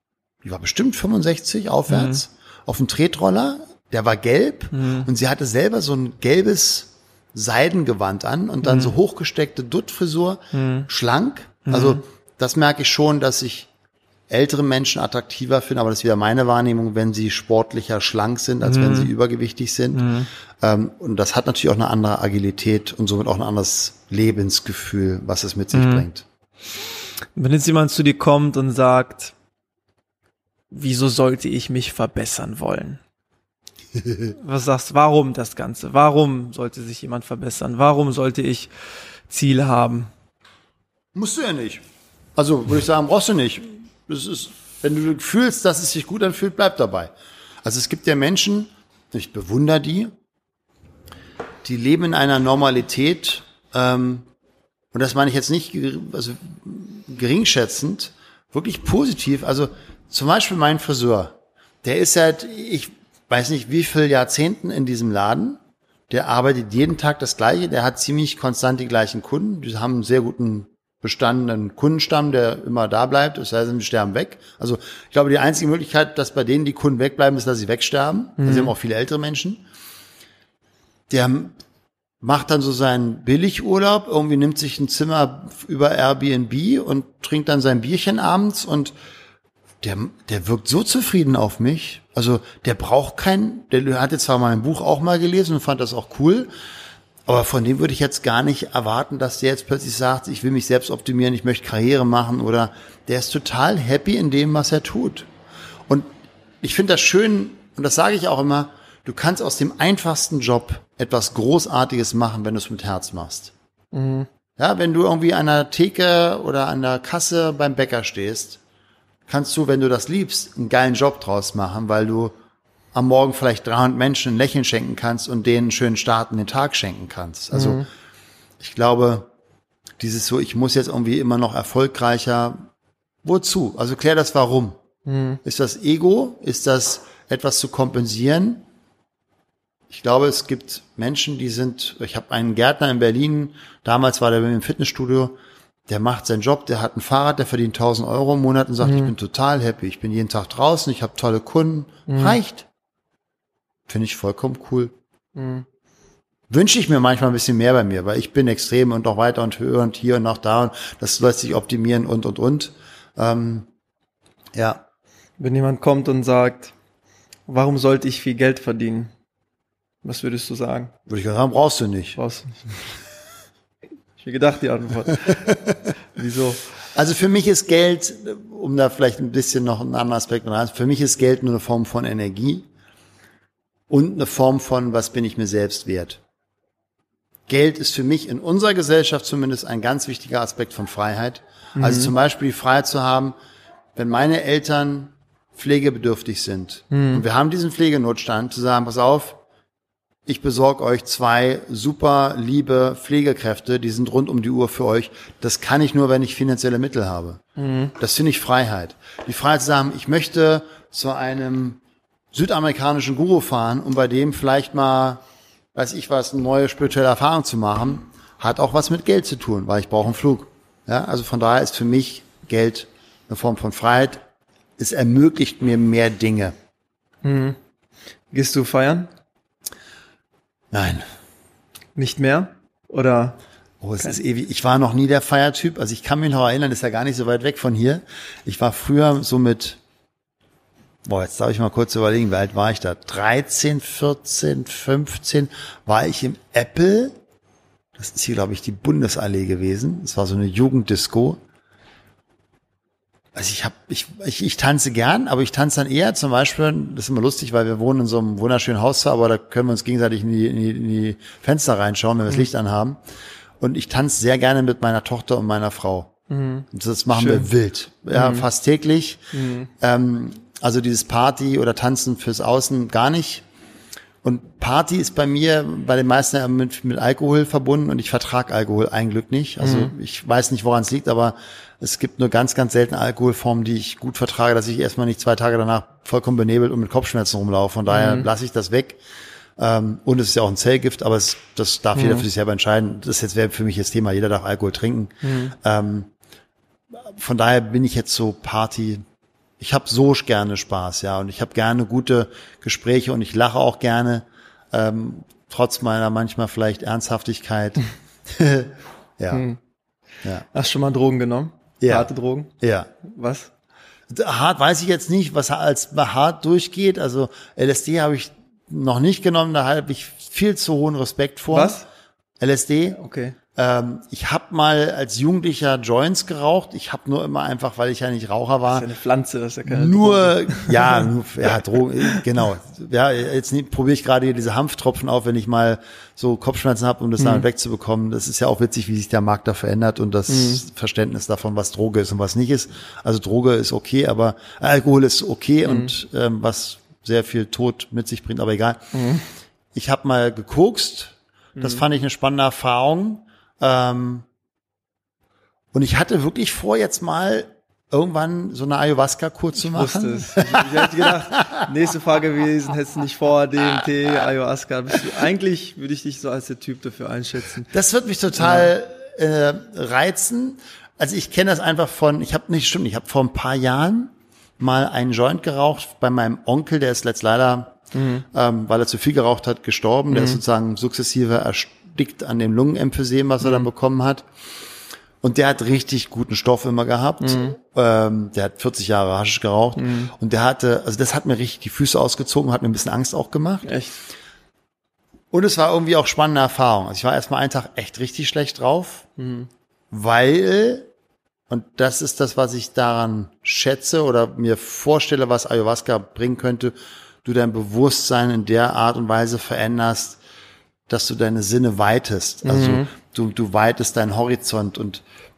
65 aufwärts, auf einem Tretroller, der war gelb und sie hatte selber so ein gelbes Seidengewand an und dann so hochgesteckte Duttfrisur, schlank. Also das merke ich schon, dass ich ältere Menschen attraktiver finde, aber das ist wieder meine Wahrnehmung, wenn sie sportlicher schlank sind, als wenn sie übergewichtig sind. Und das hat natürlich auch eine andere Agilität und somit auch ein anderes Lebensgefühl, was es mit sich bringt. Wenn jetzt jemand zu dir kommt und sagt, wieso sollte ich mich verbessern wollen? Was sagst du, warum das Ganze? Warum sollte sich jemand verbessern? Warum sollte ich Ziele haben? Musst du ja nicht. Also würde ich sagen, brauchst du nicht. Das ist, wenn du fühlst, dass es sich gut anfühlt, bleib dabei. Also es gibt ja Menschen, ich bewundere die leben in einer Normalität, und das meine ich jetzt nicht geringschätzend, wirklich positiv. Also zum Beispiel mein Friseur, der ist seit, ich weiß nicht wie viel Jahrzehnten in diesem Laden, der arbeitet jeden Tag das Gleiche, der hat ziemlich konstant die gleichen Kunden, die haben einen sehr guten bestandenen Kundenstamm, der immer da bleibt, es sei denn, die sterben weg. Also ich glaube, die einzige Möglichkeit, dass bei denen die Kunden wegbleiben, ist, dass sie wegsterben. Also sie haben auch viele ältere Menschen. Der macht dann so seinen Billigurlaub, irgendwie nimmt sich ein Zimmer über Airbnb und trinkt dann sein Bierchen abends und der wirkt so zufrieden auf mich. Also der hat jetzt zwar mein Buch auch mal gelesen und fand das auch cool, aber von dem würde ich jetzt gar nicht erwarten, dass der jetzt plötzlich sagt, ich will mich selbst optimieren, ich möchte Karriere machen oder der ist total happy in dem, was er tut. Und ich finde das schön, und das sage ich auch immer, Du kannst aus dem einfachsten Job etwas Großartiges machen, wenn du es mit Herz machst. Ja, wenn du irgendwie an der Theke oder an der Kasse beim Bäcker stehst, kannst du, wenn du das liebst, einen geilen Job draus machen, weil du am Morgen vielleicht 300 Menschen ein Lächeln schenken kannst und denen einen schönen Start in den Tag schenken kannst. Also ich glaube, dieses so, ich muss jetzt irgendwie immer noch erfolgreicher, wozu? Also klär das Warum. Ist das Ego? Ist das etwas zu kompensieren? Ich glaube, es gibt Menschen, ich habe einen Gärtner in Berlin, damals war der bei mir im Fitnessstudio, der macht seinen Job, der hat ein Fahrrad, der verdient 1.000 Euro im Monat und sagt, ich bin total happy, ich bin jeden Tag draußen, ich habe tolle Kunden, reicht. Finde ich vollkommen cool. Wünsche ich mir manchmal ein bisschen mehr bei mir, weil ich bin extrem und noch weiter und höher und hier und noch da und das lässt sich optimieren und. Ja. Wenn jemand kommt und sagt, warum sollte ich viel Geld verdienen? Was würdest du sagen? Würde ich sagen, brauchst du nicht. Brauchst du nicht. Ich mir gedacht, die Antwort. Wieso? Also für mich ist Geld, um da vielleicht ein bisschen noch einen anderen Aspekt rein, für mich ist Geld nur eine Form von Energie und eine Form von, was bin ich mir selbst wert. Geld ist für mich in unserer Gesellschaft zumindest ein ganz wichtiger Aspekt von Freiheit. Also zum Beispiel die Freiheit zu haben, wenn meine Eltern pflegebedürftig sind und wir haben diesen Pflegenotstand, zu sagen, pass auf, ich besorge euch 2 super liebe Pflegekräfte, die sind rund um die Uhr für euch. Das kann ich nur, wenn ich finanzielle Mittel habe. Das finde ich Freiheit. Die Freiheit zu sagen, ich möchte zu einem südamerikanischen Guru fahren, um bei dem vielleicht mal, weiß ich was, eine neue spirituelle Erfahrung zu machen, hat auch was mit Geld zu tun, weil ich brauche einen Flug. Ja, also von daher ist für mich Geld eine Form von Freiheit. Es ermöglicht mir mehr Dinge. Gehst du feiern? Nein. Nicht mehr? Oder? Oh, es ist ewig. Ich war noch nie der Feiertyp. Also ich kann mich noch erinnern, ist ja gar nicht so weit weg von hier. Ich war früher so mit, jetzt darf ich mal kurz überlegen, wie alt war ich da? 13, 14, 15 war ich im Apple. Das ist hier, glaube ich, die Bundesallee gewesen. Das war so eine Jugenddisco. Also ich tanze gern, aber ich tanze dann eher zum Beispiel, das ist immer lustig, weil wir wohnen in so einem wunderschönen Haus, aber da können wir uns gegenseitig in die Fenster reinschauen, wenn wir das Licht anhaben. Und ich tanze sehr gerne mit meiner Tochter und meiner Frau. Und das machen wir wild. Ja, fast täglich. Also dieses Party oder Tanzen fürs Außen gar nicht. Und Party ist bei mir, bei den meisten ja mit Alkohol verbunden und ich vertrage Alkohol ein Glück nicht. Also ich weiß nicht, woran es liegt, aber es gibt nur ganz, ganz seltene Alkoholformen, die ich gut vertrage, dass ich erstmal nicht 2 Tage danach vollkommen benebelt und mit Kopfschmerzen rumlaufe. Von daher lasse ich das weg. Und es ist ja auch ein Zellgift, aber das darf jeder für sich selber entscheiden. Das wäre für mich das Thema, jeder darf Alkohol trinken. Von daher bin ich jetzt so Party. Ich habe so gerne Spaß, ja, und ich habe gerne gute Gespräche und ich lache auch gerne, trotz meiner manchmal vielleicht Ernsthaftigkeit. Ja. Ja. Hast du schon mal Drogen genommen? Ja. Harte Drogen? Ja. Was? Hart weiß ich jetzt nicht, was als hart durchgeht. Also LSD habe ich noch nicht genommen, da habe ich viel zu hohen Respekt vor. Was? LSD. Okay. Ich habe mal als Jugendlicher Joints geraucht. Ich habe nur immer einfach, weil ich ja nicht Raucher war. Das ist ja eine Pflanze, das ist ja keine Droge. Drogen, genau. Ja, jetzt probiere ich gerade hier diese Hanftropfen auf, wenn ich mal so Kopfschmerzen habe, um das damit wegzubekommen. Das ist ja auch witzig, wie sich der Markt da verändert und das Verständnis davon, was Droge ist und was nicht ist. Also Droge ist okay, aber Alkohol ist okay und was sehr viel Tod mit sich bringt, aber egal. Ich habe mal gekokst. Das fand ich eine spannende Erfahrung. Und ich hatte wirklich vor, jetzt mal irgendwann so eine Ayahuasca-Kur zu machen. Ich hätte gedacht, nächste Frage gewesen, hättest du nicht vor, DMT, Ayahuasca. Eigentlich würde ich dich so als der Typ dafür einschätzen. Das wird mich total reizen. Also ich kenne das einfach ich habe vor ein paar Jahren mal einen Joint geraucht bei meinem Onkel, der ist jetzt leider, weil er zu viel geraucht hat, gestorben. Der ist sozusagen sukzessive erstickt an dem Lungenemphysem, was er dann bekommen hat. Und der hat richtig guten Stoff immer gehabt. Der hat 40 Jahre Haschisch geraucht. Und das hat mir richtig die Füße ausgezogen, hat mir ein bisschen Angst auch gemacht. Echt? Und es war irgendwie auch spannende Erfahrung. Also ich war erstmal einen Tag echt richtig schlecht drauf, weil, und das ist das, was ich daran schätze oder mir vorstelle, was Ayahuasca bringen könnte, du dein Bewusstsein in der Art und Weise veränderst, dass du deine Sinne weitest. Also du weitest deinen Horizont und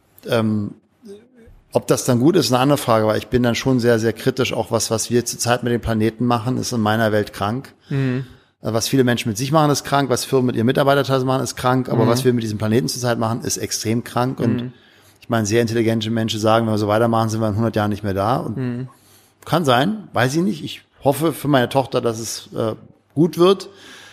ob das dann gut ist, ist eine andere Frage, weil ich bin dann schon sehr, sehr kritisch. Auch was wir zurzeit mit dem Planeten machen, ist in meiner Welt krank. Was viele Menschen mit sich machen, ist krank. Was Firmen mit ihren Mitarbeitern machen, ist krank. Aber was wir mit diesem Planeten zurzeit machen, ist extrem krank. Und ich meine, sehr intelligente Menschen sagen, wenn wir so weitermachen, sind wir in 100 Jahren nicht mehr da. Und kann sein, weiß ich nicht. Ich hoffe für meine Tochter, dass es gut wird.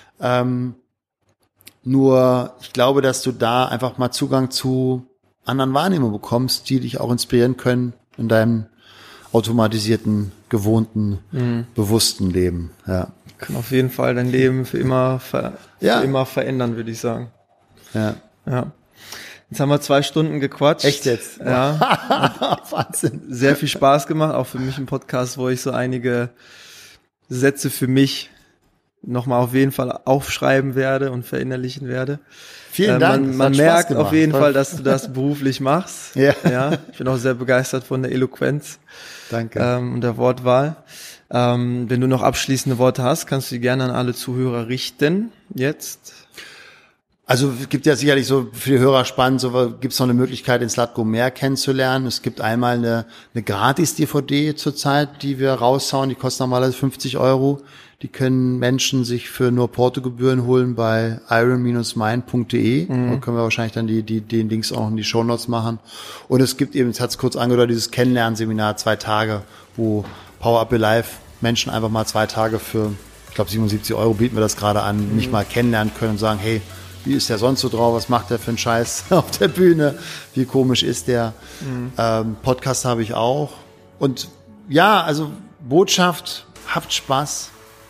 Nur ich glaube, dass du da einfach mal Zugang zu anderen Wahrnehmungen bekommst, die dich auch inspirieren können in deinem automatisierten, gewohnten, bewussten Leben. Ja. Kann auf jeden Fall dein Leben für immer verändern, würde ich sagen. Ja. Jetzt haben wir 2 Stunden gequatscht. Echt jetzt? Ja. Wahnsinn. Sehr viel Spaß gemacht, auch für mich ein Podcast, wo ich so einige Sätze für mich nochmal auf jeden Fall aufschreiben werde und verinnerlichen werde. Vielen Dank. Man merkt auf jeden Fall, dass du das beruflich machst. Ja. Ich bin auch sehr begeistert von der Eloquenz. Danke. Und der Wortwahl. Wenn du noch abschließende Worte hast, kannst du die gerne an alle Zuhörer richten. Jetzt. Also es gibt ja sicherlich so für die Hörer spannend, so gibt es noch eine Möglichkeit, den Slatko mehr kennenzulernen. Es gibt einmal eine Gratis-DVD zurzeit, die wir raushauen, die kostet normalerweise 50 €. Die können Menschen sich für nur Portogebühren holen bei iron-mind.de. Da können wir wahrscheinlich dann den Links auch in die Shownotes machen. Und es gibt eben, jetzt hat es kurz angedeutet, dieses Kennenlernseminar 2 Tage, wo Power Up Your Life Menschen einfach mal 2 Tage für, ich glaube 77 € bieten wir das gerade an, mich mal kennenlernen können und sagen, hey, wie ist der sonst so drauf? Was macht der für einen Scheiß auf der Bühne? Wie komisch ist der? Podcast habe ich auch. Und ja, also Botschaft, habt Spaß,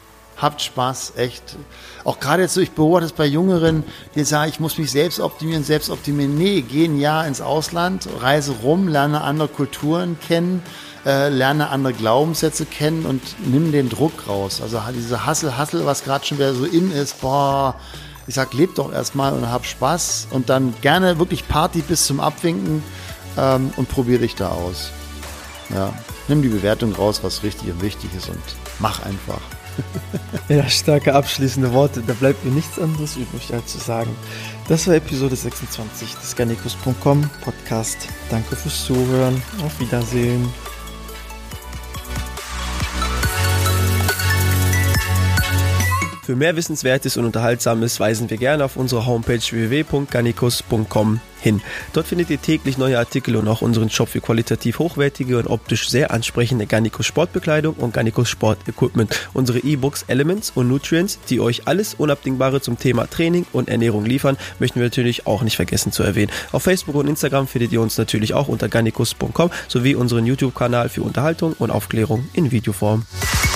echt. Auch gerade jetzt so, ich beobachte es bei Jüngeren, die sagen, ich muss mich selbst optimieren. Nee, geh ein Jahr ins Ausland, reise rum, lerne andere Kulturen kennen, lerne andere Glaubenssätze kennen und nimm den Druck raus. Also diese Hustle, was gerade schon wieder so in ist, ich sag, leb doch erstmal und hab Spaß und dann gerne wirklich Party bis zum Abwinken und probier dich da aus. Ja, nimm die Bewertung raus, was richtig und wichtig ist und mach einfach. Ja, starke abschließende Worte. Da bleibt mir nichts anderes übrig, als zu sagen. Das war Episode 26 des Garnicus.com Podcast. Danke fürs Zuhören. Auf Wiedersehen. Für mehr Wissenswertes und Unterhaltsames weisen wir gerne auf unsere Homepage www.garnicus.com hin. Dort findet ihr täglich neue Artikel und auch unseren Shop für qualitativ hochwertige und optisch sehr ansprechende Garnicus Sportbekleidung und Garnicus Sportequipment. Unsere E-Books Elements und Nutrients, die euch alles Unabdingbare zum Thema Training und Ernährung liefern, möchten wir natürlich auch nicht vergessen zu erwähnen. Auf Facebook und Instagram findet ihr uns natürlich auch unter garnicus.com sowie unseren YouTube-Kanal für Unterhaltung und Aufklärung in Videoform.